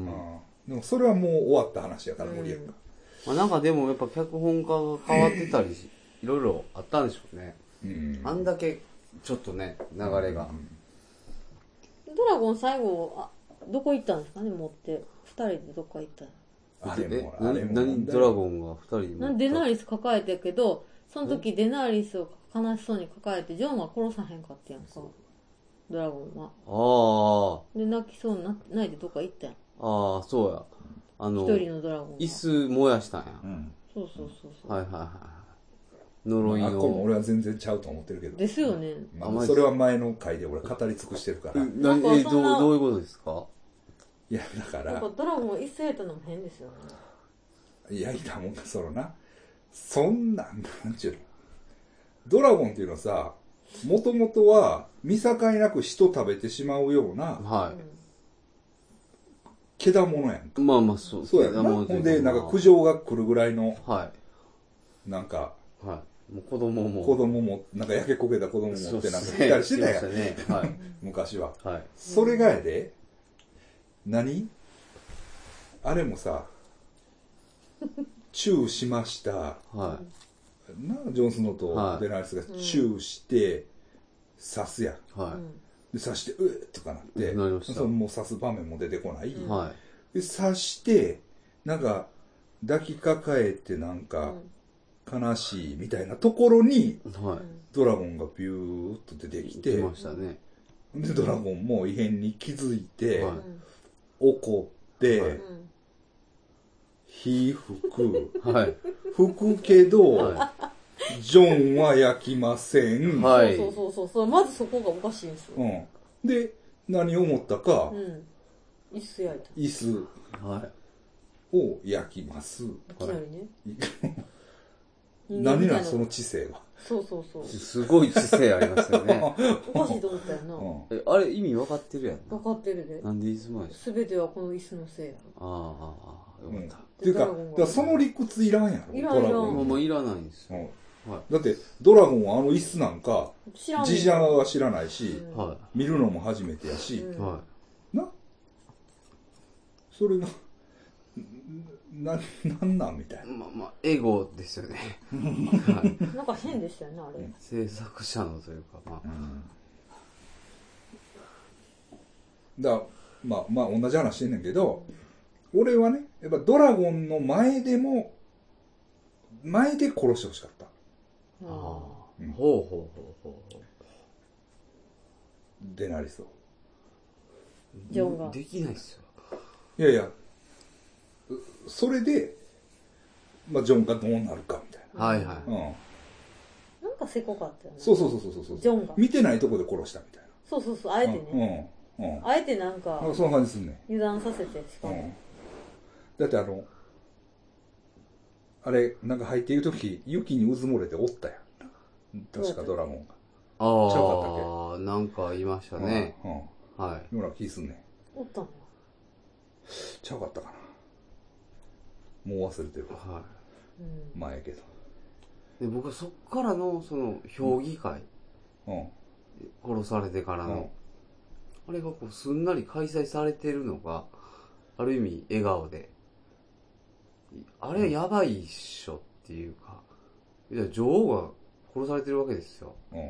でもそれはもう終わった話やから、無理やんか。 まあなんかでもやっぱ脚本家が変わってたりし、いろいろあったんでしょうね。うん。あんだけ、ちょっとね、流れが。 ドラゴン最後、あ、どこ行ったんですかね、持って。二人でどっか行ったあれも、あれも。何ドラゴンが二人で。 なんでデナーリス抱えてるけど、その時デナーリスを悲しそうに抱えて、ジョンは殺さへんかったやんか。ドラゴンは。 ああ。 で、泣きそうにな泣いてどっか行ったやん。 ああ、そうや。あの、 一人のドラゴン。 椅子燃やしたんや。 うん。そうそうそうそう。 はいはいはい。呪いの。 あ、これも俺は全然ちゃうと思ってるけど。 ですよね。 まあ、それは前の回で俺語り尽くしてるから。 なえ、どう、どういうことですか？ いや、だから。 やっぱドラゴンを一斉とのも変ですよね。 いや、いたもんか、そのな。そんなん、なんちゅうの。ドラゴンっていうのはさ、もともとは見境なく人食べてしまうような、はい。けだものやんか。 まあまあそう。 そうやな。ほんで、なんか苦情が来るぐらいの、はい。なんか、 はい。もう子供も。 子供も、なんか焼け焦げた子供もってなんか見たりしてたやん。ね、はい。昔は。はい。それがやで、何あれもさ、チューしました。はい。な、ジョン・スノーとデナリスがチューして、刺すやん。はい。で、刺して、うっとかなって、なりました。そのもう刺す場面も出てこない。はい。で、刺して、なんか、抱きかかえてなんか、悲しいみたいなところに、はい。ドラゴンがビューっと出てきて、 来ましたね。 で、ドラゴンも異変に気づいて、はい、怒って、はい、火吹く。はい。吹くけど、はい、ジョンは焼きません。 はい。そうそうそうそう。まずそこがおかしいんですよ。 うん。で、何を思ったか、うん。 椅子焼いた。 椅子。はい。を焼きます。いきなりね。 何なんその知性は。 そうそうそう。 すごい知性ありますよね。 おかしいと思ったよな。 うん、え、あれ意味分かってるやん。 分かってるで。 なんで椅子前すべてはこの椅子のせいやろ。 ああ、よかった。 っていうか、かその理屈いらんやろ。 いらんいらん。 もういらないんですよ。 うんはい、だって、ドラゴンはあの椅子なんか、ジジャーは知らないし、うん、見るのも初めてやし、うん、なそれが、な、なんなんみたいな。 まあまあ、エゴですよね。 はい、なんか変でしたよね、あれ。 制作者のというか、まあ。 うん、だまあ、まあ、同じ話してんねんけど、うん、俺はね、やっぱドラゴンの前でも、前で殺してほしかった。 ああ、うん、ほうほうほうほう。 デナリスを。 ジョンが。 できないっすよ。 いやいや、それで、まあ、ジョンがどうなるかみたいな。 はいはい。うん。 なんかせこかったよね。 そうそうそうそうそう。 ジョンが。 見てないとこで殺したみたいな。 そうそうそう、あえてね。うん。うん。あえてなんか、 なんかそんな感じすんね。 油断させて、しかも。うん。 だってあの、あれ、なんか入っているとき、雪にうずもれておったやん。確かドラゴンが。 ああ。ちゃうかったっけ？なんか言いましたね。 うん。うん、はい。ような気すんね。 おったの？ ちゃうかったかな。もう忘れてるわ。はい。前やけど。 で僕はそっからの、その、評議会。 うん、殺されてからの、うん、あれがこうすんなり開催されてるのがある意味笑顔で、あれやばいっしょっていうか、いや女王が殺されてるわけですよ、うん、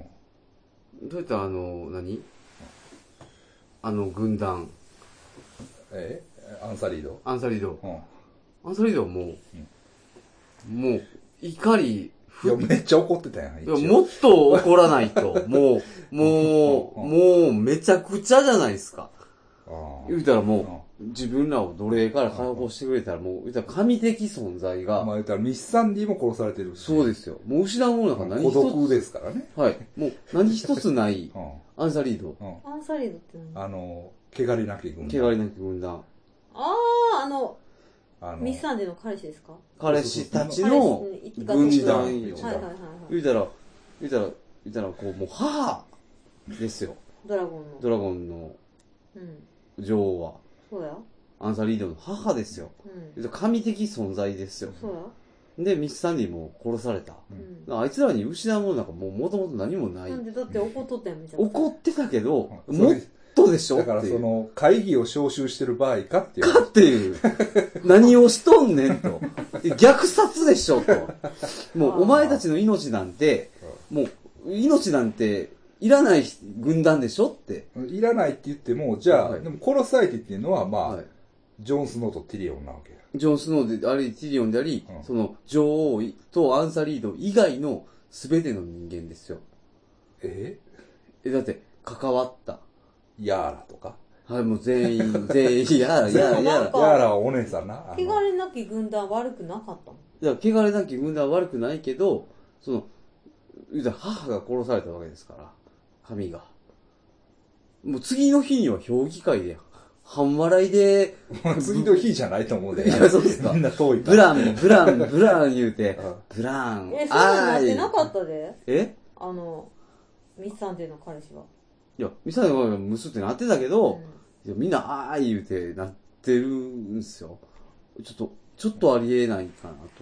どういったあの何、うん、あの軍団、 えアンサリードアンサリード、うん、アンサリードはもう、うん、もう怒りいやめっちゃ怒ってたやん。 いやもっと怒らないともうもうもうめちゃくちゃじゃないですか。言うたらもう自分らを奴隷から解放してくれたらもう言うたら神的存在が、 まあ言ったらミスサンディも殺されてるし、 そうですよ。もう失うものなんか何一つ、 孤独ですからね。 はい。もう何一つないアンサリード。 アンサリードって何？ あの汚れなき軍団。汚れなき軍団。 あああのミスサンディの彼氏ですか？ 彼氏たちの軍団よ。はいはいはいはい。言うたら言うたら言うたらこうもう母ですよ。 ドラゴンのドラゴンの女王は。 そうや。 アンサリードの母ですよ。うん、神的存在ですよ。 そうや。 で、ミスサンディも殺された。うん、あいつらに失うものなんかもう元々何もない。 なんでだって怒っとったやん、めちゃくちゃ。 怒ってたけど、うん、もっとでしょだからその会議を招集してる場合かっていう。 かっていう。何をしとんねんと。虐殺でしょと。もうお前たちの命なんて、もう命なんていらない軍団でしょって。 いらないって言っても、じゃあ、はい、でも殺されてっていうのはまあ、はい、ジョン・スノーとティリオンなわけや。 ジョン・スノーであり、ティリオンであり、うん、その女王とアンサリード以外の全ての人間ですよ。 ええ、だって関わった。 ヤーラとかはい、もう全員、全員、ヤーラ、ヤーラ、ヤーラ。 ヤーラはお姉さんな。 汚れなき軍団悪くなかったもん。 いや、汚れなき軍団は悪くないけど、その、母が殺されたわけですから、神が。もう次の日には評議会で、半笑いで。 次の日じゃないと思うで。 いや、そうですか。 みんな遠いブラン、ブラン、ブラン言うて、ブラン。 え、そうなってなかったでえあの、ミスサンデーの彼氏は。 いや、ミスサンデーの彼氏はムスってなってたけど、うん、みんな、あー言うてなってるんですよ。ちょっと、ちょっとありえないかなと思って。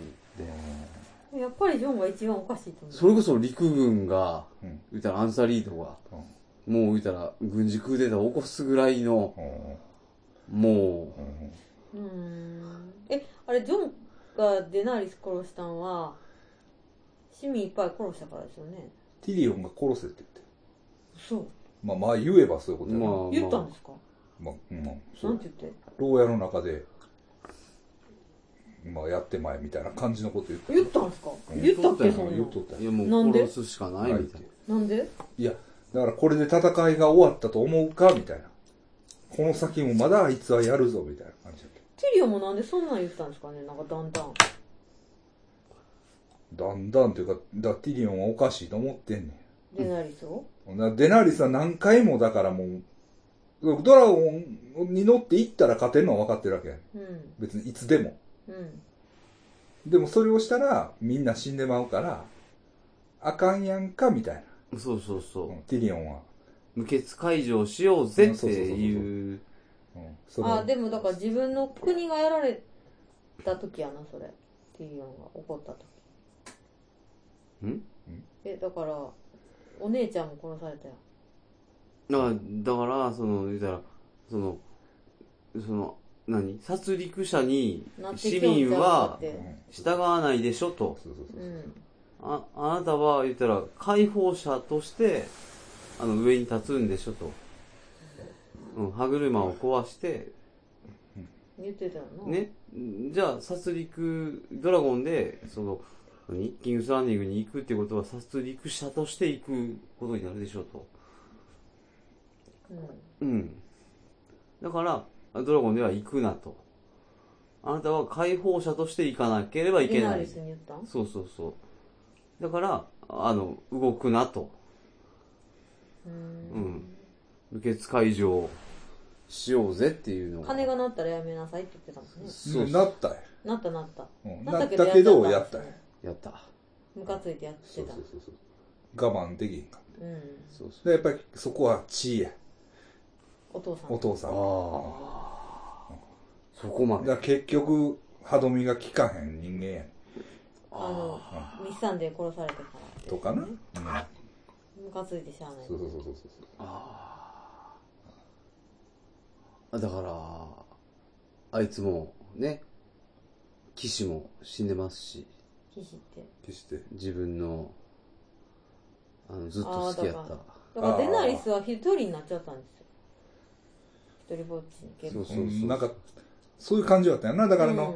やっぱりジョンが一番おかしいと思う。 それこそ陸軍が、うん、言うたらアンサリードが、うん、もう言うたら軍事クーデターを起こすぐらいの、うん、もう、 うん、え、あれジョンがデナーリス殺したんは市民いっぱい殺したからですよね。 ティリオンが殺せって言って。 そう。 まあまあ言えばそういうことやな。 まあ、言ったんですか？ まあ、うん、なんて言って？ 牢屋の中で。まあやってまえみたいな感じのこと言って言ったんですか、うん、言ったっけそんな言っとったよ。 いやもう殺すしかないみたいな。なんで？ いやだからこれで戦いが終わったと思うかみたいな。この先もまだあいつはやるぞみたいな感じだった。 ティリオもなんでそんなん言ったんですかね。なんかだんだんだんだんというかだティリオンはおかしいと思ってんねん。デナーリスをデナーリスは何回もだからもうドラゴンに乗っていったら勝てるのは分かってるわけや、うん、別にいつでも、うん、でもそれをしたらみんな死んでまうからあかんやんかみたいな。そうそうそう、うん、 ティリオンは無血解除しようぜっていう。 あ、でもだから自分の国がやられた時やなそれ。ティリオンが怒った時。 ん？ え、だからお姉ちゃんも殺されたよ。 だからだからその言ったらそのその何殺戮者に市民は従わないでしょと。ああなたは言ったら解放者としてあの上に立つんでしょと。うん、歯車を壊して言ってたよな。 ね、じゃあ殺戮ドラゴンでその何キングスランディングに行くってことは殺戮者として行くことになるでしょうと。うん、うん、だからドラゴンでは行くなと。あなたは解放者として行かなければいけない。 デナーリスに言った？ そうそうそう。だからあの動くなと。うん、うん、無血解除しようぜっていうのが。 金がなったらやめなさいって言ってたもんね。 そうなったよ。 なったなった。 うん、なったけどやったよ。 やった。 ムカついてやってた。そうそうそうそう。 我慢できへんかった。うん。 そうそう。 でやっぱりそこは地位や。 お父さん。 お父さん。ああ、 うん。そこまで。 だから結局歯止めが効かへん人間や。 あの、ミスサンデー殺されてから、 とかな。うん。 ムカついてしゃあない。 そうそうそうそうそう。 ああ。だから、あいつもね、騎士も死んでますし。 騎士って。 騎士って。 自分の、あの、ずっと好きやった。 だからデナリスは一人になっちゃったんですよ。一人ぼっちに結構。 そうそうそう。なんか、そういう感じだったよな。だからの、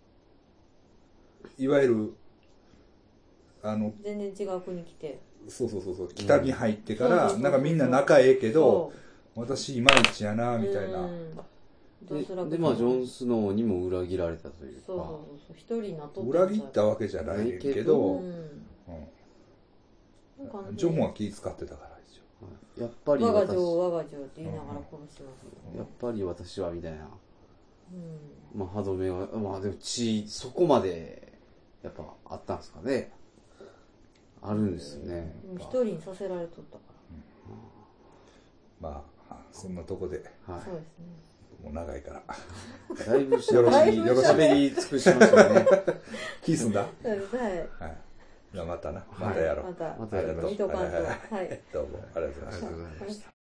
うん、いわゆる、あの、 全然違う国来て。 そうそうそうそう。北に入ってから、なんかみんな仲ええけど、私いまいちやな、みたいな。 で、でまあ、ジョン・スノーにも裏切られたというか。 そうそうそう。一人になっとった。 裏切ったわけじゃないけど、うん。ジョンは気使ってたから、一応。やっぱり私。我が女我が女って言いながら殺します。 やっぱり私は、みたいな。うん、まあ、歯止めは、まあでも血、そこまで、やっぱあったんですかね。あるんですね。 一人にさせられとったから。 うん、まあ、そんなとこで。 はい。そうですね。 もう長いから。 だいぶしゃべり、よろしゃべり尽くしましたね。 気済んだ？ はい。はい。 じゃあまたな。またやろう。 また。 またやりましょう。 はい。 どうもありがとうございました。